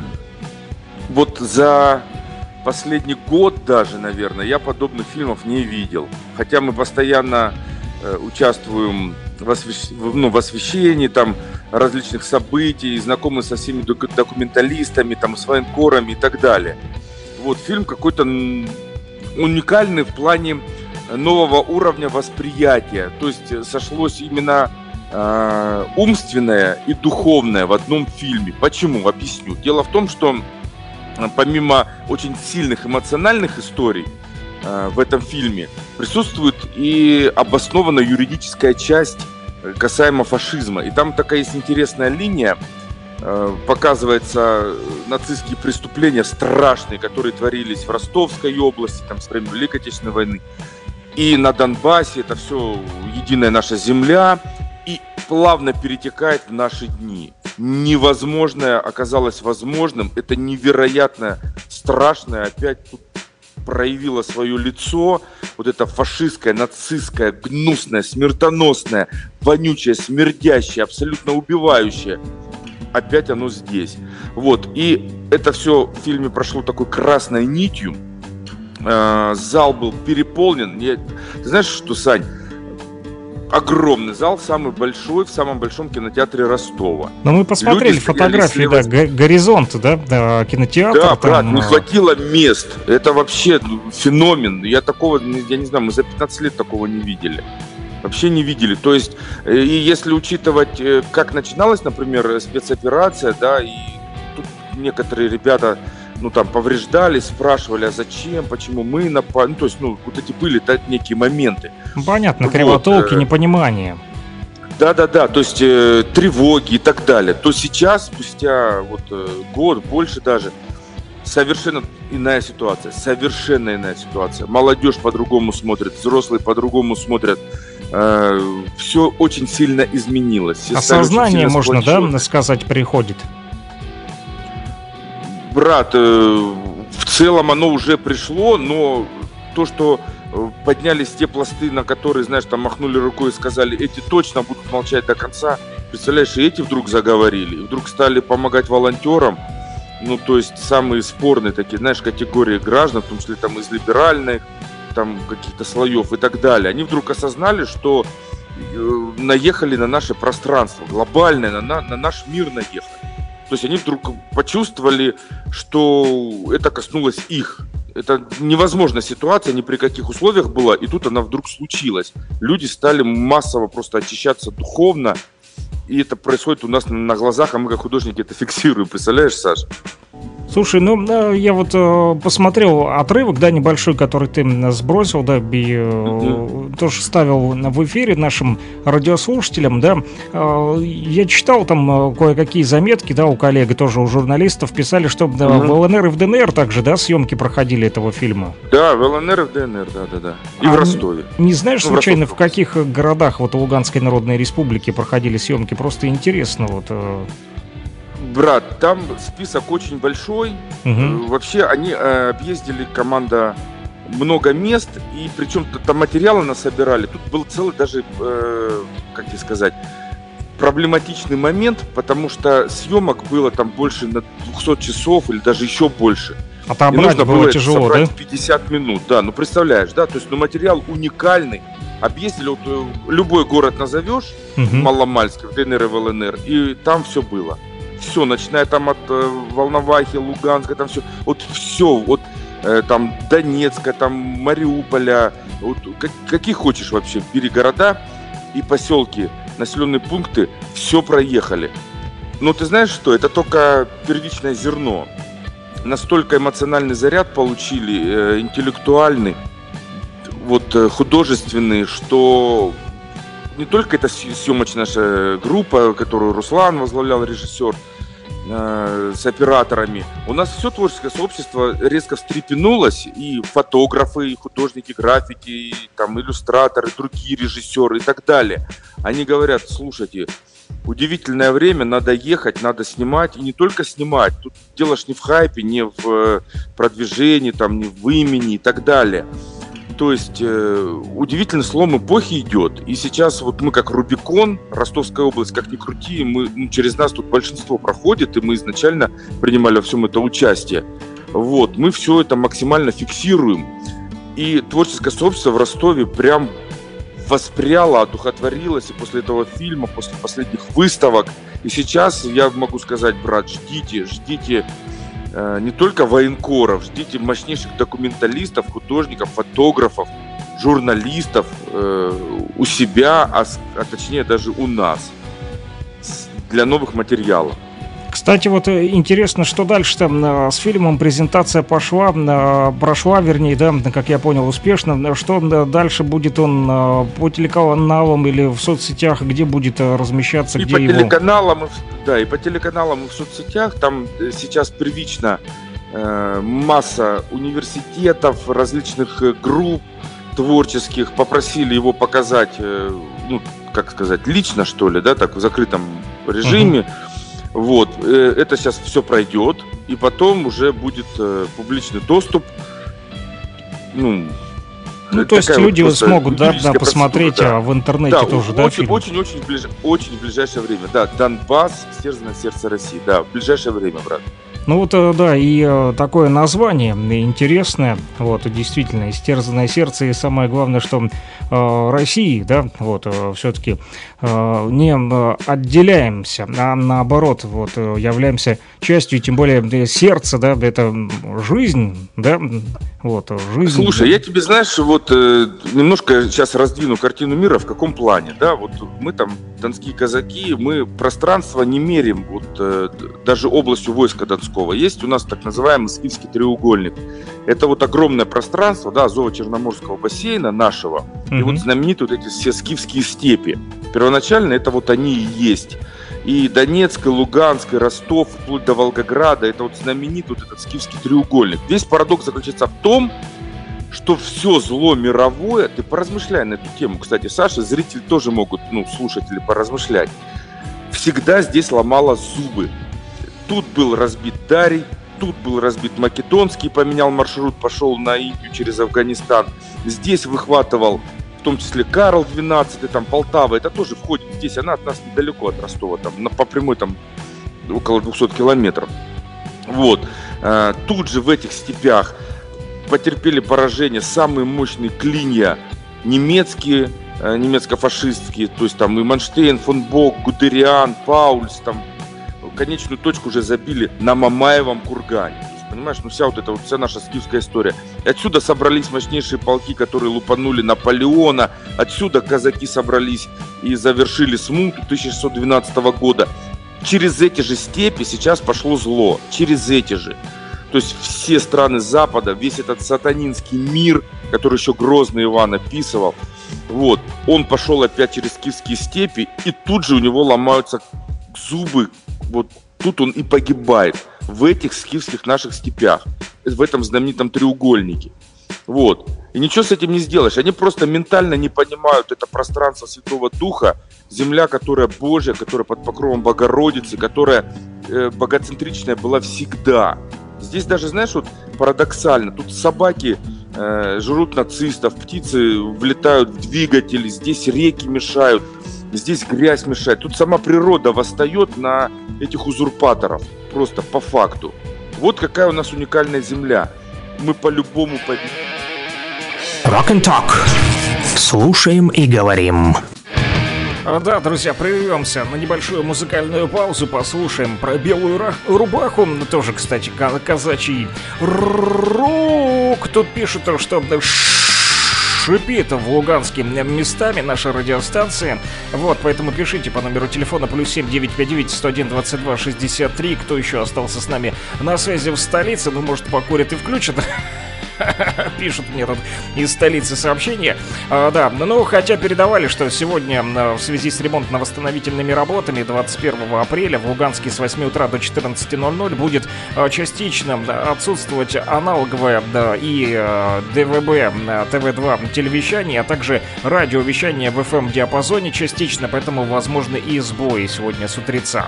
вот за последний год даже, наверное, я подобных фильмов не видел. Хотя мы постоянно участвуем в, освещ... ну, в освещении там различных событий, знакомы со всеми документалистами, там, с военкорами и так далее. Вот фильм какой-то уникальный в плане нового уровня восприятия. То есть сошлось именно умственное и духовное в одном фильме. Почему? Объясню. Дело в том, что помимо очень сильных эмоциональных историй в этом фильме присутствует и обоснованная юридическая часть касаемо фашизма. И там такая есть интересная линия. Показывается нацистские преступления страшные, которые творились в Ростовской области там, с времен Великой Отечественной войны. И на Донбассе это все единая наша земля. И плавно перетекает в наши дни. невозможное оказалось возможным. Это невероятно страшное опять тут проявило свое лицо. Вот это фашистское, нацистское, гнусное, смертоносное, вонючее, смердящее, абсолютно убивающее. Опять оно здесь. Вот. И это все в фильме прошло такой красной нитью. Э, зал был переполнен. Я... Ты знаешь что, Сань? Огромный зал, самый большой в самом большом кинотеатре Ростова. Но мы посмотрели Люди фотографии, да, г- горизонт, да, да, кинотеатр. Да, там... брат, не хватило мест. Это вообще феномен. Я такого, я не знаю, мы за пятнадцать лет такого не видели. Вообще не видели. То есть, и если учитывать, как начиналась, например, спецоперация, да, и тут некоторые ребята, ну, там, повреждались, спрашивали, а зачем, почему мы напали. Ну, то есть, ну, вот эти были да, некие моменты. Понятно, вот. кривотолки, непонимание. Да-да-да, то есть э, тревоги и так далее. То сейчас, спустя вот э, год, больше даже, совершенно иная ситуация. Совершенно иная ситуация. Молодежь по-другому смотрит, взрослые по-другому смотрят. Э, все очень сильно изменилось. Все осознание, можно, да, сказать, приходит. Брат, э, в целом оно уже пришло, но то, что поднялись те пласты, на которые, знаешь, там махнули рукой и сказали, эти точно будут молчать до конца. Представляешь, и эти вдруг заговорили, и вдруг стали помогать волонтерам. Ну, то есть самые спорные такие, знаешь, категории граждан, в том числе там из либеральных, там каких-то слоев и так далее. Они вдруг осознали, что э, наехали на наше пространство, глобальное, на, на, на наш мир наехали. То есть они вдруг почувствовали, что это коснулось их. Это невозможная ситуация, ни при каких условиях была, и тут она вдруг случилась. Люди стали массово просто очищаться духовно, и это происходит у нас на глазах, а мы как художники это фиксируем. Представляешь, Саша? Слушай, ну я вот э, посмотрел отрывок, да, небольшой, который ты сбросил, да, и, э, mm-hmm. тоже ставил в эфире нашим радиослушателям, да. Э, я читал там кое-какие заметки, да, у коллег, тоже у журналистов, писали, что да, mm-hmm. в ЛНР и в ДНР также, да, съемки проходили этого фильма. Да, в ЛНР и в ДНР, да-да-да. И а в Ростове. Не знаешь, ну, случайно, в, в каких городах вот Луганской Народной Республики проходили съемки? Просто интересно, вот... Э... Брат, там список очень большой. Uh-huh. Вообще они э, объездили, команда, много мест, и причем там материалы насобирали. Тут был целый даже, э, как тебе сказать, проблематичный момент, потому что съемок было там больше на двухсот часов или даже еще больше. Отобрать было, было тяжело, да? пятьдесят минут, да, ну представляешь, да, то есть ну, материал уникальный. Объездили, вот, любой город назовешь, uh-huh. маломальский, в ДНР и в ЛНР, и там все было. Все, начиная там от э, Волновахи, Луганска, там все, вот все, вот э, там Донецка, там Мариуполя, вот, как, какие хочешь вообще, бери города и поселки, населенные пункты, все проехали. Но ты знаешь что, это только первичное зерно. Настолько эмоциональный заряд получили, э, интеллектуальный, вот э, художественный, что... Не только эта съемочная наша группа, которую Руслан возглавлял, режиссер, э, с операторами. У нас все творческое сообщество резко встрепенулось, и фотографы, и художники графики, и там, иллюстраторы, другие режиссеры и так далее. Они говорят, слушайте, удивительное время, надо ехать, надо снимать, и не только снимать. Тут дело ж не в хайпе, не в продвижении, там, не в имени и так далее. То есть э, удивительный слом эпохи идет. И сейчас вот мы как Рубикон, Ростовская область, как ни крути, мы, ну, через нас тут большинство проходит, и мы изначально принимали во всем это участие. Вот, мы все это максимально фиксируем. И творческое сообщество в Ростове прям воспряло, одухотворилось и после этого фильма, после последних выставок. И сейчас я могу сказать, брат, ждите, ждите не только военкоров, ждите мощнейших документалистов, художников, фотографов, журналистов э, у себя, а, а точнее даже у нас для новых материалов. Кстати, вот интересно, что дальше там с фильмом презентация пошла, прошла, вернее, да, как я понял, успешно. Что дальше будет он по телеканалам или в соцсетях, где будет размещаться, и где по его? Телеканалам, да, и по телеканалам, и в соцсетях. Там сейчас первично э, масса университетов, различных групп творческих попросили его показать, э, ну, как сказать, лично, что ли, да, так в закрытом режиме. Uh-huh. Вот, это сейчас все пройдет, и потом уже будет публичный доступ. Ну, ну то есть люди вот смогут, да, да, посмотреть да. в интернете да, тоже, очень, да, фильм? Очень, очень, ближ... очень в ближайшее время, да, Донбасс, истерзанное сердце России, да, в ближайшее время, брат. Ну вот, да, и такое название интересное, вот, действительно, «Истерзанное сердце», и самое главное, что э, России, да, вот, э, все-таки э, не отделяемся, а наоборот, вот, являемся частью, тем более сердце, да, это жизнь, да, вот, жизнь. Слушай, я тебе, знаешь, вот э, немножко сейчас раздвину картину мира, в каком плане, да, вот мы там, донские казаки, мы пространство не мерим, вот, э, даже областью войска Донского. Есть у нас так называемый Скифский треугольник. Это вот огромное пространство, да, Азово-Черноморского бассейна нашего, mm-hmm. и вот знаменитые вот эти все скифские степи. Первоначально это вот они и есть. И Донецк, и Луганск, и Ростов, вплоть до Волгограда, это вот знаменитый вот этот Скифский треугольник. Весь парадокс заключается в том, что все зло мировое, ты поразмышляй на эту тему, кстати, Саша, зрители тоже могут, ну, слушатели, поразмышлять, всегда здесь ломало зубы. Тут был разбит Дарий, тут был разбит Македонский, поменял маршрут, пошел на Индию через Афганистан. Здесь выхватывал, в том числе Карл двенадцатый, там Полтава, это тоже входит здесь, она от нас недалеко от Ростова, там, на, по прямой там около двухсот километров. Вот. А, тут же в этих степях потерпели поражение самые мощные клинья немецкие, а, немецко-фашистские, то есть там и Манштейн, фон Бок, Гудериан, Паульс, там, конечную точку уже забили на Мамаевом кургане. То есть, понимаешь, ну вся вот эта вот вся наша скифская история. И отсюда собрались мощнейшие полки, которые лупанули Наполеона. Отсюда казаки собрались и завершили смуту тысяча шестьсот двенадцатого года. Через эти же степи сейчас пошло зло. Через эти же. То есть все страны Запада, весь этот сатанинский мир, который еще Грозный Иван описывал, вот, он пошел опять через скифские степи, и тут же у него ломаются зубы. Вот тут он и погибает, в этих скифских наших степях, в этом знаменитом треугольнике. Вот. И ничего с этим не сделаешь. Они просто ментально не понимают это пространство Святого Духа, земля, которая Божья, которая под покровом Богородицы, которая э, богоцентричная была всегда. Здесь даже, знаешь, вот парадоксально, тут собаки э, жрут нацистов, птицы влетают в двигатели, здесь реки мешают. Здесь грязь мешает. Тут сама природа восстает на этих узурпаторов. Просто по факту. Вот какая у нас уникальная земля. Мы по-любому победим. Rock and Talk. Слушаем и говорим. Да, друзья, прервемся на небольшую музыкальную паузу, послушаем про белую рубаху, тоже, кстати, казачий рок. Тут пишут, что шипит в Луганске местами наша радиостанция. Вот, поэтому пишите по номеру телефона плюс семь девятьсот пятьдесят девять сто один двадцать два шестьдесят три. Кто еще остался с нами на связи в столице, ну, может, покурит и включит. Пишут мне тут из столицы сообщения. а, Да, ну хотя передавали, что сегодня в связи с ремонтно-восстановительными работами двадцать первого апреля в Луганске с восьми утра до четырнадцати ноль-ноль будет а, частично отсутствовать аналоговое, да, и а, ДВБ, тэ вэ два телевещание, а также радиовещание в эф эм-диапазоне частично, поэтому возможны и сбои сегодня с утреца.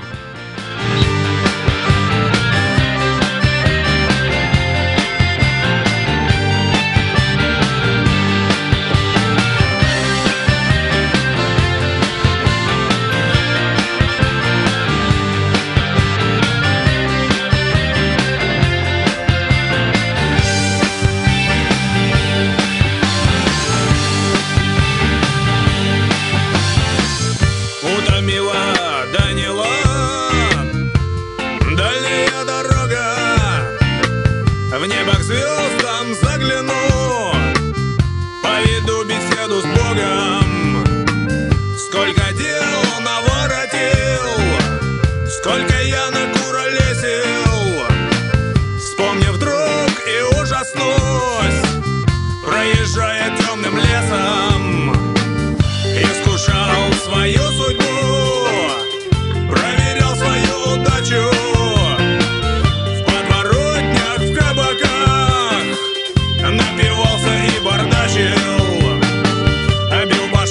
Напивался и бардачил, бил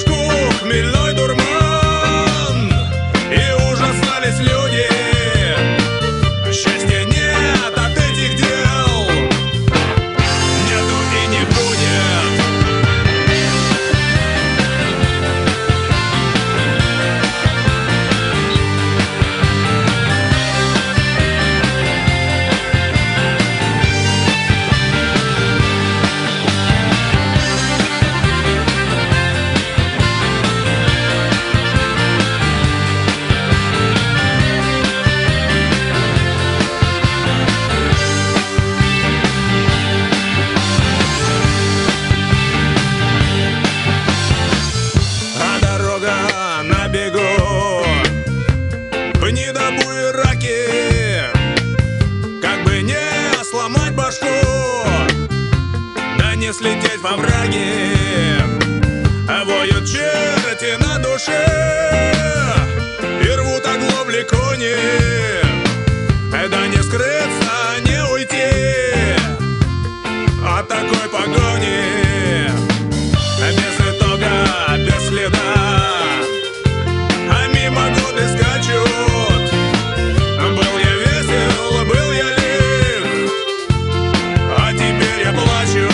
слететь во враги. Воют черти на душе и рвут оглобли кони. Да не скрыться, не уйти от такой погони. Без итога, без следа, а мимо годы скачут. Был я весел, был я лих, а теперь я плачу.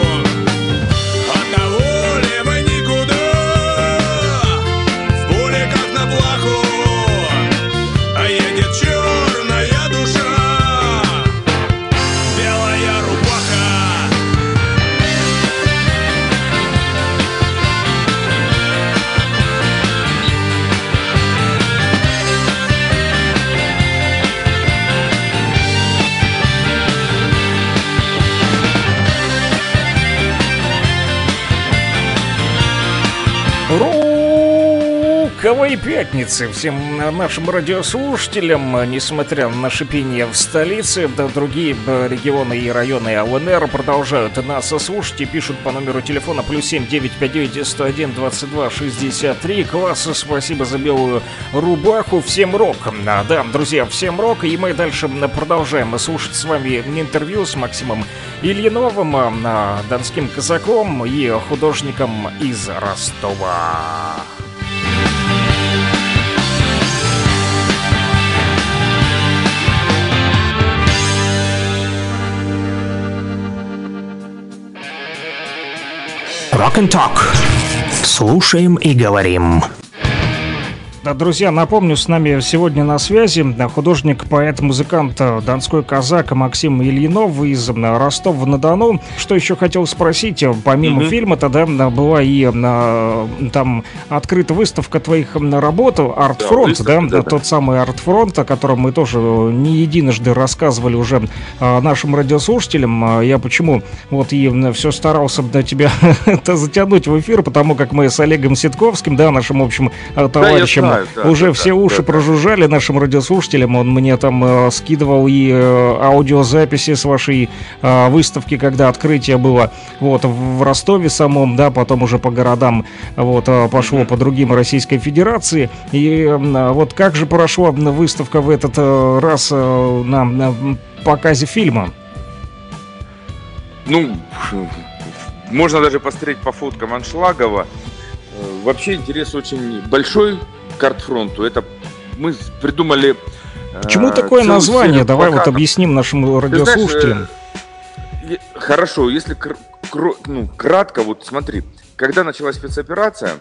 От того ли мы никуда, в поле как на плаху, а едет черная душа, белая рубаха. Роковой пятницы всем нашим радиослушателям, несмотря на шипение в столице, да, другие регионы и районы ЛНР продолжают нас слушать и пишут по номеру телефона плюс семь девять пять девять сто один двадцать два шестьдесят три. Класс, спасибо за белую рубаху, всем рок. Да, друзья, всем рок, и мы дальше продолжаем слушать с вами интервью с Максимом Ильиновым, донским казаком и художником из Ростова. Rock and Talk. Слушаем и говорим. Да, друзья, напомню, с нами сегодня на связи художник, поэт, музыкант, донской казак Максим Ильинов из Ростова-на-Дону. Что еще хотел спросить, помимо mm-hmm. фильма-то, да, была и а, там открыта выставка твоих работ, Артфронт, да, да, да, тот самый Артфронт, о котором мы тоже не единожды рассказывали уже а, нашим радиослушателям. Я почему вот и все старался до тебя затянуть в эфир, потому как мы с Олегом Ситковским, да, нашим общим товарищем, Да, уже да, все да, уши да, прожужжали нашим радиослушателям. Он мне там э, скидывал и э, аудиозаписи с вашей э, выставки, когда открытие было вот в Ростове самом, да, потом уже по городам вот э, пошло mm-hmm. по другим Российской Федерации. И э, вот как же прошла выставка в этот э, раз э, на, на показе фильма? Ну, можно даже посмотреть по фоткам Аншлагова. Вообще интерес очень большой к Артфронту. Это мы придумали. Почему э, такое название? Давай плакатов. Вот объясним нашим радиослушателям. Знаешь, э, хорошо, если кр- кр- ну, кратко, вот смотри, когда началась спецоперация,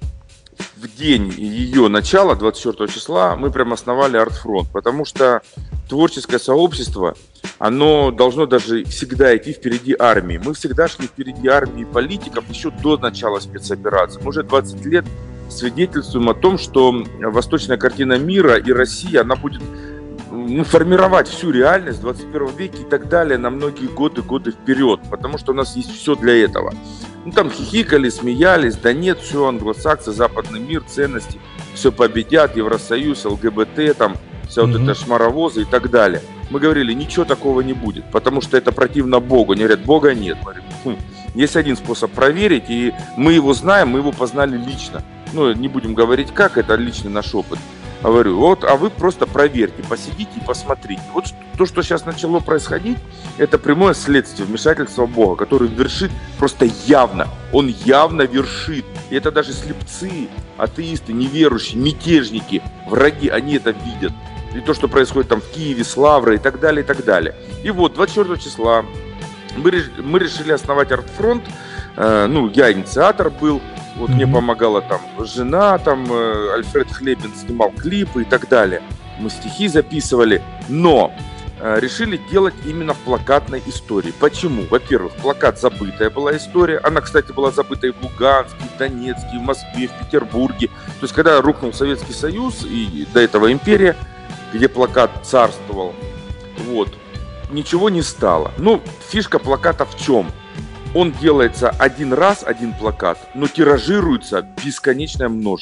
в день ее начала, двадцать четвёртого числа, мы прям основали Артфронт, потому что творческое сообщество, оно должно даже всегда идти впереди армии. Мы всегда шли впереди армии политиков еще до начала спецоперации. Мы уже двадцать лет свидетельствуем о том, что восточная картина мира и Россия, она будет ну, формировать всю реальность в двадцать первом веке и так далее на многие годы, годы вперед, потому что у нас есть все для этого. Ну, там хихикали, смеялись, да нет, все, англосаксы, западный мир, ценности, все победят, Евросоюз, ЛГБТ, там, вся mm-hmm. вот эта шмаровоза и так далее. Мы говорили, ничего такого не будет, потому что это противно Богу. Они говорят, Бога нет. Мы говорим, хм, есть один способ проверить, и мы его знаем, мы его познали лично. Ну, не будем говорить как, это личный наш опыт. Говорю, вот, а вы просто проверьте, посидите и посмотрите. Вот то, что сейчас начало происходить, это прямое следствие вмешательства Бога, который вершит просто явно. Он явно вершит. И это даже слепцы, атеисты, неверующие, мятежники, враги, они это видят. И то, что происходит там в Киеве, Славре и так далее, и так далее. И вот, двадцать четвёртого числа мы, мы решили основать Артфронт. Э, ну, я инициатор был. Вот mm-hmm. мне помогала там жена, там э, Альфред Хлебин снимал клипы и так далее. Мы стихи записывали, но э, решили делать именно в плакатной истории. Почему? Во-первых, плакат забытая была история. Она, кстати, была забыта и в Луганске, и в Донецке, и в Москве, и в Петербурге. То есть, когда рухнул Советский Союз и до этого империя, где плакат царствовал, вот, ничего не стало. Ну, фишка плаката в чем? Он делается один раз, один плакат, но тиражируется бесконечное множество.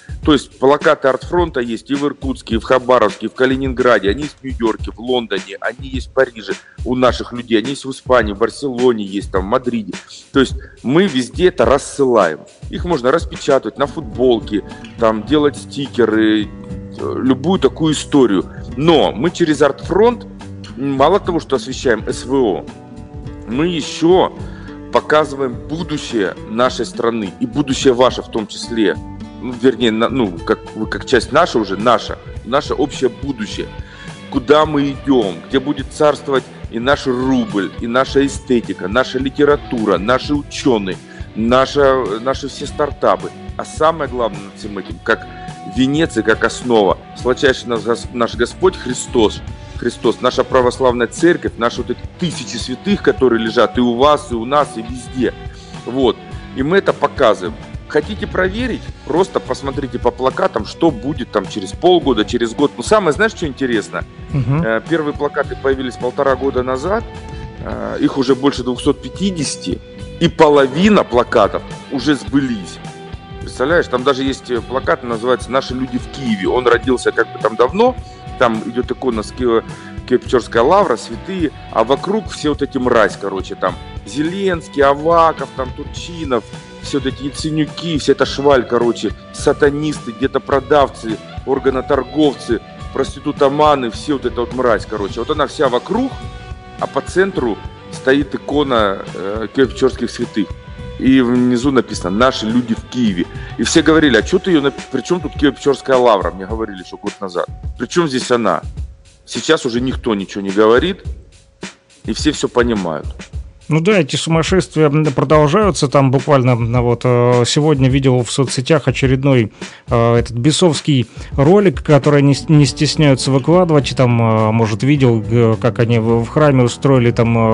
То есть плакаты Артфронта есть и в Иркутске, и в Хабаровске, и в Калининграде, они есть в Нью-Йорке, в Лондоне, они есть в Париже у наших людей, они есть в Испании, в Барселоне есть, там, в Мадриде. То есть мы везде это рассылаем. Их можно распечатать на футболке, там, делать стикеры, любую такую историю. Но мы через Артфронт мало того, что освещаем СВО, мы еще показываем будущее нашей страны и будущее ваше в том числе. Ну, вернее, ну, как, как часть наша уже, наша, наше общее будущее. Куда мы идем, где будет царствовать и наш рубль, и наша эстетика, наша литература, наши ученые, наша, наши все стартапы. А самое главное над всем этим, как венец и как основа, сладчайший наш, наш Господь Христос, Христос, наша православная церковь, наши вот эти тысячи святых, которые лежат и у вас, и у нас, и везде. Вот. И мы это показываем. Хотите проверить? Просто посмотрите по плакатам, что будет там через полгода, через год. Ну, самое, знаешь, что интересно? Uh-huh. Первые плакаты появились полтора года назад, их уже больше двухсот пятидесяти, и половина плакатов уже сбылись. Представляешь, там даже есть плакат, называется «Наши люди в Киеве». Он родился как бы там давно, там идет икона с Киево-Печорская лавра, святые, а вокруг все вот эти мразь, короче, там Зеленский, Аваков, там Турчинов, все вот эти яценюки, вся эта шваль, короче, сатанисты, где-то продавцы, органоторговцы, проститутоманы, все вот эта вот мразь, короче. Вот она вся вокруг, а по центру стоит икона э, Киево-Печорских святых. И внизу написано «Наши люди в Киеве». И все говорили, а что ты ее... При чем тут Киево-Печорская лавра? Мне говорили еще год назад. При чем здесь она? Сейчас уже никто ничего не говорит, и все все понимают. Ну да, эти сумасшествия продолжаются. Там буквально вот сегодня видел в соцсетях очередной этот бесовский ролик, который не, не стесняются выкладывать. Там, может, видел, как они в храме устроили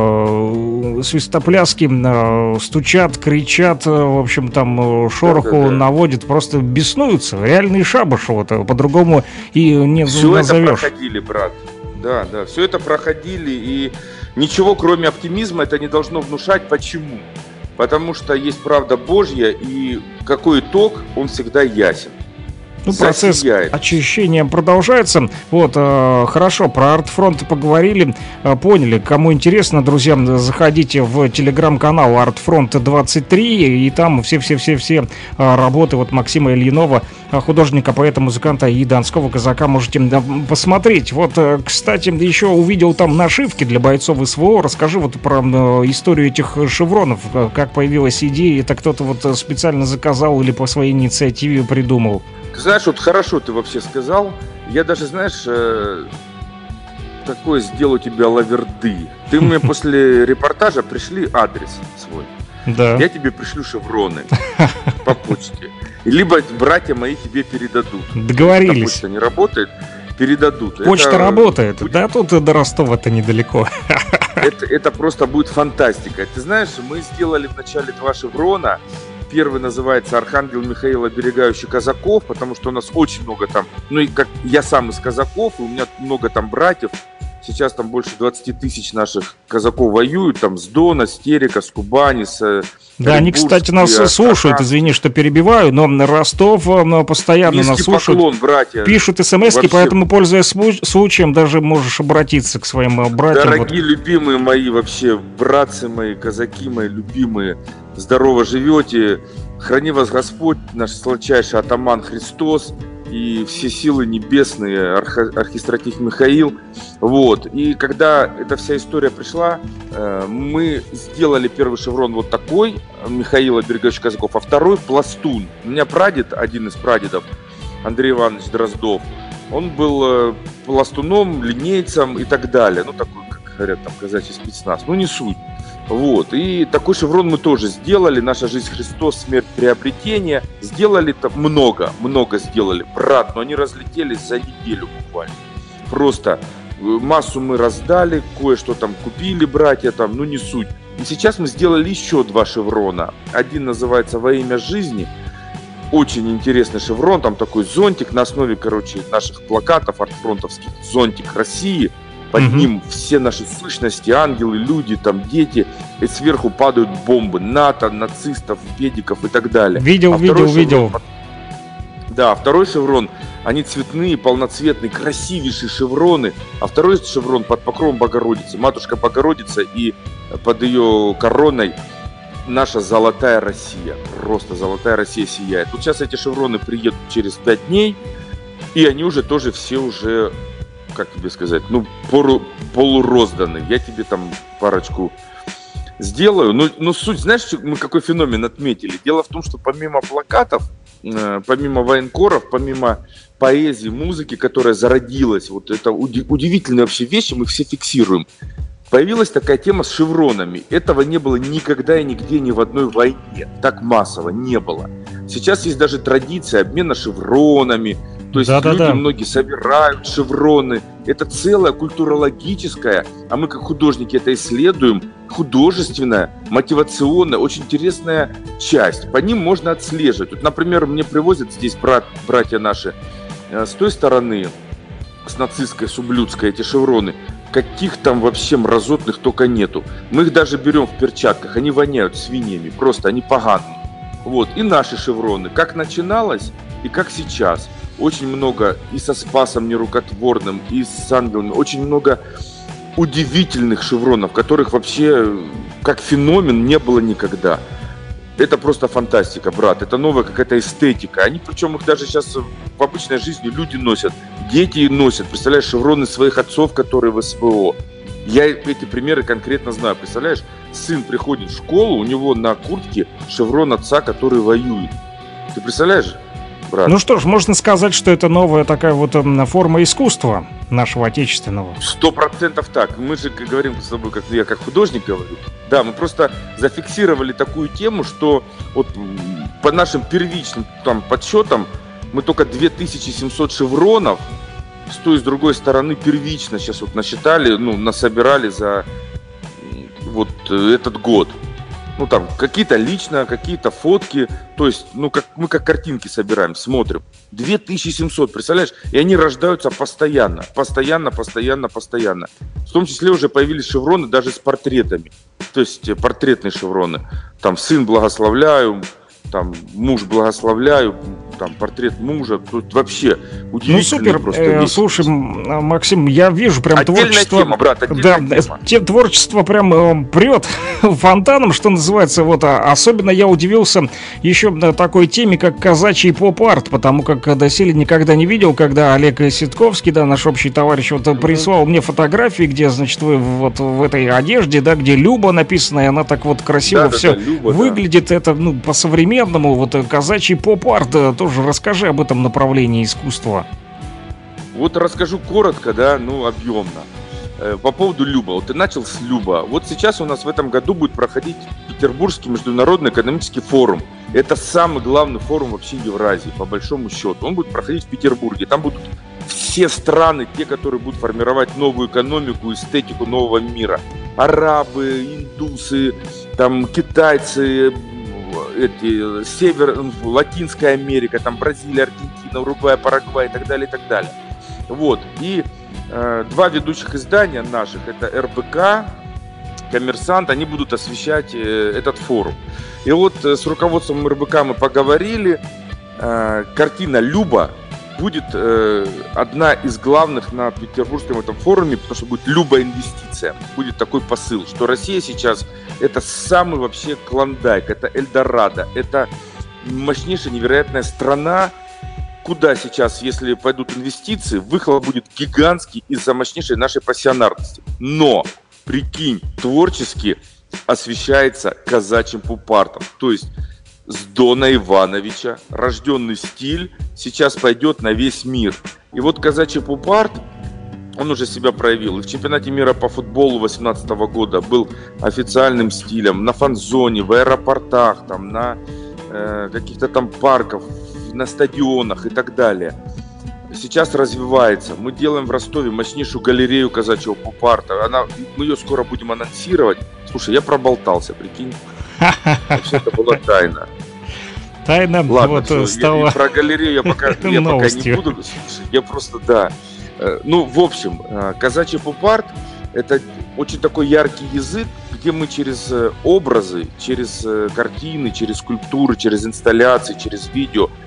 там свистопляски, стучат, кричат, в общем, там шороху да, да, да. наводят, просто беснуются. Реальный шабаш, вот, по-другому и не все назовешь. Все это проходили, брат. Да, да, все это проходили, и ничего, кроме оптимизма, это не должно внушать. Почему? Потому что есть правда Божья, и какой итог, он всегда ясен. Ну, процесс засияет. Очищения продолжается. Вот, э, хорошо, про Артфронт поговорили, э, поняли. Кому интересно, друзья, заходите в телеграм-канал Артфронт двадцать три, и там все-все-все-все э, работы вот Максима Ильинова, художника, поэта, музыканта и донского казака можете э, посмотреть. Вот, э, кстати, еще увидел там нашивки для бойцов СВО. Расскажи вот про э, историю этих шевронов. Как появилась идея, это кто-то вот специально заказал или по своей инициативе придумал? Ты знаешь, вот хорошо ты вообще сказал. Я даже, знаешь, э, такое сделаю тебе лаверды. Ты мне после репортажа пришли адрес свой. Да. Я тебе пришлю шевроны по почте. Либо братья мои тебе передадут. Договорились. Почта не работает, передадут. Почта это работает, будет... да? Тут до Ростова-то недалеко. Это, это просто будет фантастика. Ты знаешь, мы сделали в начале два шеврона. Первый называется «Архангел Михаил, оберегающий казаков», потому что у нас очень много там, ну и как я сам из казаков, и у меня много там братьев. Сейчас там больше двадцать тысяч наших казаков воюют, там с Дона, с Терека, с Кубани, с... Да, они, кстати, нас слушают, извини, что перебиваю, но Ростов но постоянно низкий нас слушают, поклон, братья. Пишут смс-ки, поэтому, пользуясь случаем, даже можешь обратиться к своим братьям. Дорогие, вот. Любимые мои вообще, братцы мои, казаки мои, любимые, здорово живете, храни вас Господь, наш сладчайший атаман Христос, и все силы небесные, архи, архистратих Михаил. Вот. И когда эта вся история пришла, э, мы сделали первый шеврон вот такой, Михаила оберегающий казаков, а второй пластун. У меня прадед, один из прадедов, Андрей Иванович Дроздов, он был э, пластуном, линейцем и так далее. Ну, такой, как говорят, там, казачий спецназ. Ну, не суть. Вот, и такой шеврон мы тоже сделали, наша жизнь Христос, смерть, приобретение. Сделали там много, много сделали, брат, но они разлетелись за неделю буквально. Просто массу мы раздали, кое-что там купили братья, там, ну не суть. И сейчас мы сделали еще два шеврона. Один называется «Во имя жизни». Очень интересный шеврон, там такой зонтик на основе, короче, наших плакатов артфронтовских, зонтик России. Под mm-hmm. ним все наши сущности, ангелы, люди, там дети, и сверху падают бомбы НАТО, нацистов, педиков и так далее. Видел, а видел, шеврон, видел. Да, второй шеврон, они цветные, полноцветные, красивейшие шевроны. А второй шеврон под покровом Богородицы. Матушка Богородица, и под ее короной наша золотая Россия. Просто золотая Россия сияет. Вот сейчас эти шевроны приедут через пять дней, и они уже тоже все уже, как тебе сказать, ну, полу, полурозданы. Я тебе там парочку сделаю. Но, но суть, знаешь, мы какой феномен отметили? Дело в том, что помимо плакатов, помимо военкоров, помимо поэзии, музыки, которая зародилась, вот это удивительные вообще вещи, мы все фиксируем. Появилась такая тема с шевронами. Этого не было никогда и нигде, ни в одной войне. Так массово не было. Сейчас есть даже традиция обмена шевронами. То есть люди Да-да-да. многие собирают шевроны. Это целая культурологическая, а мы как художники это исследуем, художественная, мотивационная, очень интересная часть. По ним можно отслеживать. Вот, например, мне привозят здесь брат, братья наши э, с той стороны, с нацистской, с ублюдской, эти шевроны. Каких там вообще мразотных только нету. Мы их даже берем в перчатках, они воняют свиньями, просто они поганые. Вот, и наши шевроны, как начиналось и как сейчас. Очень много и со Спасом Нерукотворным, и с ангелами, очень много удивительных шевронов, которых вообще как феномен не было никогда. Это просто фантастика, брат, это новая какая-то эстетика. Они, причем их даже сейчас в обычной жизни люди носят, дети носят, представляешь, шевроны своих отцов, которые в СВО. Я эти примеры конкретно знаю, представляешь, сын приходит в школу, у него на куртке шеврон отца, который воюет. Ты представляешь? Брат. Ну что ж, можно сказать, что это новая такая вот м, форма искусства нашего отечественного. Сто процентов так. Мы же говорим с тобой, как я как художник говорю. Да, мы просто зафиксировали такую тему, что вот по нашим первичным там подсчетам мы только две тысячи семьсот шевронов с той и с другой стороны первично сейчас вот насчитали, ну, насобирали за вот этот год. Ну, там, какие-то лично, какие-то фотки. То есть, ну, как мы как картинки собираем, смотрим. две тысячи семьсот, представляешь? И они рождаются постоянно. Постоянно, постоянно, постоянно. В том числе уже появились шевроны даже с портретами. То есть, портретные шевроны. Там, сын благословляю, там, муж благословляю, там, портрет мужа. Тут вообще удивительно. Ну, супер. Просто Э, вещи. слушай, м, Максим, я вижу прям Отдельная творчество. тема, брат, отдельная да, тема. те- творчество прям э, прет фонтаном, что называется. Вот, а особенно я удивился еще на такой теме, как казачий поп-арт, потому как э, доселе никогда не видел, когда Олег Ситковский, да, наш общий товарищ, вот э, прислал мне фотографии, где, значит, вы вот в этой одежде, да, где Люба написано, и она так вот красиво Да, да, все да, Люба, да. выглядит. Это, ну, по-современному. Вот э, казачий поп-арт, э, тоже расскажи об этом направлении искусства. Вот расскажу коротко, да, ну, объемно. Э, По поводу Люба. Вот ты начал с Люба. Вот сейчас у нас в этом году будет проходить Петербургский международный экономический форум. Это самый главный форум вообще Евразии, по большому счету. Он будет проходить в Петербурге. Там будут все страны, те, которые будут формировать новую экономику, эстетику нового мира. Арабы, индусы, там, китайцы, эти, север, Латинская Америка, там, Бразилия, Аргентина, Уругвай, Парагвай и так далее, и так далее. Вот. И э, два ведущих издания наших, это эр бэ ка, Коммерсант, они будут освещать э, этот форум. И вот э, с руководством эр бэ ка мы поговорили. Э, картина «Люба» будет э, одна из главных на Петербургском этом форуме, потому что будет Люба-инвестиция. Будет такой посыл, что Россия сейчас это самый вообще клондайк, это Эльдорадо, это мощнейшая, невероятная страна, куда сейчас, если пойдут инвестиции, выхлоп будет гигантский из-за мощнейшей нашей пассионарности. Но, прикинь, творчески освещается казачьим поп-артом. То есть с Дона Ивановича рожденный стиль сейчас пойдет на весь мир. И вот казачий поп-арт, он уже себя проявил. И в чемпионате мира по футболу две тысячи восемнадцатого года был официальным стилем. На фан-зоне, в аэропортах, там, на э, каких-то там парках, на стадионах и так далее. Сейчас развивается. Мы делаем в Ростове мощнейшую галерею казачьего поп-арта. Она, мы ее скоро будем анонсировать. Слушай, я проболтался, прикинь. Вообще это была тайна. Тайна. Ладно, вот все, стала я, про галерею я пока, я пока не буду. Слушай, я просто, да. Ну, в общем, казачий поп-арт — это очень такой яркий язык, где мы через образы, через картины, через скульптуры, через инсталляции, через видео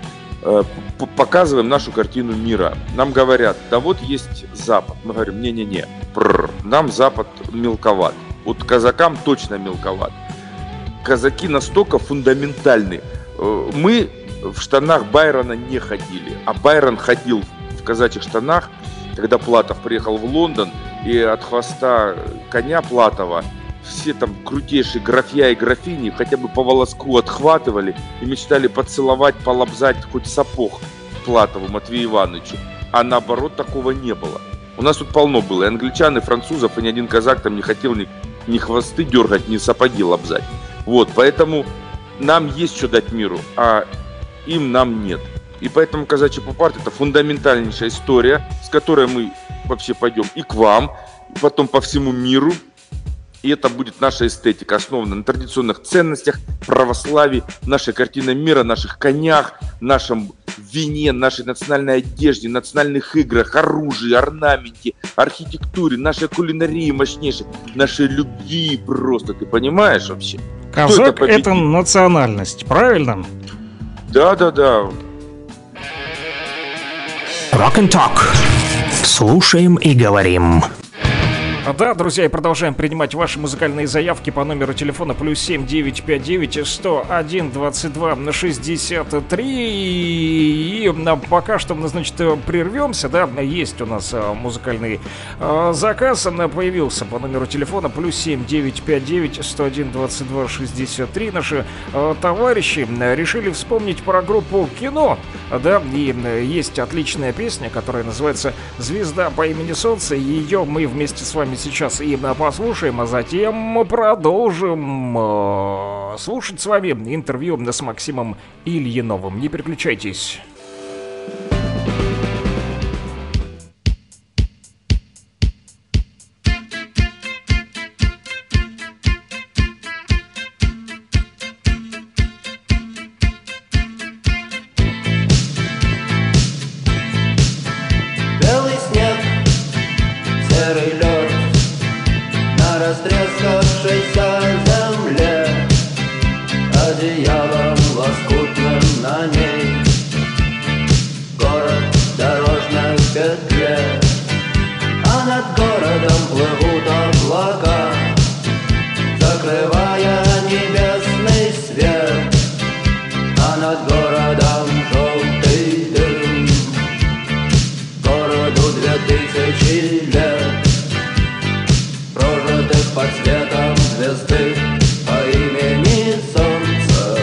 э, показываем нашу картину мира. Нам говорят, да вот есть Запад. Мы говорим, не-не-не, пррр, нам Запад мелковат. Вот казакам точно мелковат. Казаки настолько фундаментальны. Э, мы в штанах Байрона не ходили, а Байрон ходил в казачьих штанах, когда Платов приехал в Лондон, и от хвоста коня Платова все там крутейшие графья и графини хотя бы по волоску отхватывали и мечтали поцеловать, полобзать хоть сапог Платову Матвею Ивановичу. А наоборот, такого не было. У нас тут полно было и англичан, и французов, и ни один казак там не хотел ни, ни хвосты дергать, ни сапоги лобзать. Вот, поэтому нам есть что дать миру, а им нам нет. И поэтому казачий поп-арт — это фундаментальнейшая история, с которой мы вообще пойдем и к вам, и потом по всему миру. И это будет наша эстетика, основана на традиционных ценностях, православии, нашей картине мира, наших конях, нашем вине, нашей национальной одежде, национальных играх, оружии, орнаменте, архитектуре, нашей кулинарии мощнейшей, нашей любви просто, ты понимаешь вообще? Казак — это, это национальность, правильно? Да-да-да. Rock and Talk. Слушаем и говорим. Да, друзья, и продолжаем принимать ваши музыкальные заявки по номеру телефона плюс семь девятьсот пятьдесят девять сто один двадцать два шестьдесят три. И пока что мы, значит, прервемся, да, есть у нас музыкальный э, заказ, он появился по номеру телефона плюс семь девятьсот пятьдесят девять сто один двадцать два шестьдесят три. Наши э, товарищи решили вспомнить про группу Кино, да, и есть отличная песня, которая называется «Звезда по имени Солнце». Ее мы вместе с вами сейчас и послушаем, а затем продолжим э, слушать с вами интервью с Максимом Ильиновым. Не переключайтесь. Белый снег, серый лед на растрескавшейся земле, одеялом лоскутным на ней город в дорожной петле, а над городом плывут облака, закрывая небесный свет, а над городом желтый дым. Городу две тысячи лет, прожитых под светом звезды по имени Солнце.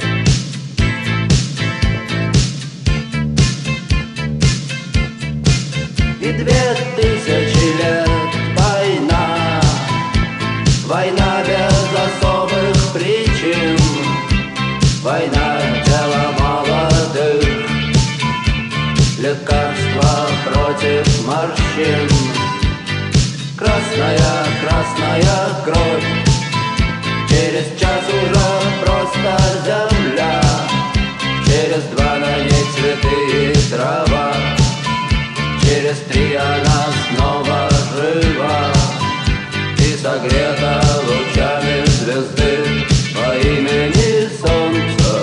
И две тысячи лет война, война без особых причин, война дело молодых, лекарства против морщин. Красная, красная кровь, через час уже просто земля, через два на ней цветы и трава, через три она снова жива и согрета лучами звезды по имени Солнце.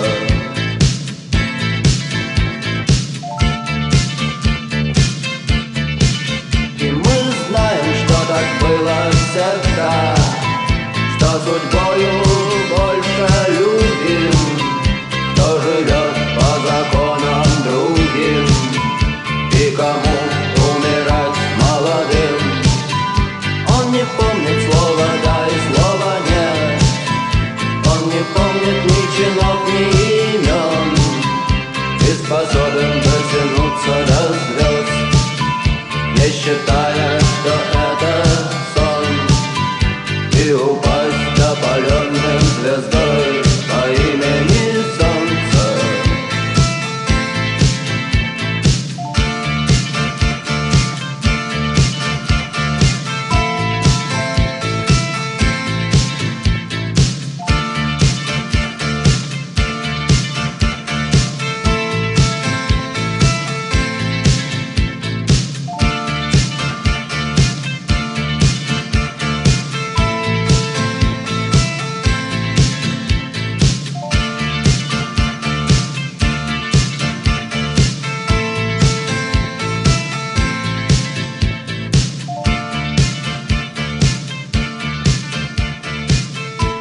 И мы знаем, что так было всегда, что судьбою больше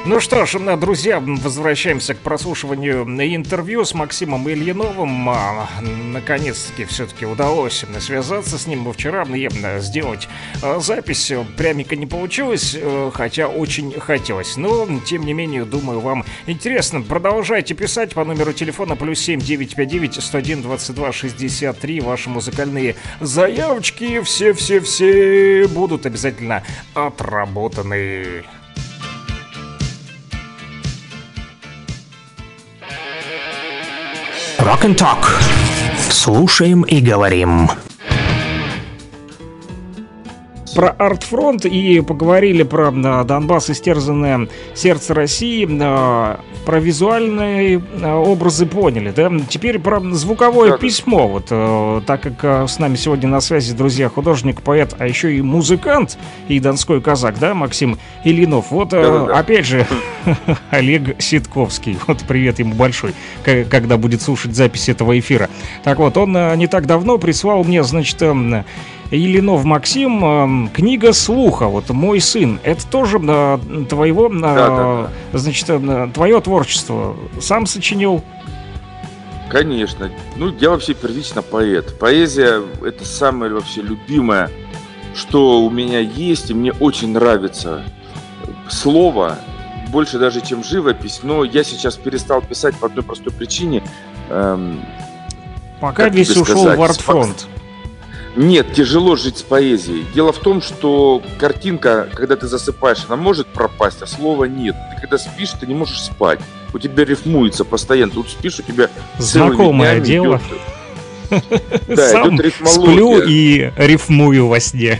Ну что ж, друзья, возвращаемся к прослушиванию интервью с Максимом Ильиновым. Наконец-таки все-таки удалось связаться с ним. Вчера сделать запись прямика не получилось, хотя очень хотелось. Но, тем не менее, думаю, вам интересно. Продолжайте писать по номеру телефона плюс семь девятьсот пятьдесят девять сто один двадцать два шестьдесят три. Ваши музыкальные заявочки все-все-все будут обязательно отработаны. Rock and Talk. Слушаем и говорим. Про Артфронт и поговорили про а, Донбасс, истерзанное сердце России, а, про визуальные а, образы поняли, да? Теперь про звуковое так. письмо, вот, а, так как а, с нами сегодня на связи, друзья, художник, поэт, а еще и музыкант, и донской казак, да, Максим Ильинов. Вот, а, опять же, Олег Ситковский, вот привет ему большой, когда будет слушать запись этого эфира. Так вот, он а, не так давно прислал мне, значит, а, Ильинов Максим, книга слуха, вот «Мой сын». Это тоже а, твоего, а, да, да, да. значит, а, твое творчество. Сам сочинил? Конечно. Ну, я вообще первично поэт. Поэзия — это самое вообще любимое, что у меня есть, и мне очень нравится слово, больше даже, чем живопись. Но я сейчас перестал писать по одной простой причине. Эм, Пока весь ушел сказать, в Артфронт. Нет, тяжело жить с поэзией. Дело в том, что картинка, когда ты засыпаешь, она может пропасть, а слова нет. Ты когда спишь, ты не можешь спать. У тебя рифмуется постоянно. Ты вот спишь, у тебя знакомое дело. Идет... Сам сплю и рифмую во сне.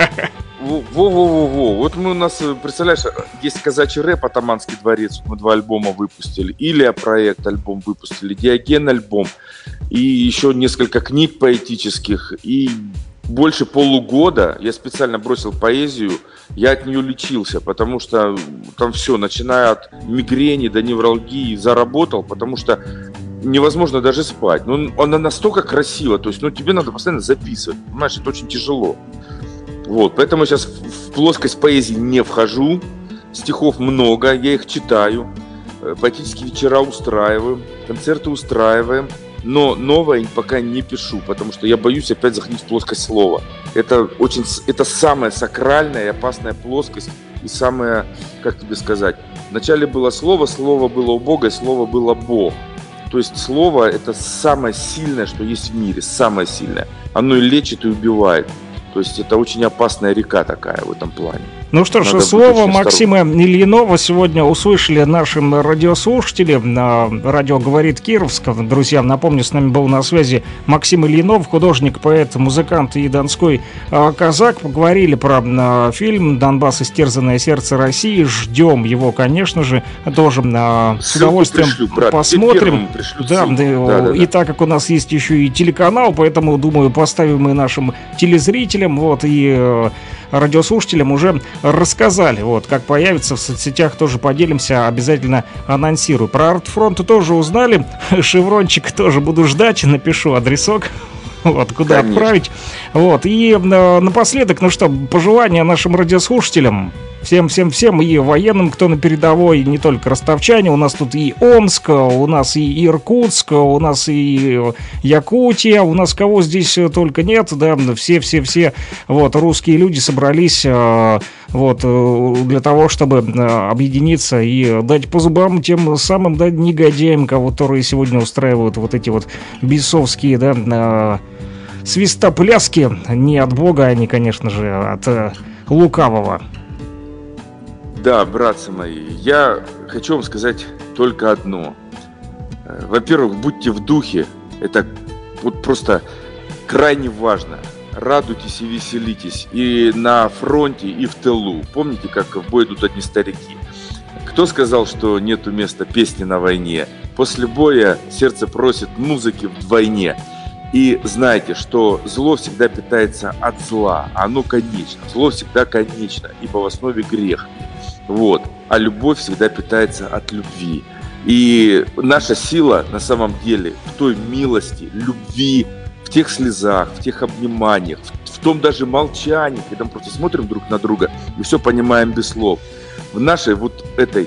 Во-во-во-во. Вот мы у нас, представляешь, есть казачий рэп «Атаманский дворец». Мы два альбома выпустили. Илья проект альбом выпустили. Диоген альбом. И еще несколько книг поэтических. И больше полугода я специально бросил поэзию. Я от нее лечился, потому что там все, начиная от мигрени до невралгии, заработал, потому что невозможно даже спать. Ну, она настолько красива. То есть, ну, тебе надо постоянно записывать. Понимаешь, это очень тяжело. Вот, поэтому я сейчас в плоскость поэзии не вхожу, стихов много, я их читаю, поэтические вечера устраиваем, концерты устраиваем, но новое пока не пишу, потому что я боюсь опять заходить в плоскость слова. Это очень, это самая сакральная и опасная плоскость, и самая, как тебе сказать, вначале было слово, слово было у Бога, и слово было Бог. То есть слово — это самое сильное, что есть в мире, самое сильное. Оно и лечит, и убивает. То есть это очень опасная река такая в этом плане. Ну что ж, слово Максима Ильинова сегодня услышали нашим радиослушателям. Радио «Говорит Кировск». Друзья, напомню, с нами был на связи Максим Ильинов, художник, поэт, музыкант и донской казак. Поговорили про фильм «Донбасс. Истерзанное сердце России». Ждем его, конечно же, тоже с удовольствием пришлю, посмотрим. Да, да, да, да, и да. Так как у нас есть еще и телеканал, поэтому, думаю, поставим мы нашим телезрителям вот, и радиослушателям уже рассказали, вот, как появится в соцсетях, тоже поделимся, обязательно анонсирую. Про Артфронт тоже узнали, шеврончик тоже буду ждать, напишу адресок, вот, куда Конечно. Отправить. Вот, и э, напоследок, ну что, пожелания нашим радиослушателям, всем-всем-всем, и военным, кто на передовой, не только ростовчане, у нас тут и Омск, у нас и Иркутск, у нас и Якутия, у нас кого здесь только нет, да, все-все-все, вот, русские люди собрались, э, вот, для того, чтобы объединиться и дать по зубам тем самым, да, негодяям, которые сегодня устраивают вот эти вот бесовские, да, э, свистопляски, не от Бога, они, конечно же, от э, лукавого. Да, братцы мои, я хочу вам сказать только одно. Во-первых, будьте в духе, это вот просто крайне важно. Радуйтесь и веселитесь и на фронте, и в тылу. Помните, как в бой идут одни старики? Кто сказал, что нету места песни на войне? После боя сердце просит музыки вдвойне. И знайте, что зло всегда питается от зла, оно конечно. Зло всегда конечно, ибо в основе грех. Вот. А любовь всегда питается от любви. И наша сила на самом деле в той милости, любви, в тех слезах, в тех обниманиях, в, в том даже молчании, когда мы просто смотрим друг на друга и все понимаем без слов. В нашей вот этой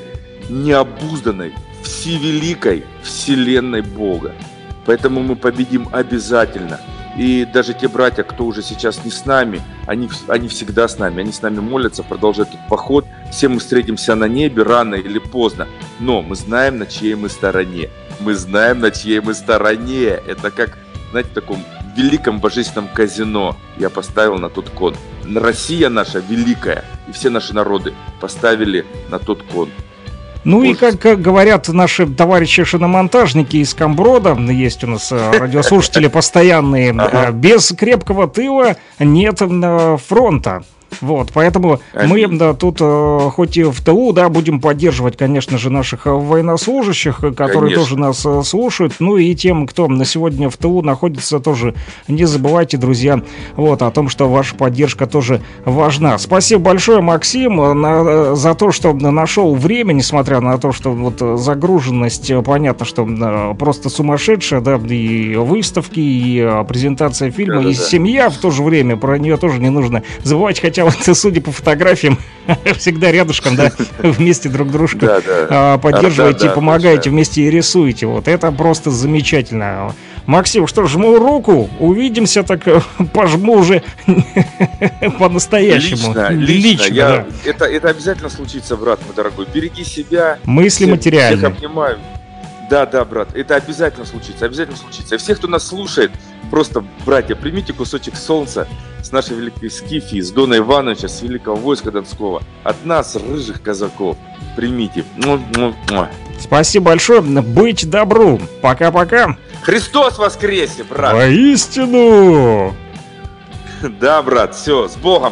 необузданной, всевеликой вселенной Бога. Поэтому мы победим обязательно. И даже те братья, кто уже сейчас не с нами, они, они всегда с нами, они с нами молятся, продолжают этот поход. Все мы встретимся на небе рано или поздно, но мы знаем, на чьей мы стороне. Мы знаем, на чьей мы стороне. Это как, знаете, в таком великом божественном казино я поставил на тот кон. Россия наша великая, и все наши народы поставили на тот кон. Ну и как, как говорят наши товарищи шиномонтажники из Камброда, есть у нас радиослушатели постоянные, без крепкого тыла нет фронта. Вот, поэтому мы да, тут э, хоть и в тылу, да, будем поддерживать, конечно же, наших военнослужащих, которые конечно. тоже нас э, слушают. Ну и тем, кто на сегодня в тылу находится, тоже не забывайте, друзья, вот, о том, что ваша поддержка тоже важна. Спасибо большое, Максим, на, за то, что нашел время, несмотря на то, что вот загруженность, понятно, что э, просто сумасшедшая, да, и выставки, и презентация фильма, да, и да, семья в то же время, про нее тоже не нужно забывать, хотя вот, судя по фотографиям, всегда рядышком, да, вместе друг дружку да, да. поддерживаете, да, да, помогаете, да. вместе и рисуете. Вот это просто замечательно. Максим, что, жму руку, увидимся, так пожму уже по-настоящему. Лично, лично. лично я, да. это, это обязательно случится, брат мой дорогой. Береги себя. Мысли всех, материальные. Всех обнимаю. Да, да, брат, это обязательно случится, обязательно случится. И всех, кто нас слушает, просто, братья, примите кусочек солнца с нашей великой скифии, с Дона Ивановича, с великого войска Донского, от нас, рыжих казаков. Примите. Спасибо большое. Быть добру. Пока-пока. Христос воскресе, брат. Воистину. Да, брат, все, с Богом.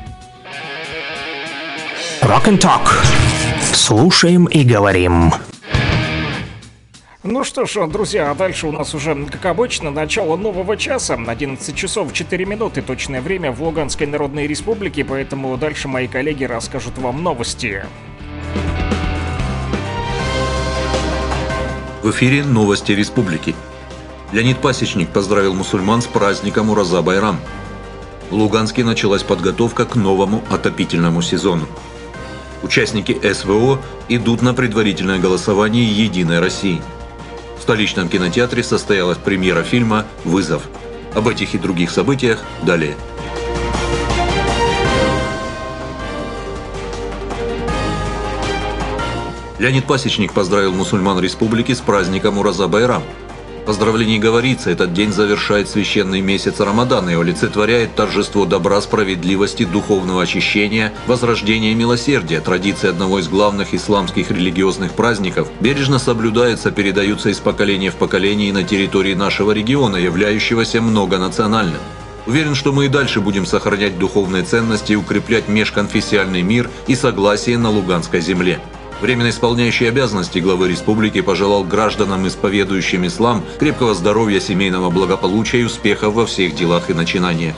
Rock and Talk. Слушаем и говорим. Ну что ж, друзья, а дальше у нас уже, как обычно, начало нового часа. одиннадцать часов четыре минуты, точное время в Луганской Народной Республике, поэтому дальше мои коллеги расскажут вам новости. В эфире новости республики. Леонид Пасечник поздравил мусульман с праздником Ураза-Байрам. В Луганске началась подготовка к новому отопительному сезону. Участники эс вэ о идут на предварительное голосование «Единой России». В столичном кинотеатре состоялась премьера фильма «Вызов». Об этих и других событиях далее. Леонид Пасечник поздравил мусульман республики с праздником Ураза-Байрам. В поздравлении говорится, этот день завершает священный месяц Рамадан и олицетворяет торжество добра, справедливости, духовного очищения, возрождения и милосердия. Традиции одного из главных исламских религиозных праздников бережно соблюдаются, передаются из поколения в поколение и на территории нашего региона, являющегося многонациональным. Уверен, что мы и дальше будем сохранять духовные ценности и укреплять межконфессиональный мир и согласие на Луганской земле. Временно исполняющий обязанности главы республики пожелал гражданам, исповедующим ислам, крепкого здоровья, семейного благополучия и успехов во всех делах и начинаниях.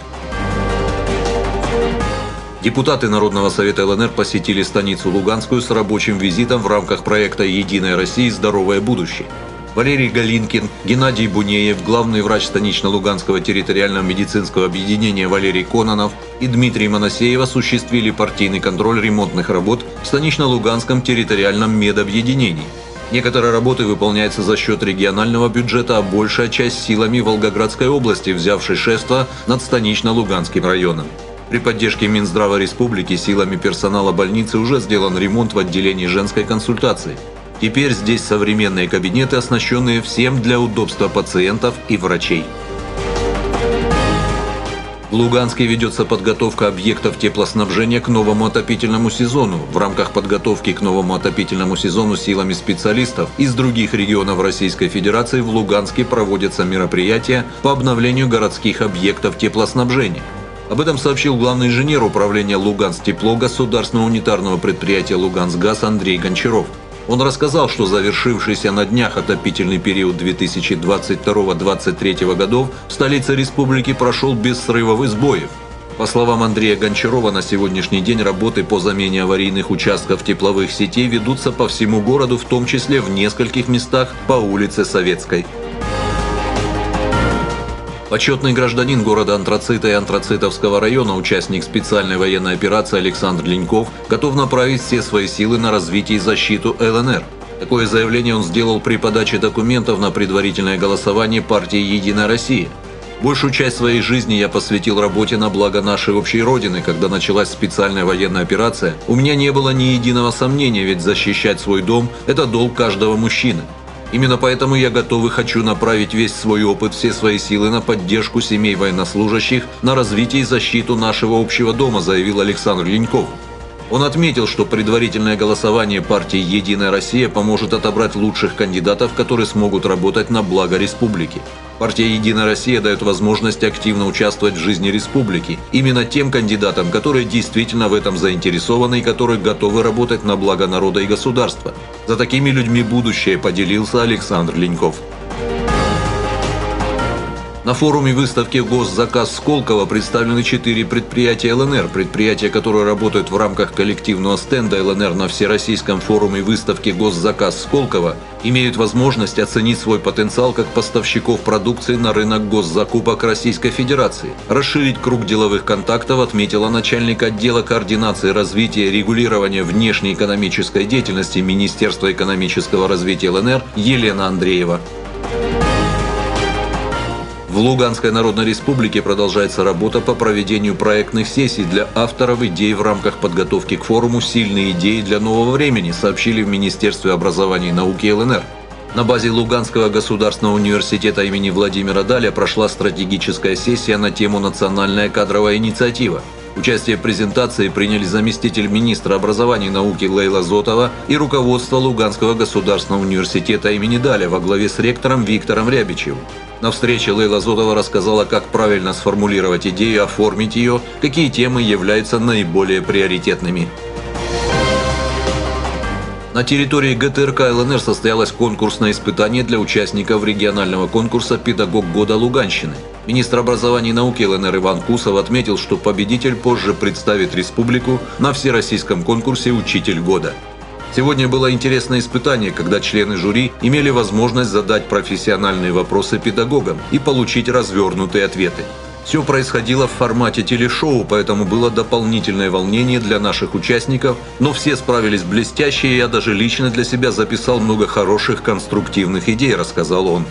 Депутаты Народного совета эл эн эр посетили станицу Луганскую с рабочим визитом в рамках проекта «Единая Россия. Здоровое будущее». Валерий Галинкин, Геннадий Бунеев, главный врач станично-луганского территориального медицинского объединения Валерий Кононов и Дмитрий Моносеев осуществили партийный контроль ремонтных работ в станично-луганском территориальном медобъединении. Некоторые работы выполняются за счет регионального бюджета, а большая часть силами Волгоградской области, взявшей шефство над станично-луганским районом. При поддержке Минздрава Республики силами персонала больницы уже сделан ремонт в отделении женской консультации. Теперь здесь современные кабинеты, оснащенные всем для удобства пациентов и врачей. В Луганске ведется подготовка объектов теплоснабжения к новому отопительному сезону. В рамках подготовки к новому отопительному сезону силами специалистов из других регионов Российской Федерации в Луганске проводятся мероприятия по обновлению городских объектов теплоснабжения. Об этом сообщил главный инженер управления Лугансктепло государственного унитарного предприятия «Лугансгаз» Андрей Гончаров. Он рассказал, что завершившийся на днях отопительный период две тысячи двадцать второго — две тысячи двадцать третьего годов в столице республики прошел без срывов и сбоев. По словам Андрея Гончарова, на сегодняшний день работы по замене аварийных участков тепловых сетей ведутся по всему городу, в том числе в нескольких местах по улице Советской. Почетный гражданин города Антрацита и Антрацитовского района, участник специальной военной операции Александр Леньков, готов направить все свои силы на развитие и защиту ЛНР. Такое заявление он сделал при подаче документов на предварительное голосование партии «Единая Россия». Большую часть своей жизни я посвятил работе на благо нашей общей Родины. Когда началась специальная военная операция, у меня не было ни единого сомнения, ведь защищать свой дом – это долг каждого мужчины. Именно поэтому я готов и хочу направить весь свой опыт, все свои силы на поддержку семей военнослужащих, на развитие и защиту нашего общего дома, заявил Александр Леньков. Он отметил, что предварительное голосование партии «Единая Россия» поможет отобрать лучших кандидатов, которые смогут работать на благо республики. Партия «Единая Россия» дает возможность активно участвовать в жизни республики именно тем кандидатам, которые действительно в этом заинтересованы и которые готовы работать на благо народа и государства. За такими людьми будущее, поделился Александр Леньков. На форуме выставки «Госзаказ» Сколково представлены четыре предприятия ЛНР. Предприятия, которые работают в рамках коллективного стенда ЛНР на Всероссийском форуме выставки «Госзаказ» Сколково, имеют возможность оценить свой потенциал как поставщиков продукции на рынок госзакупок Российской Федерации. Расширить круг деловых контактов отметила начальник отдела координации развития и регулирования внешней экономической деятельности Министерства экономического развития ЛНР Елена Андреева. В Луганской Народной Республике продолжается работа по проведению проектных сессий для авторов идей в рамках подготовки к форуму «Сильные идеи для нового времени», сообщили в Министерстве образования и науки ЛНР. На базе Луганского государственного университета имени Владимира Даля прошла стратегическая сессия на тему «Национальная кадровая инициатива». Участие в презентации приняли заместитель министра образования и науки Лейла Зотова и руководство Луганского государственного университета имени Даля во главе с ректором Виктором Рябичевым. На встрече Лейла Зотова рассказала, как правильно сформулировать идею, оформить ее, какие темы являются наиболее приоритетными. На территории ГТРК ЛНР состоялось конкурсное испытание для участников регионального конкурса «Педагог года Луганщины». Министр образования и науки ЛНР Иван Кусов отметил, что победитель позже представит республику на всероссийском конкурсе «Учитель года». Сегодня было интересное испытание, когда члены жюри имели возможность задать профессиональные вопросы педагогам и получить развернутые ответы. Все происходило в формате телешоу, поэтому было дополнительное волнение для наших участников, но все справились блестяще, и я даже лично для себя записал много хороших конструктивных идей, рассказал он.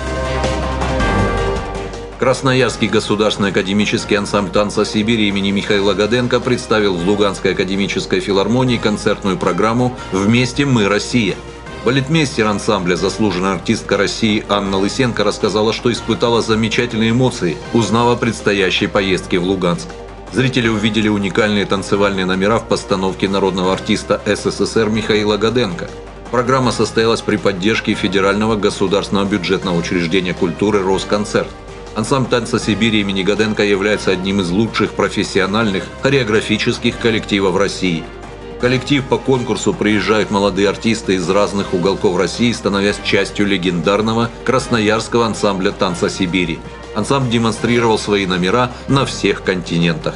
Красноярский государственный академический ансамбль танца Сибири имени Михаила Гаденко представил в Луганской академической филармонии концертную программу «Вместе мы Россия». Балетмейстер ансамбля, заслуженная артистка России Анна Лысенко рассказала, что испытала замечательные эмоции, узнав о предстоящей поездке в Луганск. Зрители увидели уникальные танцевальные номера в постановке народного артиста СССР Михаила Гаденко. Программа состоялась при поддержке федерального государственного бюджетного учреждения культуры «Росконцерт». Ансамбль танца Сибири имени Гаденко является одним из лучших профессиональных хореографических коллективов России. В коллектив по конкурсу приезжают молодые артисты из разных уголков России, становясь частью легендарного красноярского ансамбля танца Сибири. Ансамбль демонстрировал свои номера на всех континентах.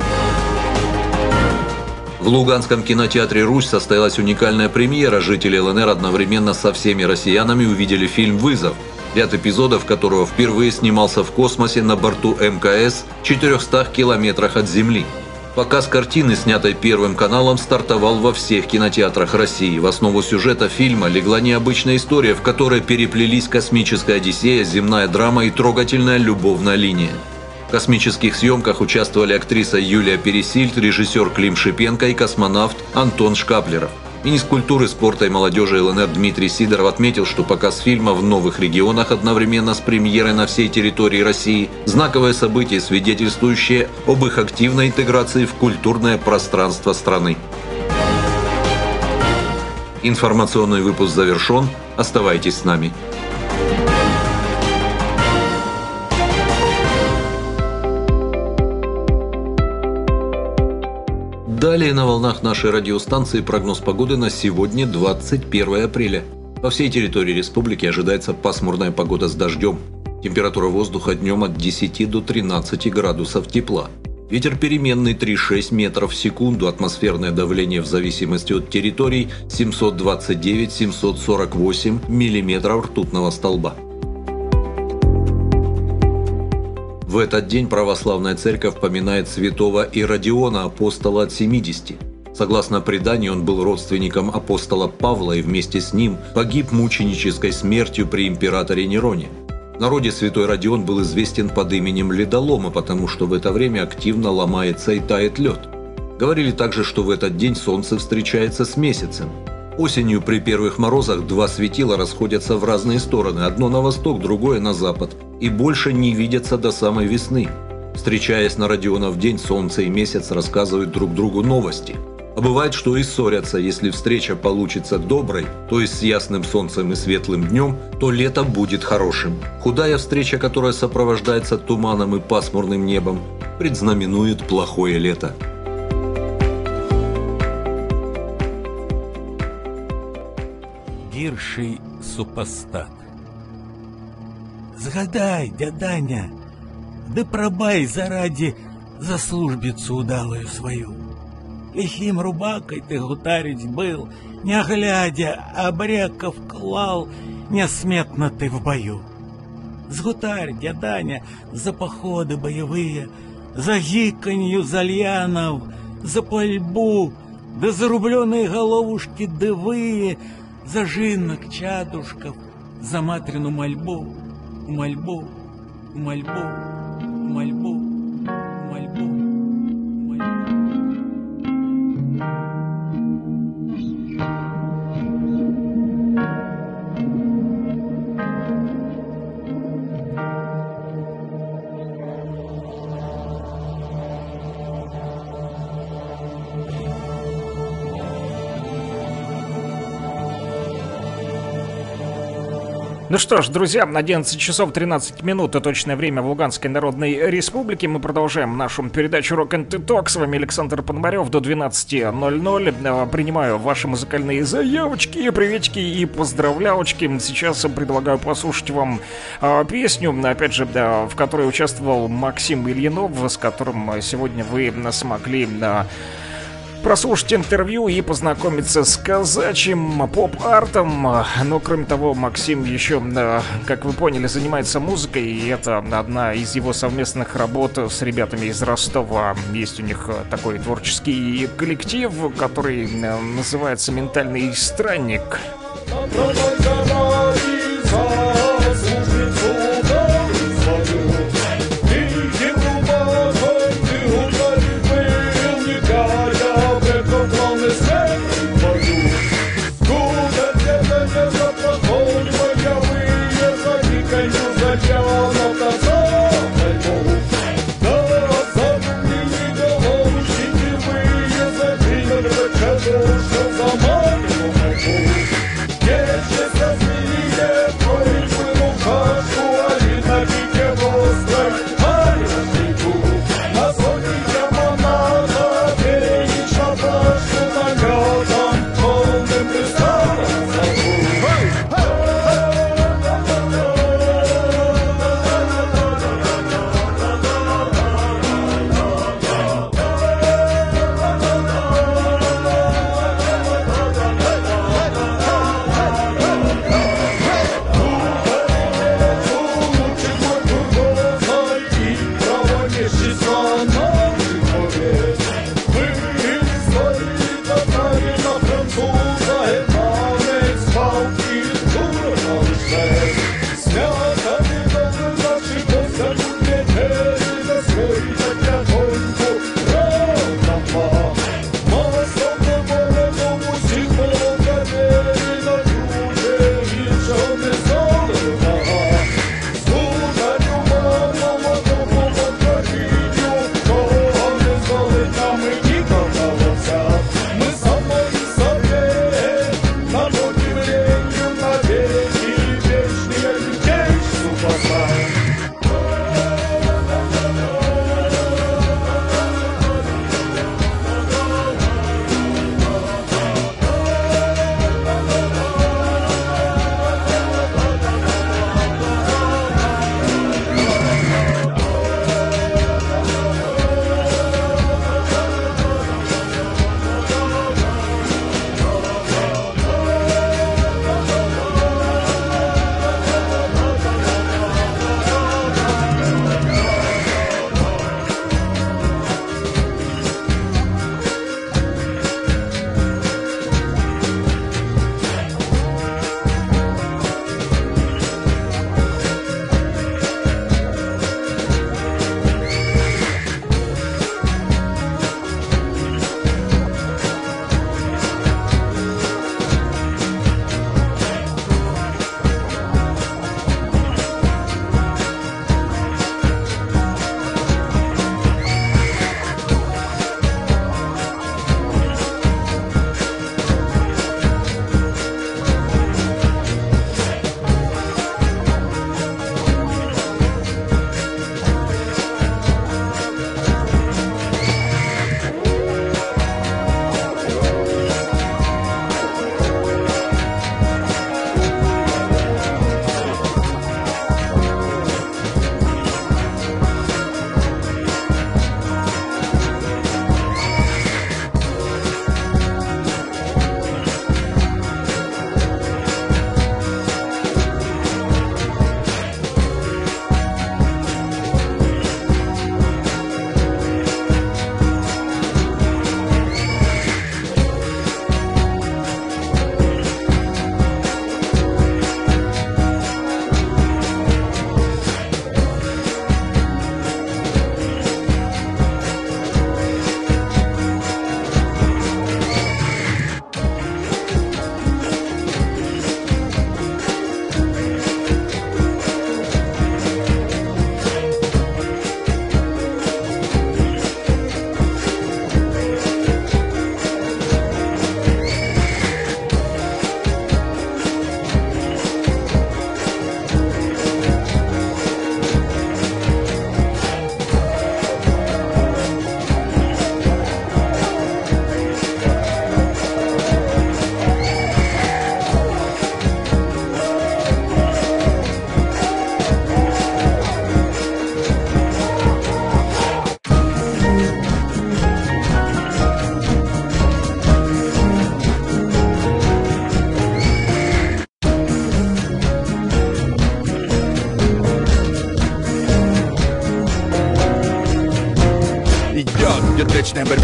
В Луганском кинотеатре «Русь» состоялась уникальная премьера. Жители ЛНР одновременно со всеми россиянами увидели фильм «Вызов», ряд эпизодов которого впервые снимался в космосе на борту эм ка эс в четырёхстах километрах от Земли. Показ картины, снятой Первым каналом, стартовал во всех кинотеатрах России. В основу сюжета фильма легла необычная история, в которой переплелись космическая одиссея, земная драма и трогательная любовная линия. В космических съемках участвовали актриса Юлия Пересильд, режиссер Клим Шипенко и космонавт Антон Шкаплеров. Министр культуры, спорта и молодежи ЛНР Дмитрий Сидоров отметил, что показ фильма в новых регионах одновременно с премьерой на всей территории России – знаковое событие, свидетельствующее об их активной интеграции в культурное пространство страны. Информационный выпуск завершен. Оставайтесь с нами. Далее на волнах нашей радиостанции прогноз погоды на сегодня, двадцать первое апреля. По всей территории республики ожидается пасмурная погода с дождем. Температура воздуха днем от десяти до тринадцати градусов тепла. Ветер переменный три-шесть метров в секунду. Атмосферное давление в зависимости от территорий семьсот двадцать девять - семьсот сорок восемь миллиметров ртутного столба. В этот день православная церковь поминает святого Иродиона, апостола от семидесяти. Согласно преданию, он был родственником апостола Павла и вместе с ним погиб мученической смертью при императоре Нероне. В народе святой Родион был известен под именем Ледолома, потому что в это время активно ломается и тает лед. Говорили также, что в этот день солнце встречается с месяцем. Осенью при первых морозах два светила расходятся в разные стороны, одно на восток, другое на запад, и больше не видятся до самой весны. Встречаясь на Родионов день, солнце и месяц рассказывают друг другу новости. А бывает, что и ссорятся. Если встреча получится доброй, то есть с ясным солнцем и светлым днем, то лето будет хорошим. Худая встреча, которая сопровождается туманом и пасмурным небом, предзнаменует плохое лето. Гірший супостат. Згадай, дяданя, да пробай заради за службицу удалую свою. Лихим рубакой ты гутарить был, не глядя, обреков клал, несметно ты в бою. Сгутарь, дяданя, за походы боевые, за гиканью зальянов, за пальбу, да за рубленые головушки дывые, за жинок чадушков, за матрину мольбу, мольбу, мольбу, мольбу, мольбу. Ну что ж, друзья, одиннадцать часов тринадцать минут, это точное время в Луганской Народной Республике. Мы продолжаем нашу передачу Rock and Talk. С вами Александр Пономарев до двенадцати ноль-ноль. Принимаю ваши музыкальные заявочки, приветики и поздравлялочки. Сейчас предлагаю послушать вам э, песню, опять же, да, в которой участвовал Максим Ильинов, с которым сегодня вы смогли... Да, прослушать интервью и познакомиться с казачьим поп-артом. Но, кроме того, Максим еще, как вы поняли, занимается музыкой, и это одна из его совместных работ с ребятами из Ростова. Есть у них такой творческий коллектив, который называется «Ментальный странник». Jeszcze raz mi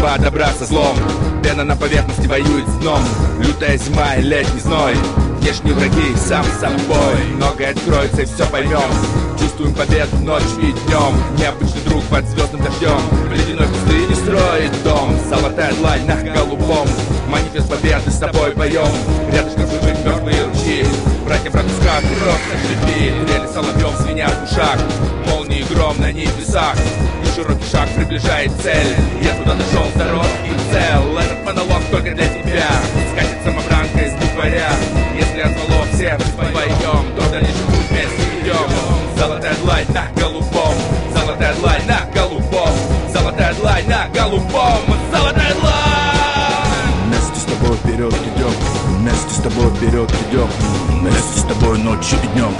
борьба добра со злом. Пена на поверхности воюет с дном. Лютая зима и летний зной. Внешние враги, сам собой. Многое откроется и все поймем. Чувствуем победу ночью и днем. Необычный друг под звездным дождем. В ледяной пустыне строит дом. Золотая длань на голубом. Манифест победы с тобой поем. Рядышком живут мертвые ручьи. Братья в пропусках, просто живи. Трели соловьем звенят в ушах. Молнии гром на небесах. И широкий шаг приближает цель. Я туда дошел здоров и цел. Этот монолог только для тебя. Скачет самобранка из букваря. Если отзвало всех вдвоем, то дальнейший путь вместе идем. Золотая длань на голубом. Золотая длань на голубом. Золотая длань на голубом. Золотая длань. Вместе с тобой вперед идем. Вместе с тобой вперед идем. Вместе с тобой ночью и днем.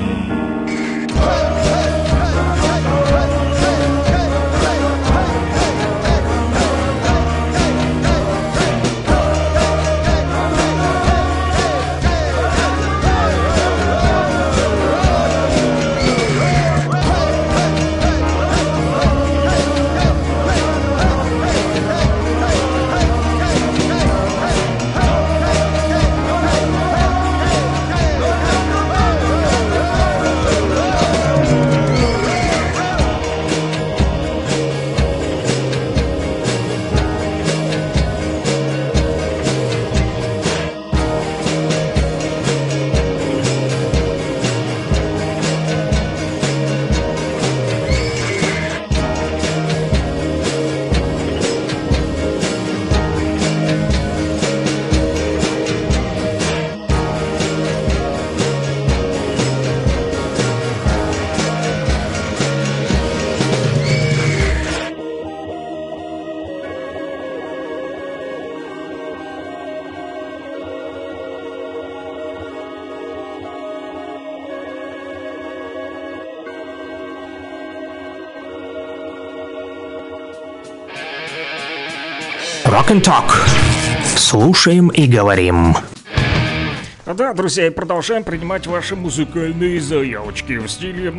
Rock and Talk. Слушаем и говорим. Да, друзья, и продолжаем принимать ваши музыкальные заявочки в стиле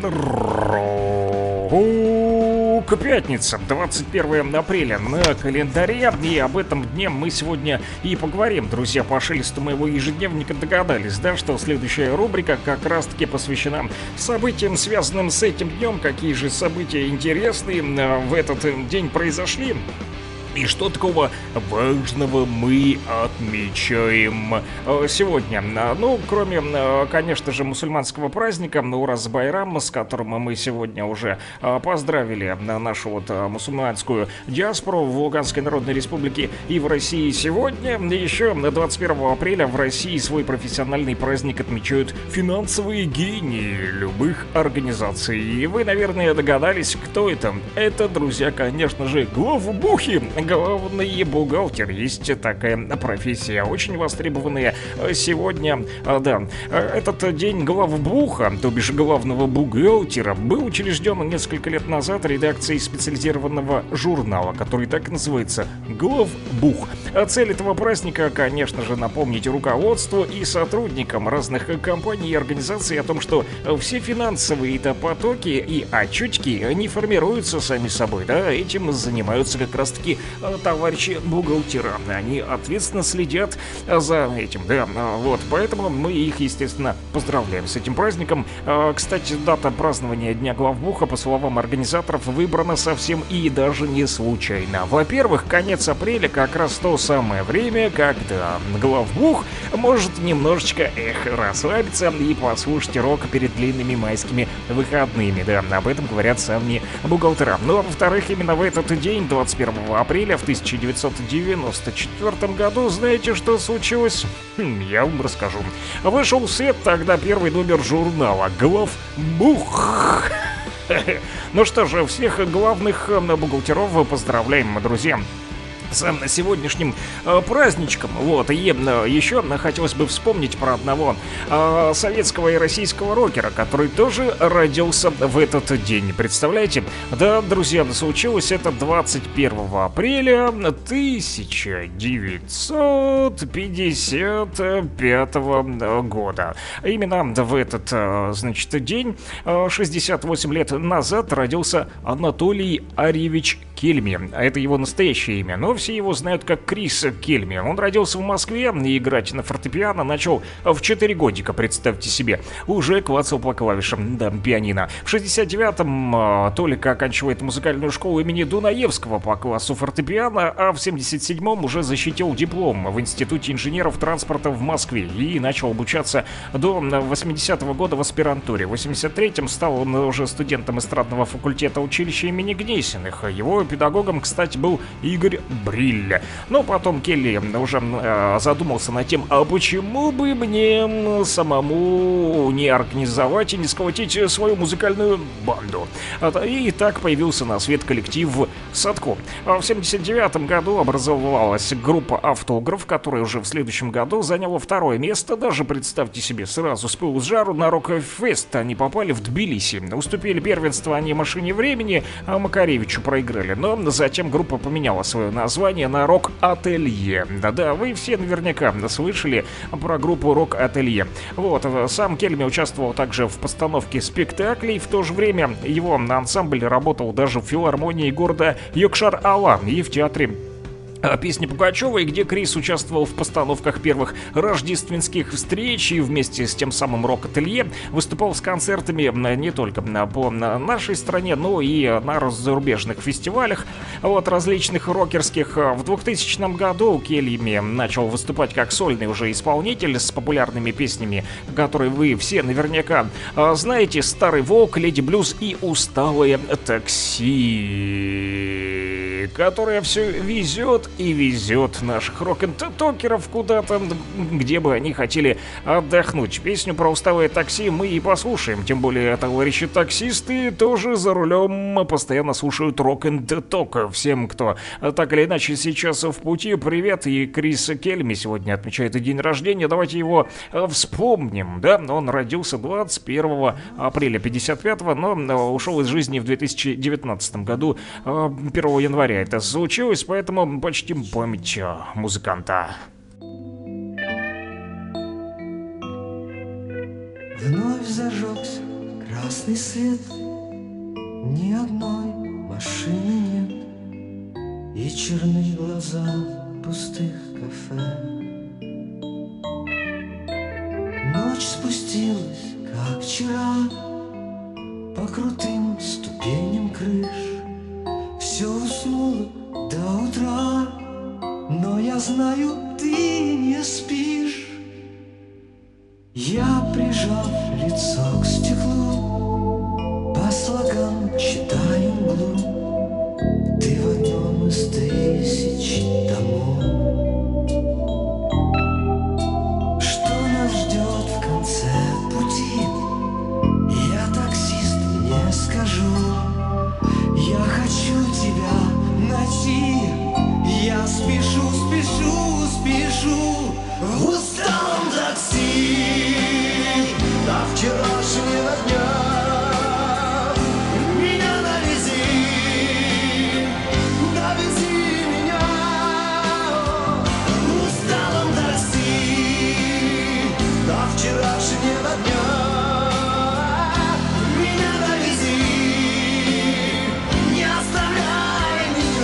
рок. Пятница, двадцать первое апреля на календаре. И об этом дне мы сегодня и поговорим. Друзья, по шелесту моего ежедневника догадались, да, что следующая рубрика как раз-таки посвящена событиям, связанным с этим днем. Какие же события интересные в этот день произошли? И что такого важного мы отмечаем сегодня? Ну, кроме, конечно же, мусульманского праздника Нураз-Байрам, с которым мы сегодня уже поздравили нашу вот мусульманскую диаспору в Луганской Народной Республике и в России. Сегодня еще двадцать первого апреля в России свой профессиональный праздник отмечают финансовые гении любых организаций. И вы, наверное, догадались, кто это. Это, друзья, конечно же, главбухи. Главный бухгалтер. Есть такая профессия, очень востребованная сегодня. Да, этот день главбуха, то бишь главного бухгалтера, был учрежден несколько лет назад редакцией специализированного журнала, который так и называется «Главбух». Цель этого праздника, конечно же, напомнить руководству и сотрудникам разных компаний и организаций о том, что все финансовые-то потоки и отчетки не формируются сами собой, да, этим занимаются как раз-таки товарищи бухгалтера. Они ответственно следят за этим, да, вот, поэтому мы их, естественно, поздравляем с этим праздником. Кстати, дата празднования Дня главбуха, по словам организаторов, выбрана совсем и даже не случайно. Во-первых, конец апреля как раз то самое время, когда главбух может немножечко, эх, расслабиться и послушать рок перед длинными майскими выходными, да, об этом говорят сами бухгалтера. Ну, а во-вторых, именно в этот день, двадцать первого апреля в тысяча девятьсот девяносто четвёртом году, знаете, что случилось? Хм, я вам расскажу. Вышел в свет тогда первый номер журнала «Главбух». Ну что же, всех главных бухгалтеров поздравляем, друзья, с сегодняшним э, праздничком. Вот, и э, еще э, хотелось бы вспомнить про одного э, советского и российского рокера, который тоже родился в этот день. Представляете? Да, друзья, случилось это двадцать первого апреля тысяча девятьсот пятьдесят пятого года. Именно в этот, э, значит, день, э, шестьдесят восемь лет назад, родился Анатолий Арьевич Кельми. Это его настоящее имя, но все его знают как Крис Кельми. Он родился в Москве и играть на фортепиано начал в четыре годика, представьте себе. Уже клацал по клавишам, да, пианино. В шестьдесят девятом Толик оканчивает музыкальную школу имени Дунаевского по классу фортепиано, а в семьдесят седьмом уже защитил диплом в Институте инженеров транспорта в Москве и начал обучаться до восьмидесятого года в аспирантуре. В восемьдесят третьем стал он уже студентом эстрадного факультета училища имени Гнесиных. Его педагогом, кстати, был Игорь Бриль. Но потом Келли уже э, задумался над тем, а почему бы мне самому не организовать и не сколотить свою музыкальную банду. И так появился на свет коллектив Садко. В семьдесят девятом году образовалась группа «Автограф», которая уже в следующем году заняла второе место. Даже, представьте себе, сразу с пылу с жару на Рок-фест они попали в Тбилиси. Уступили первенство они «Машине времени», а Макаревичу проиграли. Но затем группа поменяла свое название на «Рок-ателье». Да-да, вы все наверняка слышали про группу «Рок-ателье». Вот, сам Кельми участвовал также в постановке спектаклей. В то же время его ансамбль работал даже в филармонии города Йокшар-Ола и в театре песни Пугачевой, где Крис участвовал в постановках первых рождественских встреч и вместе с тем самым Рок-ателье выступал с концертами не только по нашей стране, но и на зарубежных фестивалях, вот, различных рокерских. В двухтысячном году Кельми начал выступать как сольный уже исполнитель с популярными песнями, которые вы все наверняка знаете: «Старый волк», «Леди Блюз» и «Усталое такси», которая все везет и везет наших рок-н-токеров куда-то, где бы они хотели отдохнуть. Песню про усталое такси мы и послушаем, тем более товарищи таксисты тоже за рулем постоянно слушают рок-н-ток. Всем, кто так или иначе сейчас в пути, привет. И Крис Кельми сегодня отмечает день рождения, давайте его вспомним, да, он родился двадцать первого апреля пятьдесят пятого, но ушел из жизни в две тысячи девятнадцатом году, первого января это случилось, поэтому почтим память музыканта. Вновь зажегся красный свет, ни одной машины нет, и черные глаза пустых кафе. Ночь спустилась, как вчера, по крутым ступеням крыш. Все уснуло до утра, но я знаю, ты не спишь. Я, прижав лицо к стеклу, по слогам читаю мглу. Ты в одном из тысяч домов. Что нас ждет в конце пути, я, таксист, не скажу. Я хочу тебя найти, я спешу, спешу, спешу в усталом такси до вчерашнего дня. Меня довези, довези меня в усталом такси до вчерашнего дня. Меня довези, не оставляй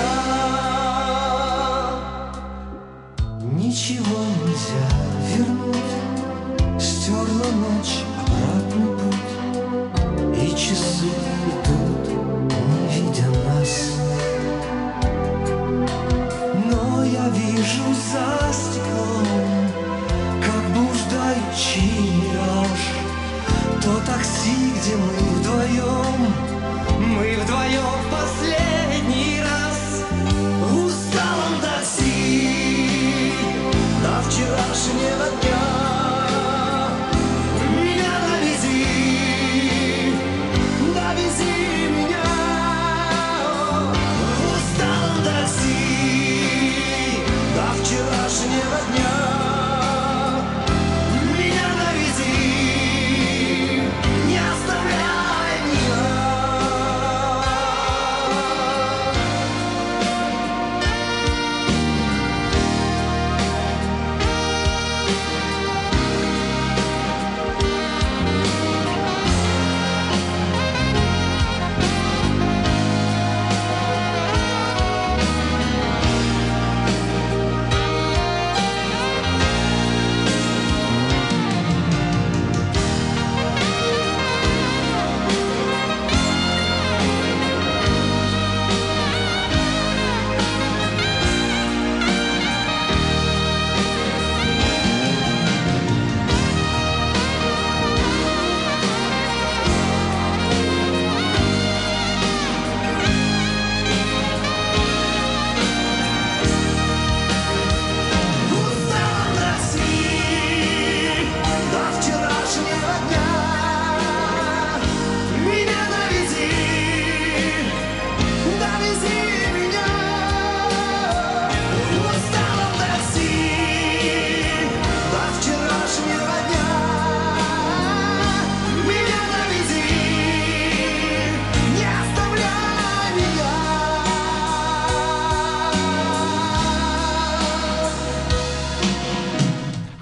меня. Ничего нельзя вернуть, стерла ночь обратный путь, и часы идут, не видя нас. Но я вижу за стеклом, как блуждающий мираж, то такси, где мы вдвоем, мы вдвоем в последний раз в усталом такси до вчерашнего дня. Меня довези, довези.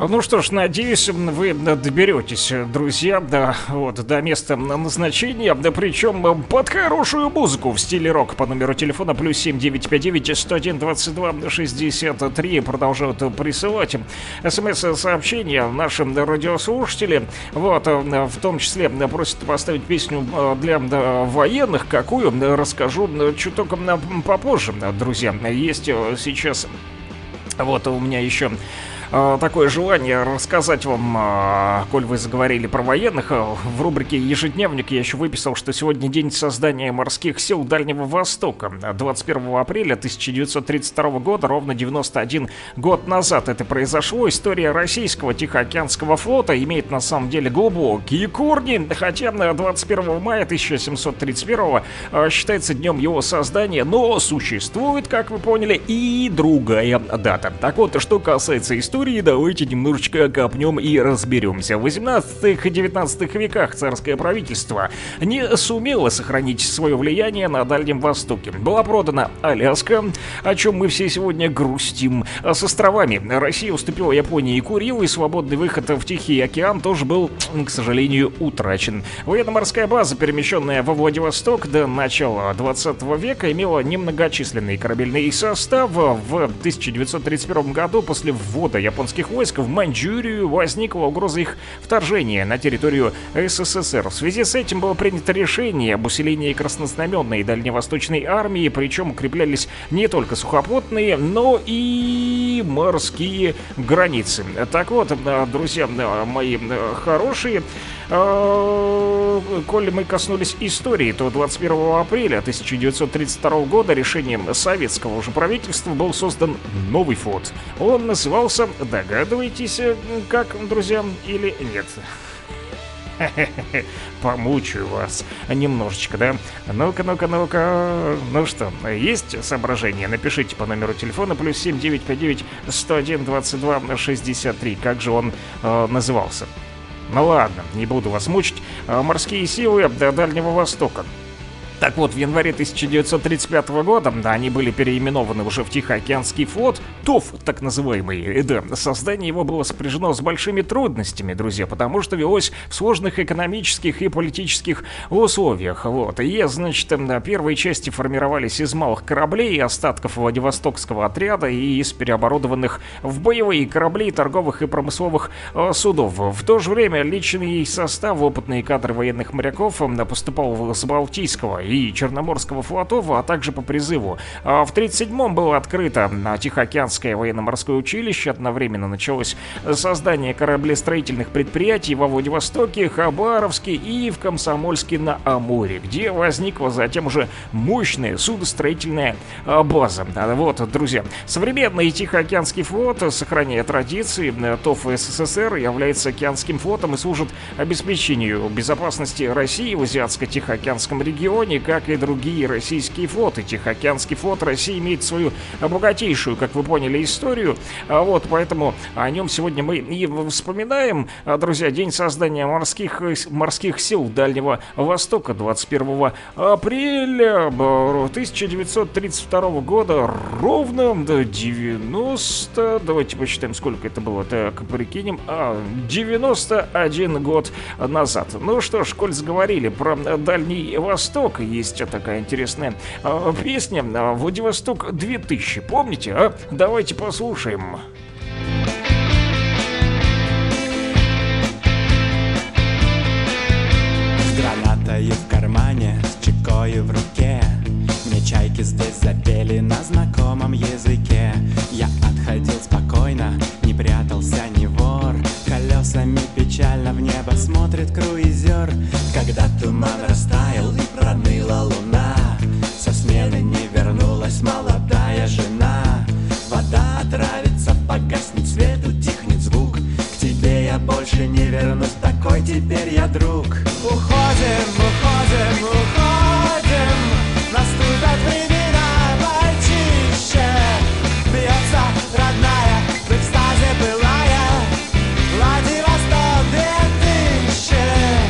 Ну что ж, надеюсь, вы доберетесь, друзья, до, вот, до места назначения, да, причем под хорошую музыку в стиле рок по номеру телефона плюс семь девять пять девять сто один двадцать два шестьдесят три. Продолжают присылать смс-сообщения нашим радиослушатели. Вот, в том числе просят поставить песню для военных. Какую? Расскажу чуток попозже, друзья. Есть сейчас, вот у меня еще такое желание рассказать вам, коль вы заговорили про военных. В рубрике «Ежедневник» я еще выписал, что сегодня день создания морских сил Дальнего Востока. двадцать первого апреля тысяча девятьсот тридцать второго года, ровно девяносто один год назад это произошло. История российского Тихоокеанского флота имеет на самом деле глубокие корни, хотя двадцать первого мая тысяча семьсот тридцать первого считается днем его создания, но существует, как вы поняли, и другая дата. Так вот, что касается истории, давайте немножечко копнем и разберемся. В восемнадцатом-девятнадцатом веках царское правительство не сумело сохранить свое влияние на Дальнем Востоке. Была продана Аляска, о чем мы все сегодня грустим. А с островами Россия уступила Японии и Курилу, и свободный выход в Тихий океан тоже был, к сожалению, утрачен. Военно-морская база, перемещенная во Владивосток до начала двадцатого века, имела немногочисленный корабельный состав. В тысяча девятьсот тридцать первом году, после ввода японских войск в Маньчжурию, возникла угроза их вторжения на территорию СССР. В связи с этим было принято решение об усилении краснознаменной дальневосточной армии, причем укреплялись не только сухопутные, но и морские границы. Так вот, друзья мои хорошие, коли мы коснулись истории, то двадцать первого апреля тысяча девятьсот тридцать второго года решением советского уже правительства был создан новый флот. Он назывался, догадываетесь, как, друзья, или нет? Помучаю вас немножечко, да? Ну-ка, ну-ка, ну-ка. Ну что, есть соображения? Напишите по номеру телефона плюс семь девять пять девять сто один двадцать два шестьдесят три. Как же он э, назывался? Ну ладно, не буду вас мучить. Морские силы Дальнего Востока. Так вот, в январе тысяча девятьсот тридцать пятого года, да, они были переименованы уже в Тихоокеанский флот, ТОФ, так называемый, да. Создание его было сопряжено с большими трудностями, друзья, потому что велось в сложных экономических и политических условиях, вот. И, значит, первые части формировались из малых кораблей, остатков Владивостокского отряда и из переоборудованных в боевые корабли торговых и промысловых э, судов. В то же время личный состав, опытные кадры военных моряков поступал с Балтийского и Черноморского флотов, а также по призыву. В тридцать седьмом было открыто Тихоокеанское военно-морское училище. Одновременно началось создание кораблестроительных предприятий во Владивостоке, Хабаровске и в Комсомольске-на-Амуре, где возникла затем уже мощная судостроительная база. Вот, друзья, современный Тихоокеанский флот, сохраняя традиции ТОФ СССР, является океанским флотом и служит обеспечению безопасности России в Азиатско-Тихоокеанском регионе, как и другие российские флоты. Тихоокеанский флот России имеет свою богатейшую, как вы поняли, историю. Вот, поэтому о нем сегодня мы и вспоминаем. Друзья, день создания морских, морских сил Дальнего Востока, двадцать первого апреля тысяча девятьсот тридцать второго года, ровно девяносто, давайте посчитаем, сколько это было, так, прикинем, а, девяносто один год назад. Ну что ж, коль заговорили про Дальний Восток, есть такая интересная э, песня «Владивосток две тысячи». Помните, а? Давайте послушаем. С гранатой в кармане, с чекой в руке, мне чайки здесь запели на знакомом языке. Я отходил спокойно, не прятался ни вор, колесами печально в небо смотрит круизер. Когда туман растаял и проныла луна, со смены не вернулась молодая жена. Вода отравится, погаснет свет, утихнет звук. К тебе я больше не вернусь, такой теперь я друг. Уходим, уходим, уходим, наступят времена почище. Бьется родная, в экстазе былая, Владивосток две тысячи.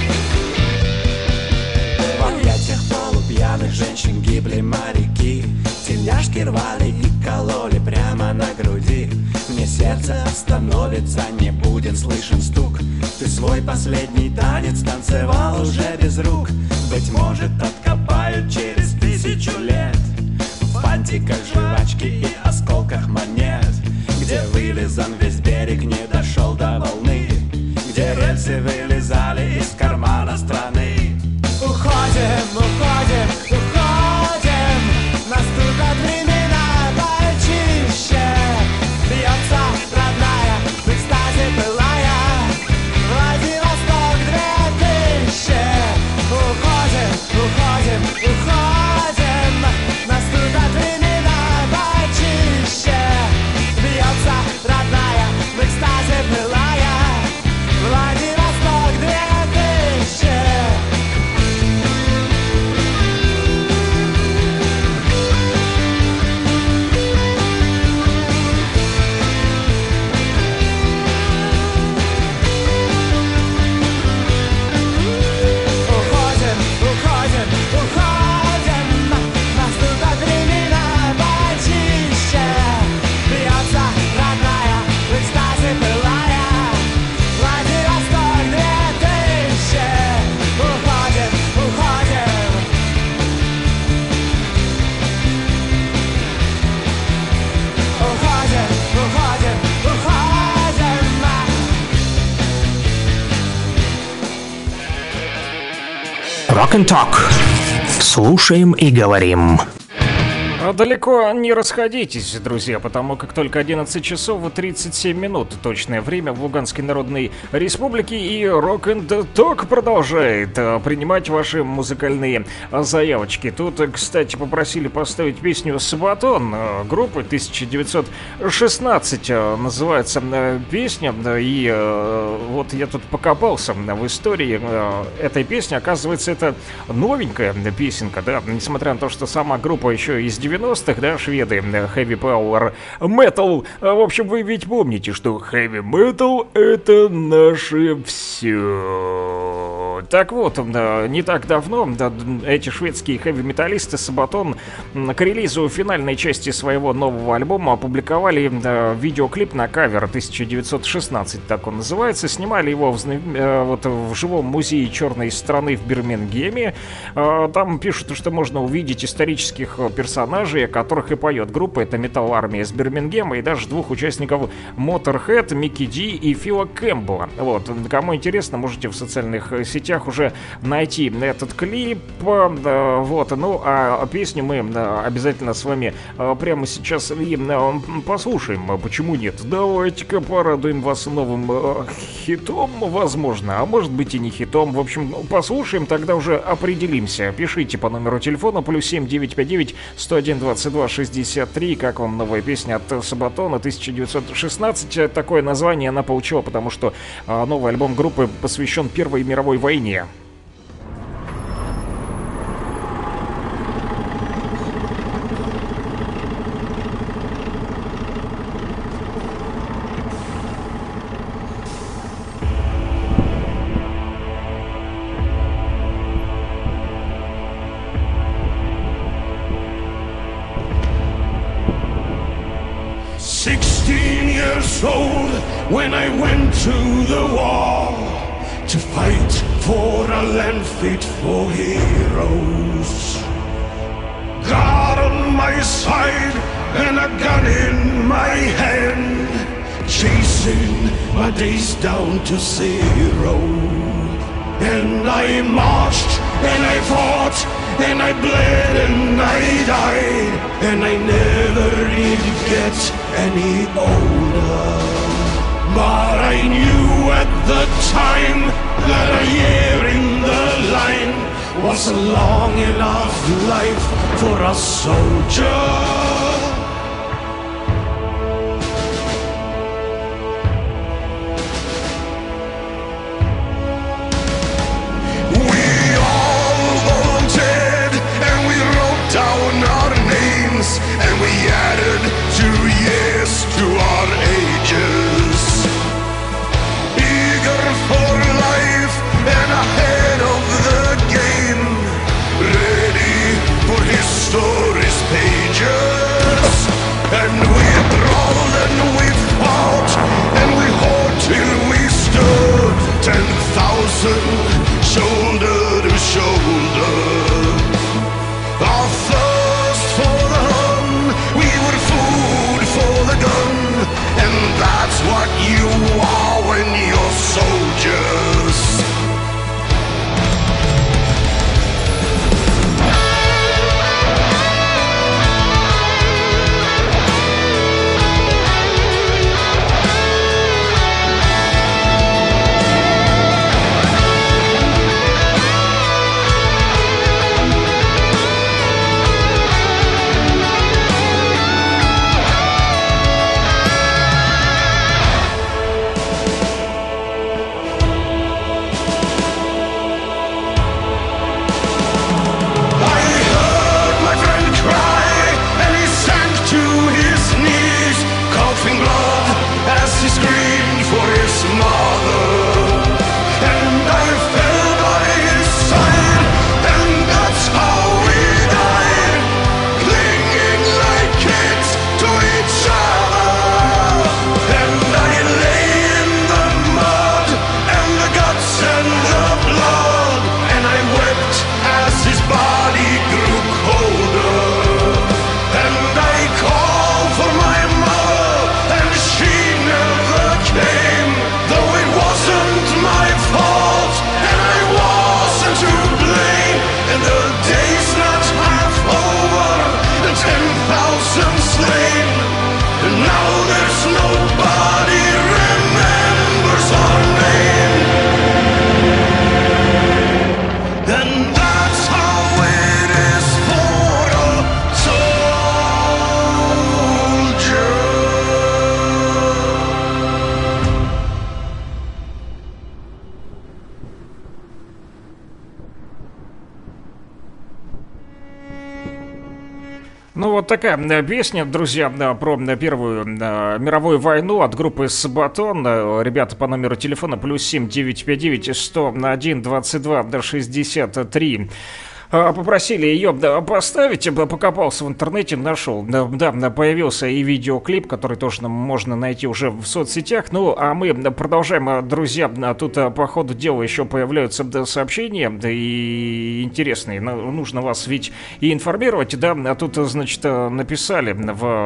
В объятиях полупьяных женщин гибли моряки, тельняшки рвали и кололи прямо на груди. Мне сердце остановилось. становится небуден, слышен стук. Ты свой последний танец танцевал уже без рук. Быть может, откопают через тысячу лет в фантиках жвачки и осколках монет, где вылизан весь берег, не дошел до волны, где рельсы вылезали из кармана страны. Уходим, уходим, уходим, наступят времена почище. Бьется родная, в экстазе пылая, Владивосток две тысячи. Уходим, уходим, уходим, наступят времена почище. Бьется родная, в экстазе пылая, Владивосток две тысячи. Уходим, уходим, уходим, наступят времена почище. Бьется родная, в экстазе пылая, Владивосток две тысячи. Уходим, уходим. Уходим, уходим, уходим. Rock and Talk. Слушаем и говорим. А далеко не расходитесь, друзья, потому как только одиннадцать часов тридцать семь минут точное время в Луганской Народной Республике, и Rock and Talk продолжает а, принимать ваши музыкальные а, заявочки. Тут, кстати, попросили поставить песню «Сабатон» а, группы тысяча девятьсот шестнадцать, а, называется а, песня, да, и а, вот я тут покопался а, в истории а, этой песни. Оказывается, это новенькая песенка, да, несмотря на то, что сама группа еще из девяностых, да, шведы, Heavy Power Metal. В общем, вы ведь помните, что Heavy Metal — это наше все. Так вот, не так давно эти шведские хэви-металлисты Сабатон к релизу финальной части своего нового альбома опубликовали видеоклип на кавер тысяча девятьсот шестнадцать, так он называется. Снимали его в, вот, в живом музее черной страны в Бирмингеме. Там пишут, что можно увидеть исторических персонажей, о которых и поет группа. Это Metal Army из Бирмингема, и даже двух участников Motorhead, Микки Ди и Фила Кэмпбелла. Вот, кому интересно, можете в социальных сетях уже найти этот клип. Вот, ну а песню мы обязательно с вами прямо сейчас и послушаем. Почему нет? Давайте-ка порадуем вас новым хитом, возможно, а может быть и не хитом. В общем, послушаем, тогда уже определимся. Пишите по номеру телефона плюс семь девятьсот пятьдесят девять сто один двадцать два шестьдесят три. Как вам новая песня от Сабатона тысяча девятьсот шестнадцать? Такое название она получила, потому что новый альбом группы посвящен Первой мировой войне. Sixteen years old when I went to the war to fight for a land fit for heroes. God on my side and a gun in my hand, chasing my days down to zero. And I marched and I fought and I bled and I died, and I never did get any older. But I knew at the time that a year in the line was a long enough life for a soldier. And we added two years to our ages, eager for life and ahead of the game, ready for history's pages. Ну вот такая песня, друзья, про Первую мировую войну от группы Сабатон. Ребята по номеру телефона плюс семь девятьсот пятьдесят девять сто один двадцать два шестьдесят три. Попросили ее поставить, покопался в интернете, нашел, да, появился и видеоклип, который тоже можно найти уже в соцсетях. Ну, а мы продолжаем, друзья, тут по ходу дела еще появляются сообщения, да и интересные, нужно вас ведь и информировать, да, тут, значит, написали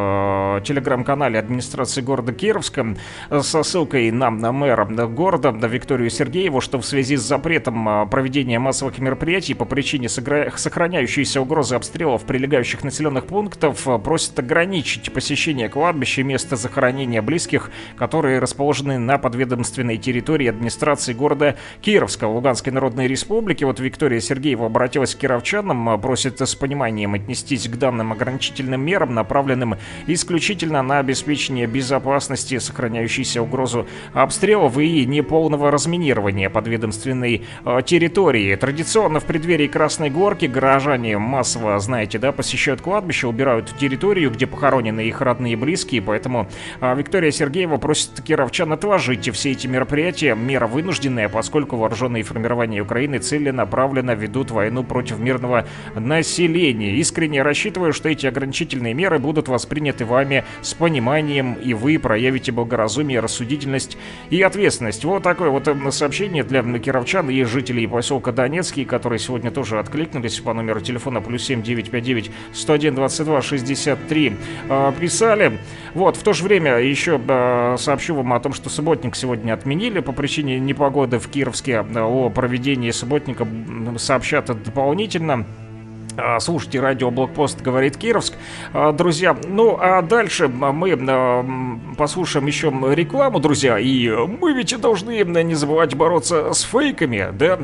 в телеграм-канале администрации города Кировска со ссылкой на мэра города Викторию Сергееву, что в связи с запретом проведения массовых мероприятий по причине сыграния сохраняющиеся угрозы обстрелов прилегающих населенных пунктов просят ограничить посещение кладбища и места захоронения близких, которые расположены на подведомственной территории администрации города Кировска, Луганской Народной Республики. Вот Виктория Сергеева обратилась к кировчанам, просит с пониманием отнестись к данным ограничительным мерам, направленным исключительно на обеспечение безопасности, сохраняющейся угрозу обстрелов и неполного разминирования подведомственной территории. Традиционно в преддверии Красной Горки горожане массово, знаете, да, посещают кладбище, убирают территорию, где похоронены их родные и близкие, поэтому а, Виктория Сергеева просит кировчан отложить все эти мероприятия. Мера вынужденная, поскольку вооруженные формирования Украины целенаправленно ведут войну против мирного населения. Искренне рассчитываю, что эти ограничительные меры будут восприняты вами с пониманием, и вы проявите благоразумие, рассудительность и ответственность. Вот такое вот сообщение для кировчан и жителей поселка Донецкий, которые сегодня тоже откликнулись по номеру телефона плюс семь девятьсот пятьдесят девять сто один двадцать два шестьдесят три э, писали. Вот, в то же время еще э, сообщу вам о том, что субботник сегодня отменили по причине непогоды в Кировске. О проведении субботника сообщат дополнительно. Слушайте радио Блокпост говорит Кировск. Друзья, ну а дальше мы послушаем еще рекламу, друзья. И мы ведь должны не забывать бороться с фейками, да?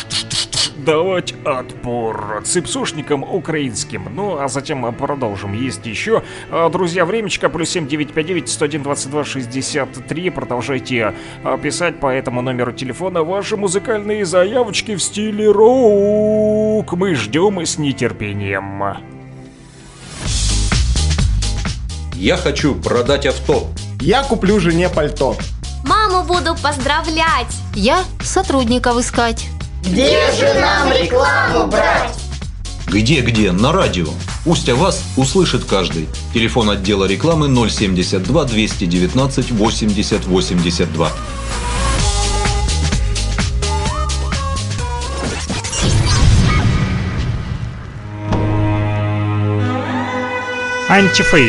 Давать отпор цыпсушникам украинским. Ну, а затем продолжим. Есть еще, друзья, времечко. Плюс семь девятьсот пятьдесят девять сто один двадцать два шестьдесят три. Продолжайте писать по этому номеру телефона ваши музыкальные заявочки в стиле рок. Мы ждем с нетерпением. Я хочу продать авто. Я куплю жене пальто. Маму буду поздравлять. Я сотрудников искать. Где же нам рекламу брать? Где-где? На радио. Пусть о вас услышит каждый. Телефон отдела рекламы ноль семьдесят два двести девятнадцать восемьдесят восемьдесят два. Антифейк.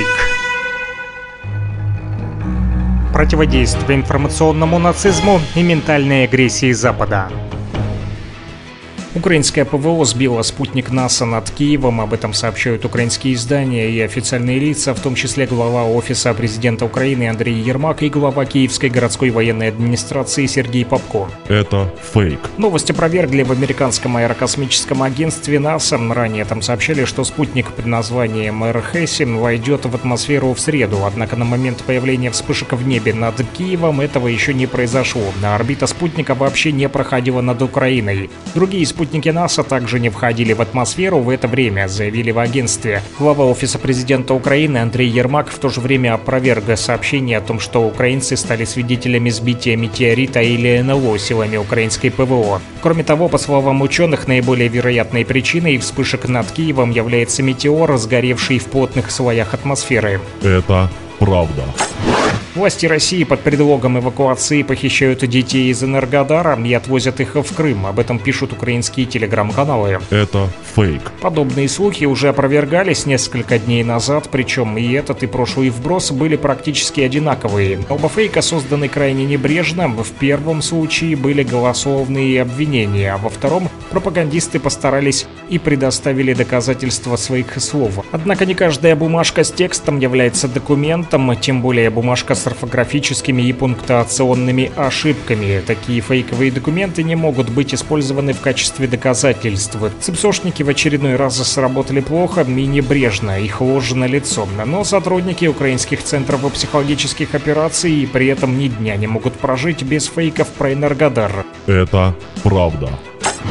Противодействие информационному нацизму и ментальной агрессии Запада. Украинское ПВО сбило спутник НАСА над Киевом. Об этом сообщают украинские издания и официальные лица, в том числе глава Офиса президента Украины Андрей Ермак и глава Киевской городской военной администрации Сергей Попко. Это фейк. Новость опровергли в американском аэрокосмическом агентстве НАСА. Ранее там сообщали, что спутник под названием эр хэс войдет в атмосферу в среду. Однако на момент появления вспышек в небе над Киевом этого еще не произошло. Орбита спутника вообще не проходила над Украиной. Другие спутники Спутники НАСА также не входили в атмосферу в это время, заявили в агентстве. Глава Офиса президента Украины Андрей Ермак в то же время опроверг сообщение о том, что украинцы стали свидетелями сбития метеорита или эн эл о силами украинской ПВО. Кроме того, по словам ученых, наиболее вероятной причиной вспышек над Киевом является метеор, сгоревший в плотных слоях атмосферы. Это правда. Власти России под предлогом эвакуации похищают детей из Энергодара и отвозят их в Крым. Об этом пишут украинские телеграм-каналы. Это фейк. Подобные слухи уже опровергались несколько дней назад, причем и этот, и прошлый вброс были практически одинаковые. Оба фейка созданы крайне небрежно. В первом случае были голословные обвинения, а во втором пропагандисты постарались и предоставили доказательства своих слов. Однако не каждая бумажка с текстом является документом, тем более бумажка с орфографическими и пунктуационными ошибками. Такие фейковые документы не могут быть использованы в качестве доказательств. Цепсошники в очередной раз сработали плохо и небрежно, их ложь налицо. Но сотрудники украинских центров психологических операций при этом ни дня не могут прожить без фейков про Энергодар. Это правда.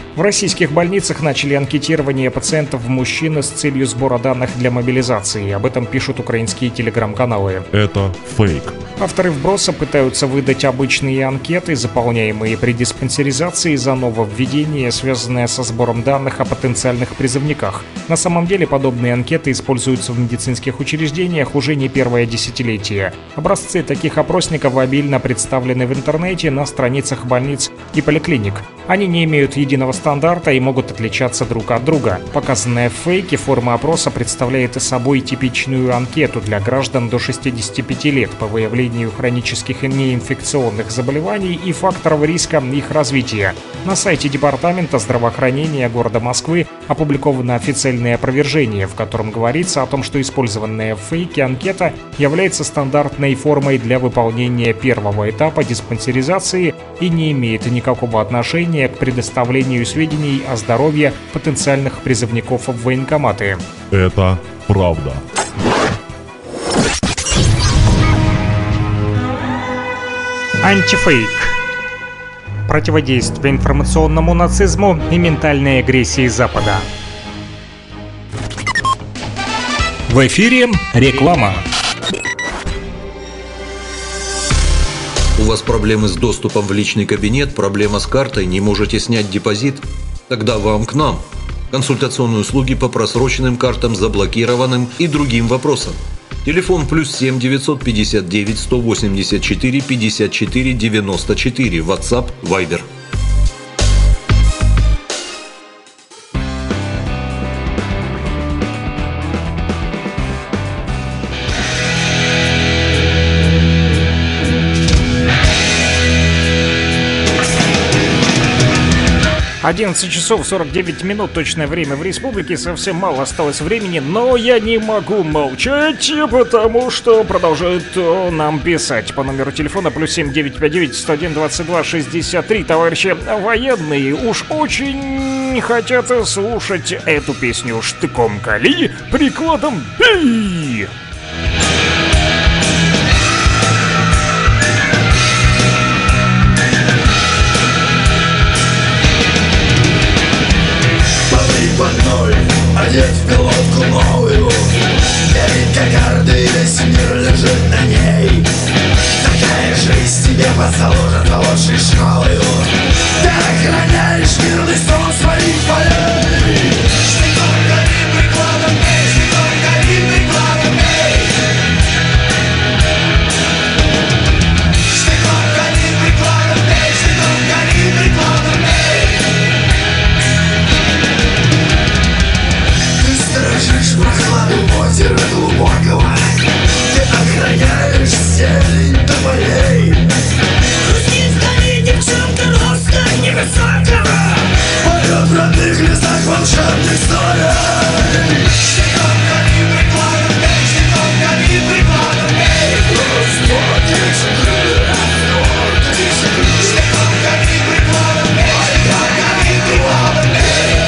В российских больницах начали анкетирование пациентов мужчин с целью сбора данных для мобилизации. Об этом пишут украинские телеграм-каналы. Это фейк. Авторы вброса пытаются выдать обычные анкеты, заполняемые при диспансеризации, за нововведение, связанное со сбором данных о потенциальных призывниках. На самом деле подобные анкеты используются в медицинских учреждениях уже не первое десятилетие. Образцы таких опросников обильно представлены в интернете на страницах больниц и поликлиник. Они не имеют единого стандарта и могут отличаться друг от друга. Показанная в фейке форма опроса представляет собой типичную анкету для граждан до шестидесяти пяти лет по выявлению хронических и неинфекционных заболеваний и факторов риска их развития. На сайте Департамента здравоохранения города Москвы опубликовано официальное опровержение, в котором говорится о том, что использованная в фейке анкета является стандартной формой для выполнения первого этапа диспансеризации и не имеет никакого отношения к предоставлению сведений о здоровье потенциальных призывников в военкоматы. Это правда. Антифейк. Противодействие информационному нацизму и ментальной агрессии Запада. В эфире реклама. У вас проблемы с доступом в личный кабинет, проблема с картой, не можете снять депозит? Тогда вам к нам. Консультационные услуги по просроченным картам, заблокированным и другим вопросам. Телефон плюс семь девятьсот пятьдесят девять сто восемьдесят четыре пятьдесят четыре девяносто четыре. WhatsApp, Viber. одиннадцать часов сорок девять минут, точное время в республике, совсем мало осталось времени, но я не могу молчать, потому что продолжают нам писать по номеру телефона плюс семь девять пять девять сто один двадцать два шестьдесят три. Товарищи военные уж очень хотят слушать эту песню. Штыком кали, прикладом бей! Больной, одет в пилотку новую, перед кокардой весь мир лежит на ней. Такая жизнь тебе подзаложена лучшей школою. Ты охраняешь мирный сон своих полей. Штыком кали, прикладом бей, штыком кали, прикладом бей. Штыком кали, прикладом бей, штыком кали, прикладом бей. Сторожишь прохладу озера глубокого, ты охраняешь зелень тополей. Грустит вдали девчонка роста невысокого, поет в родных лесах волшебных историй. Штыком кали, прикладом бей, штыком кали, прикладом бей. Господи, штыком кали, прикладом бей, штыком кали, прикладом бей.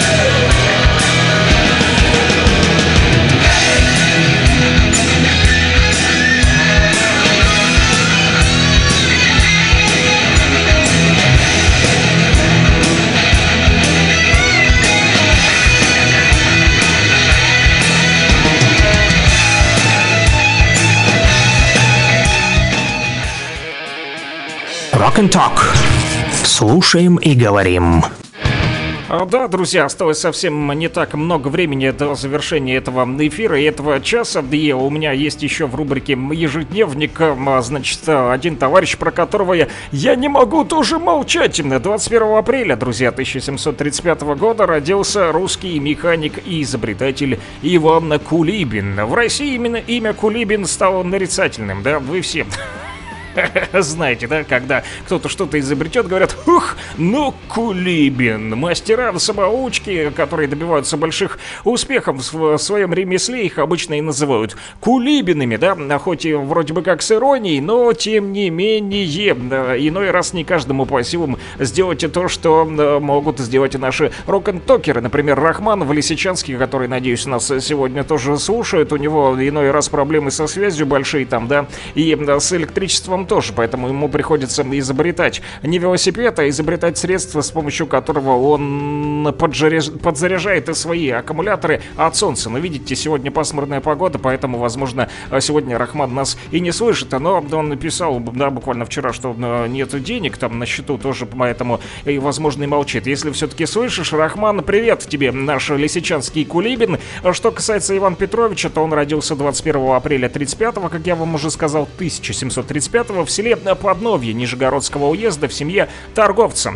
Rock and Talk. Слушаем и говорим. Да, друзья, осталось совсем не так много времени до завершения этого эфира и этого часа. И у меня есть еще в рубрике «Ежедневник», значит, один товарищ, про которого я, я не могу тоже молчать. двадцать первого апреля, друзья, тысяча семьсот тридцать пятого года родился русский механик и изобретатель Иван Кулибин. В России именно имя Кулибин стало нарицательным, да, вы все... Знаете, да, когда кто-то что-то изобретет, говорят: ух, ну Кулибин. Мастера-самоучки, которые добиваются больших успехов в своем ремесле, их обычно и называют Кулибинами, да, хоть и вроде бы как с иронией, но тем не менее, да, иной раз не каждому по силам сделать то, что да, могут сделать и наши рок-н-токеры. Например, Рахман Лисичанский, который, надеюсь, нас сегодня тоже слушает, у него иной раз проблемы со связью большие там, да, и да, с электричеством он тоже, поэтому ему приходится изобретать не велосипед, а изобретать средства, с помощью которого он поджаряж- подзаряжает свои аккумуляторы от солнца. Но видите, сегодня пасмурная погода, поэтому, возможно, сегодня Рахман нас и не слышит, но он написал, да, буквально вчера, что нет денег там на счету тоже, поэтому, и, возможно, и молчит. Если все-таки слышишь, Рахман, привет тебе, наш лисичанский Кулибин. Что касается Ивана Петровича, то он родился двадцать первого апреля тридцать пятого, как я вам уже сказал, тысяча семьсот тридцать пятого в селе Подновье Нижегородского уезда в семье торговца.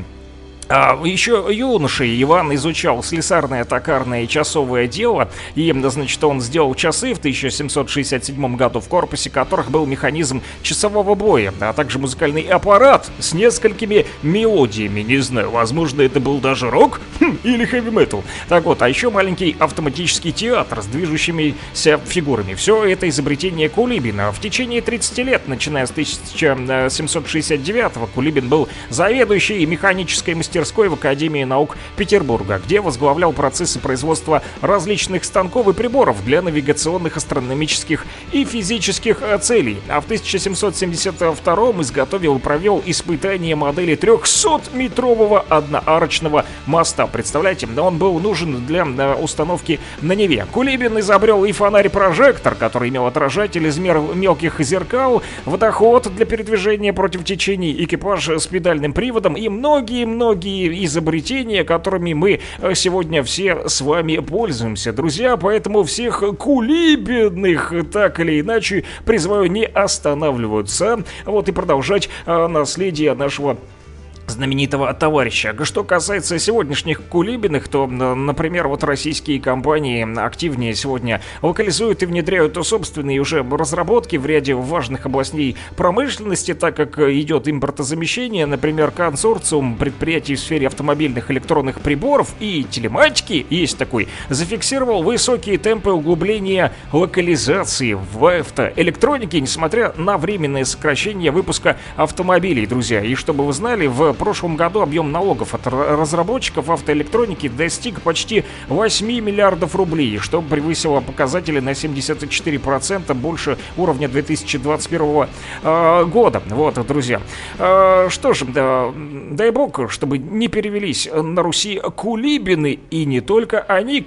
А еще юношей Иван изучал слесарное, токарное и часовое дело, и, значит, он сделал часы в тысяча семьсот шестьдесят седьмом году, в корпусе которых был механизм часового боя, а также музыкальный аппарат с несколькими мелодиями. Не знаю, возможно, это был даже рок хм, или хэви-метал. Так вот, а еще маленький автоматический театр с движущимися фигурами. Все это изобретение Кулибина. В течение тридцати лет, начиная с тысяча семьсот шестьдесят девятого, Кулибин был заведующий механической мастерской в Академии наук Петербурга, где возглавлял процессы производства различных станков и приборов для навигационных, астрономических и физических целей. А в тысяча семьсот семьдесят втором изготовил и провел испытание модели трехсотметрового одноарочного моста. Представляете, он был нужен для установки на Неве. Кулибин изобрел и фонарь-прожектор, который имел отражатель из мер мелких зеркал, водоход для передвижения против течений, экипаж с педальным приводом и многие-многие изобретения, которыми мы сегодня все с вами пользуемся, друзья. Поэтому всех Кулибиных, так или иначе, призываю не останавливаться, вот, и продолжать а, наследие нашего знаменитого товарища. Что касается сегодняшних Кулибиных, то, например, вот российские компании активнее сегодня локализуют и внедряют собственные уже разработки в ряде важных областей промышленности, так как идет импортозамещение. Например, консорциум предприятий в сфере автомобильных электронных приборов и телематики, есть такой, зафиксировал высокие темпы углубления локализации в автоэлектронике, несмотря на временное сокращение выпуска автомобилей, друзья. И чтобы вы знали, в В прошлом году объем налогов от разработчиков автоэлектроники достиг почти восемь миллиардов рублей, что превысило показатели на семьдесят четыре процента больше уровня две тысячи двадцать первого э, года. Вот, друзья. Э, что ж, да, дай бог, чтобы не перевелись на Руси Кулибины, и не только они,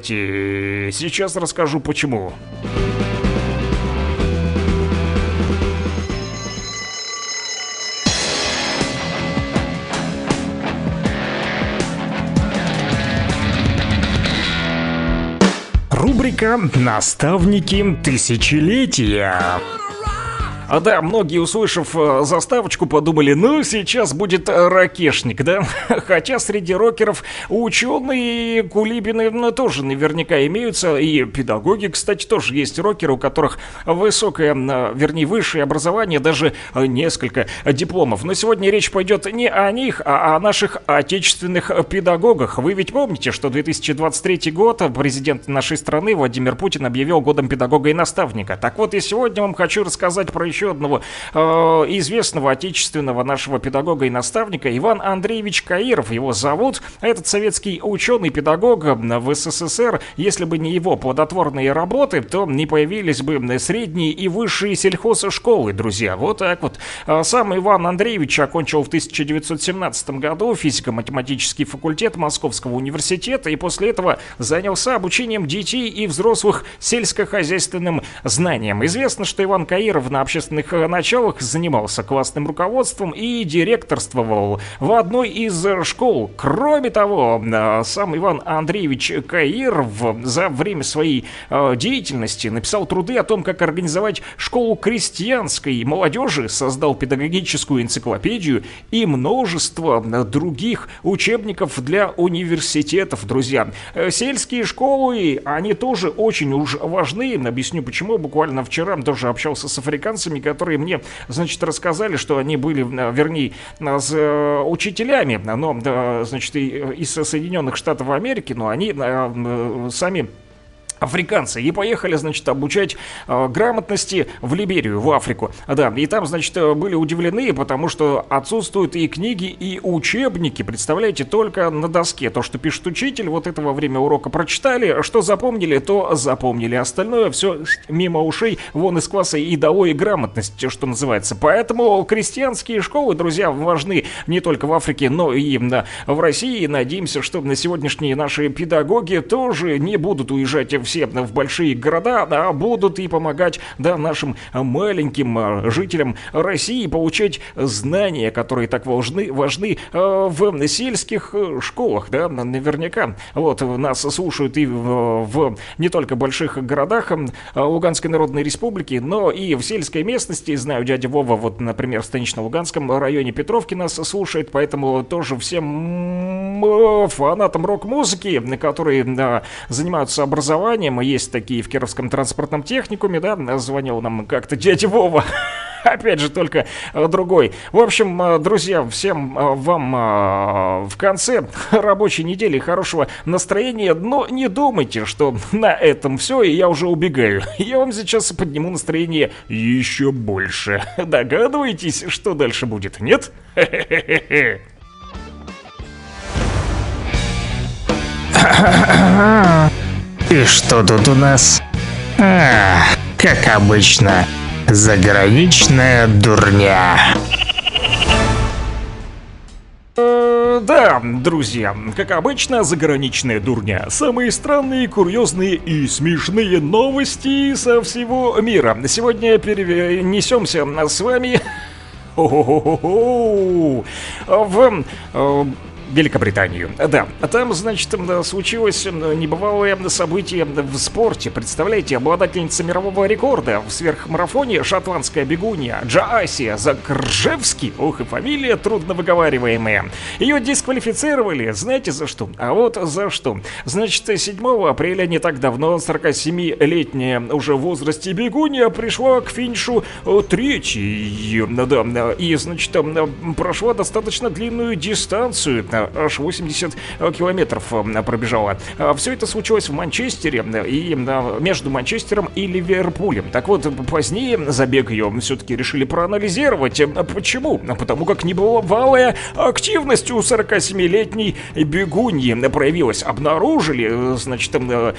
кстати. Сейчас расскажу почему. Рубрика «Наставники тысячелетия». А да, многие, услышав э, заставочку, подумали, ну, сейчас будет ракешник, да? Хотя среди рокеров ученые Кулибины ну, тоже наверняка имеются, и педагоги, кстати, тоже есть рокеры, у которых высокое, э, вернее, высшее образование, даже э, несколько дипломов. Но сегодня речь пойдет не о них, а о наших отечественных педагогах. Вы ведь помните, что две тысячи двадцать третий год президент нашей страны Владимир Путин объявил годом педагога и наставника. Так вот, и сегодня вам хочу рассказать про еще еще одного э, известного отечественного нашего педагога и наставника, Иван Андреевич Каиров его зовут. Этот советский ученый-педагог в СССР, если бы не его плодотворные работы, то не появились бы средние и высшие сельхозшколы, друзья. Вот так вот. Сам Иван Андреевич окончил в тысяча девятьсот семнадцатом году физико-математический факультет Московского университета и после этого занялся обучением детей и взрослых сельскохозяйственным знаниям. Известно, что Иван Каиров на общественных началах занимался классным руководством и директорствовал в одной из школ. Кроме того, сам Иван Андреевич Каиров за время своей деятельности написал труды о том, как организовать школу крестьянской молодежи, создал педагогическую энциклопедию и множество других учебников для университетов, друзья. Сельские школы, они тоже очень уж важны. Объясню почему. Буквально вчера тоже общался с африканцами, которые мне, значит, рассказали, что они были, вернее, с учителями, но, значит, из Соединенных Штатов Америки, но они сами африканцы, и поехали, значит, обучать э, грамотности в Либерию, в Африку. Да, и там, значит, были удивлены, потому что отсутствуют и книги, и учебники, представляете, только на доске. То, что пишет учитель, вот это во время урока прочитали, что запомнили, то запомнили. Остальное все мимо ушей, вон из класса и долой грамотность, что называется. Поэтому крестьянские школы, друзья, важны не только в Африке, но и да, в России. Надеемся, что на сегодняшние наши педагоги тоже не будут уезжать в все в большие города, а будут и помогать, да, нашим маленьким жителям России получать знания, которые так важны, важны в сельских школах, да, наверняка. Вот, нас слушают и в, в не только больших городах Луганской Народной Республики, но и в сельской местности. Знаю, дядя Вова, вот, например, в станично-луганском районе Петровки нас слушает, поэтому тоже всем фанатам рок-музыки, которые, да, занимаются образованием, есть такие в Кировском транспортном техникуме, да, звонил нам как-то дядя Вова, опять же, только другой. В общем, друзья, всем вам в конце рабочей недели хорошего настроения, но не думайте, что на этом все, и я уже убегаю. Я вам сейчас подниму настроение еще больше. Догадываетесь, что дальше будет, нет? И что тут у нас? А, как обычно, заграничная дурня. Да, друзья, как обычно, заграничная дурня. Самые странные, курьезные и смешные новости со всего мира. Сегодня перенесемся с вами в Великобританию. Да, там, значит, случилось небывалое событие в спорте. Представляете, обладательница мирового рекорда в сверхмарафоне, шотландская бегунья Джоасия Закржевски, ох и фамилия трудновыговариваемая, ее дисквалифицировали, знаете за что? А вот за что. Значит, седьмого апреля, не так давно, сорокасемилетняя уже в возрасте бегунья пришла к финишу третьей, да, и, значит, прошла достаточно длинную дистанцию, аж восемьдесят километров пробежала. Все это случилось в Манчестере, и между Манчестером и Ливерпулем. Так вот, позднее забег ее все-таки решили проанализировать. Почему? Потому как небывалая активность у сорокасемилетней бегуньи проявилась. Обнаружили, значит,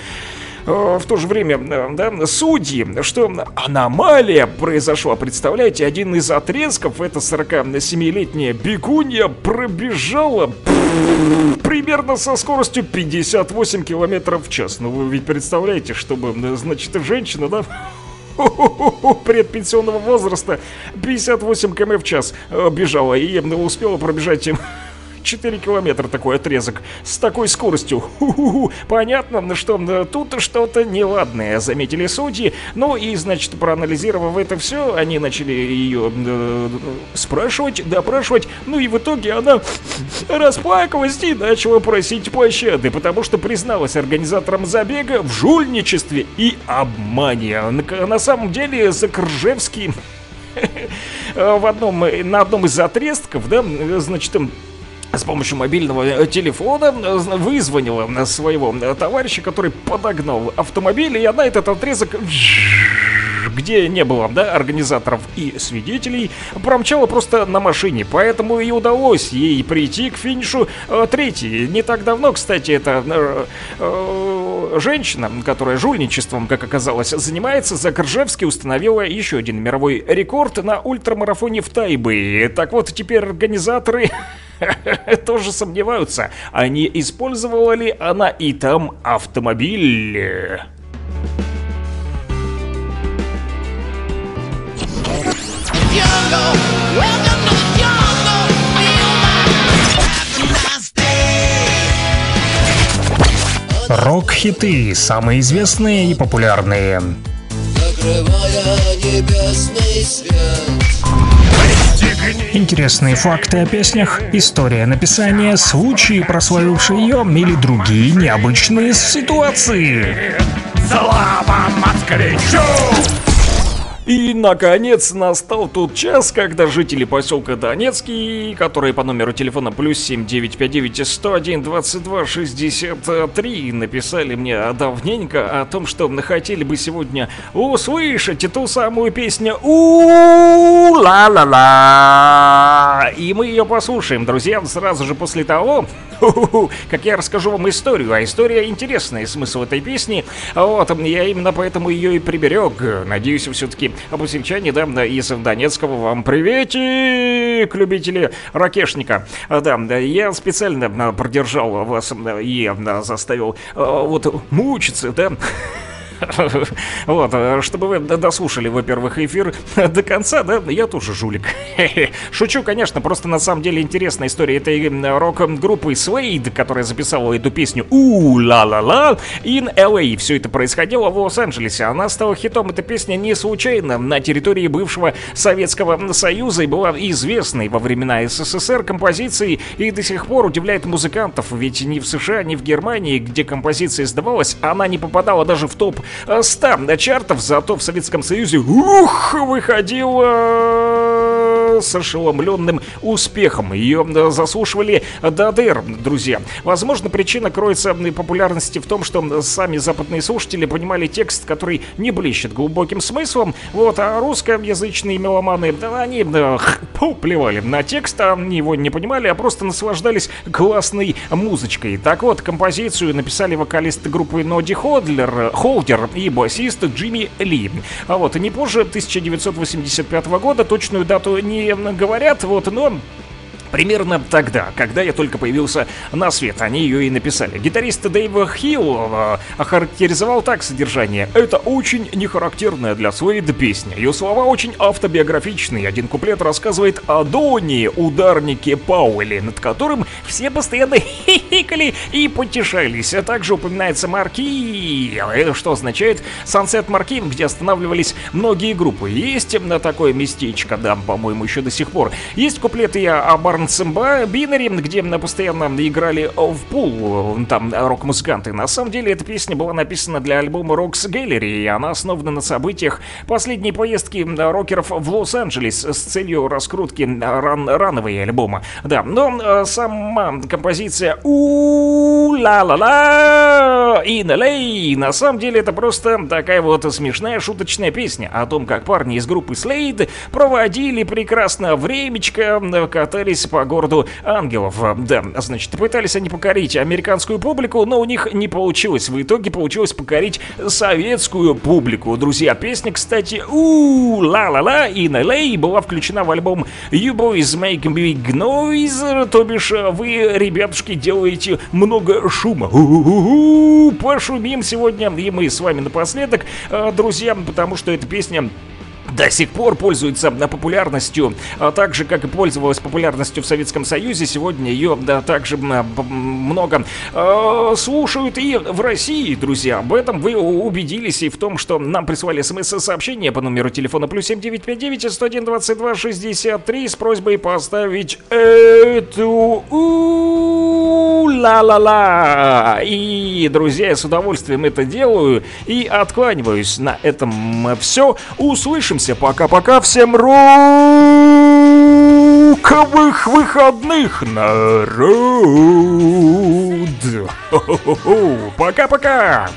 в то же время, да, судьи, что аномалия произошла. Представляете, один из отрезков, эта сорокасемилетняя бегунья пробежала примерно со скоростью пятьдесят восемь километров в час. Ну, вы ведь представляете, чтобы, значит, женщина, да, предпенсионного возраста пятьдесят восемь километров в час бежала и успела пробежать четыре километра, такой отрезок, с такой скоростью. Ху-ху-ху. Понятно, что тут что-то неладное, заметили судьи. Ну и, значит, проанализировав это все, они начали ее э, спрашивать, допрашивать. Ну и в итоге она расплакалась и начала просить пощады, потому что призналась организаторам забега в жульничестве и обмане. На, на самом деле Закржевский в одном, на одном из отрезков, да, значит, с помощью мобильного телефона вызвонила своего товарища, который подогнал автомобиль, и она этот отрезок, где не было, да, организаторов и свидетелей, промчала просто на машине. Поэтому и удалось ей прийти к финишу э, третьей. Не так давно, кстати, эта э, э, женщина, которая жульничеством, как оказалось, занимается, Закржевски установила еще один мировой рекорд на ультрамарафоне в Тайбэе. Так вот, теперь организаторы тоже сомневаются, а не использовала ли она и там автомобиль. Рок-хиты, самые известные и популярные. Закрывая небесный свет. Интересные факты о песнях, история написания, случаи, прославившие ее, или другие необычные ситуации. Слава москвичу! И, наконец, настал тот час, когда жители поселка Донецкий, которые по номеру телефона плюс семь девять пять девять сто один двадцать два шестьдесят три, написали мне давненько о том, что хотели бы сегодня услышать эту самую песню «У-ла-ла-ла». И мы ее послушаем, друзья, сразу же после того, как я расскажу вам историю. А история интересная, смысл этой песни. Вот, я именно поэтому ее и приберег. Надеюсь, все-таки обусельчане, да, из Донецкого, вам приветик, любители ракешника. Да, я специально продержал вас и заставил вот мучиться, да. Вот, чтобы вы дослушали, во-первых, эфир до конца, да, я тоже жулик. Шучу, конечно, просто на самом деле интересная история этой рок-группы Slade, которая записала эту песню «У-ла-ла-ла» in эл эй. Все это происходило в Лос-Анджелесе. Она стала хитом, эта песня, не случайно на территории бывшего Советского Союза и была известной во времена эс эс эс эр композицией и до сих пор удивляет музыкантов, ведь ни в США, ни в Германии, где композиция издавалась, она не попадала даже в топ сто чартов, зато в Советском Союзе ух, выходила с ошеломленным успехом. Ее заслушивали до дыр, друзья. Возможно, причина кроется в популярности в том, что сами западные слушатели понимали текст, который не блещет глубоким смыслом, вот, а русскоязычные меломаны, да, они да, плевали на текст, они его не понимали, а просто наслаждались классной музычкой. Так вот, композицию написали вокалисты группы Ноди Ходлер, Холдер и басист Джимми Ли. А вот, не позже тысяча девятьсот восемьдесят пятого года, точную дату не говорят, вот, но... примерно тогда, когда я только появился на свет, они ее и написали. Гитарист Дэйв Хилл охарактеризовал так содержание: это очень нехарактерная для Слейд песня. Ее слова очень автобиографичные. Один куплет рассказывает о Доне, ударнике Пауэле, над которым все постоянно хихикали и потешались. А также упоминается Марки, что означает Сансет Марки, где останавливались многие группы. Есть такое местечко, да, по-моему, еще до сих пор. Есть куплеты о Барнсэмба Биннери, где постоянно играли в пул там рок-музыканты. На самом деле эта песня была написана для альбома Rocks Gallery, и она основана на событиях последней поездки рокеров в Лос-Анджелес с целью раскрутки ран рановой альбома. Да, но сама композиция «У-ла-ла-ла» in эл эй на самом деле это просто такая вот смешная шуточная песня о том, как парни из группы Slade проводили прекрасно времечко, катались по городу ангелов. Да, значит, пытались они покорить американскую публику, но у них не получилось. В итоге получилось покорить советскую публику. Друзья, песня, кстати, «У-ла-ла-ла» in эл эй была включена в альбом «You Boys Make Big Noise», то бишь вы, ребятушки, делаете много шума. У-у-у-у, пошумим сегодня и мы с вами напоследок, друзья, потому что эта песня до сих пор пользуется популярностью, а также как и пользовалась популярностью в Советском Союзе. Сегодня ее, да, также много э, слушают и в России, друзья. Об этом вы убедились и в том, что нам прислали смс-сообщение по номеру телефона плюс семь девять пять девять сто один двадцать два шестьдесят три с просьбой поставить эту у-ла-ла-ла. И, друзья, я с удовольствием это делаю и откланиваюсь. На этом все. Услышимся. Пока-пока. Всем роковых выходных, народ. Пока-пока.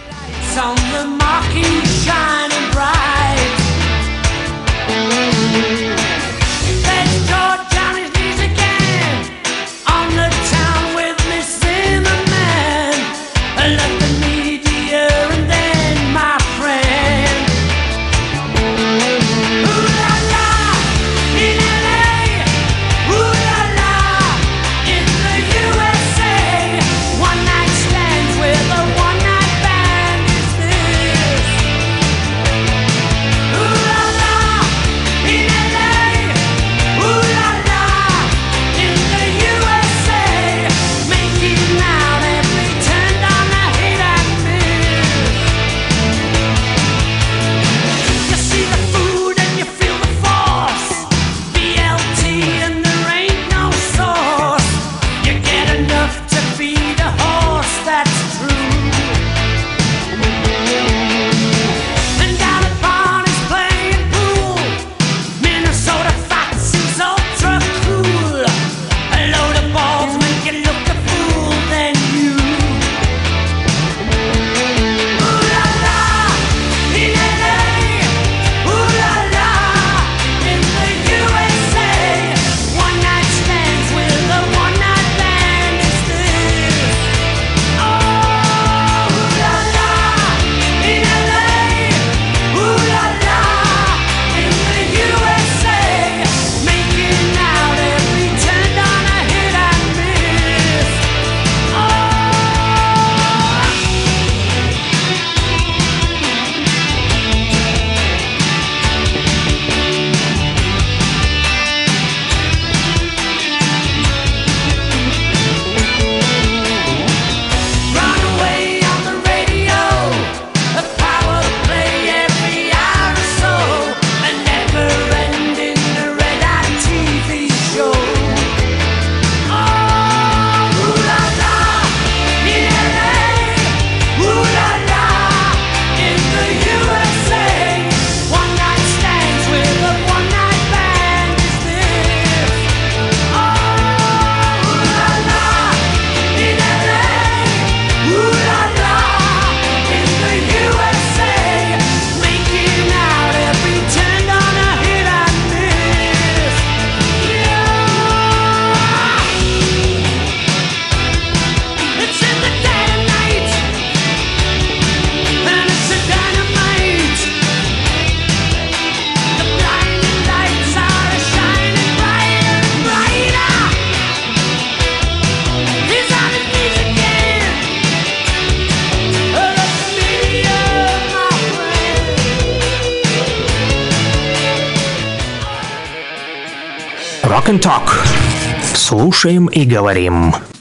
Walk and Talk. Слушаем и говорим.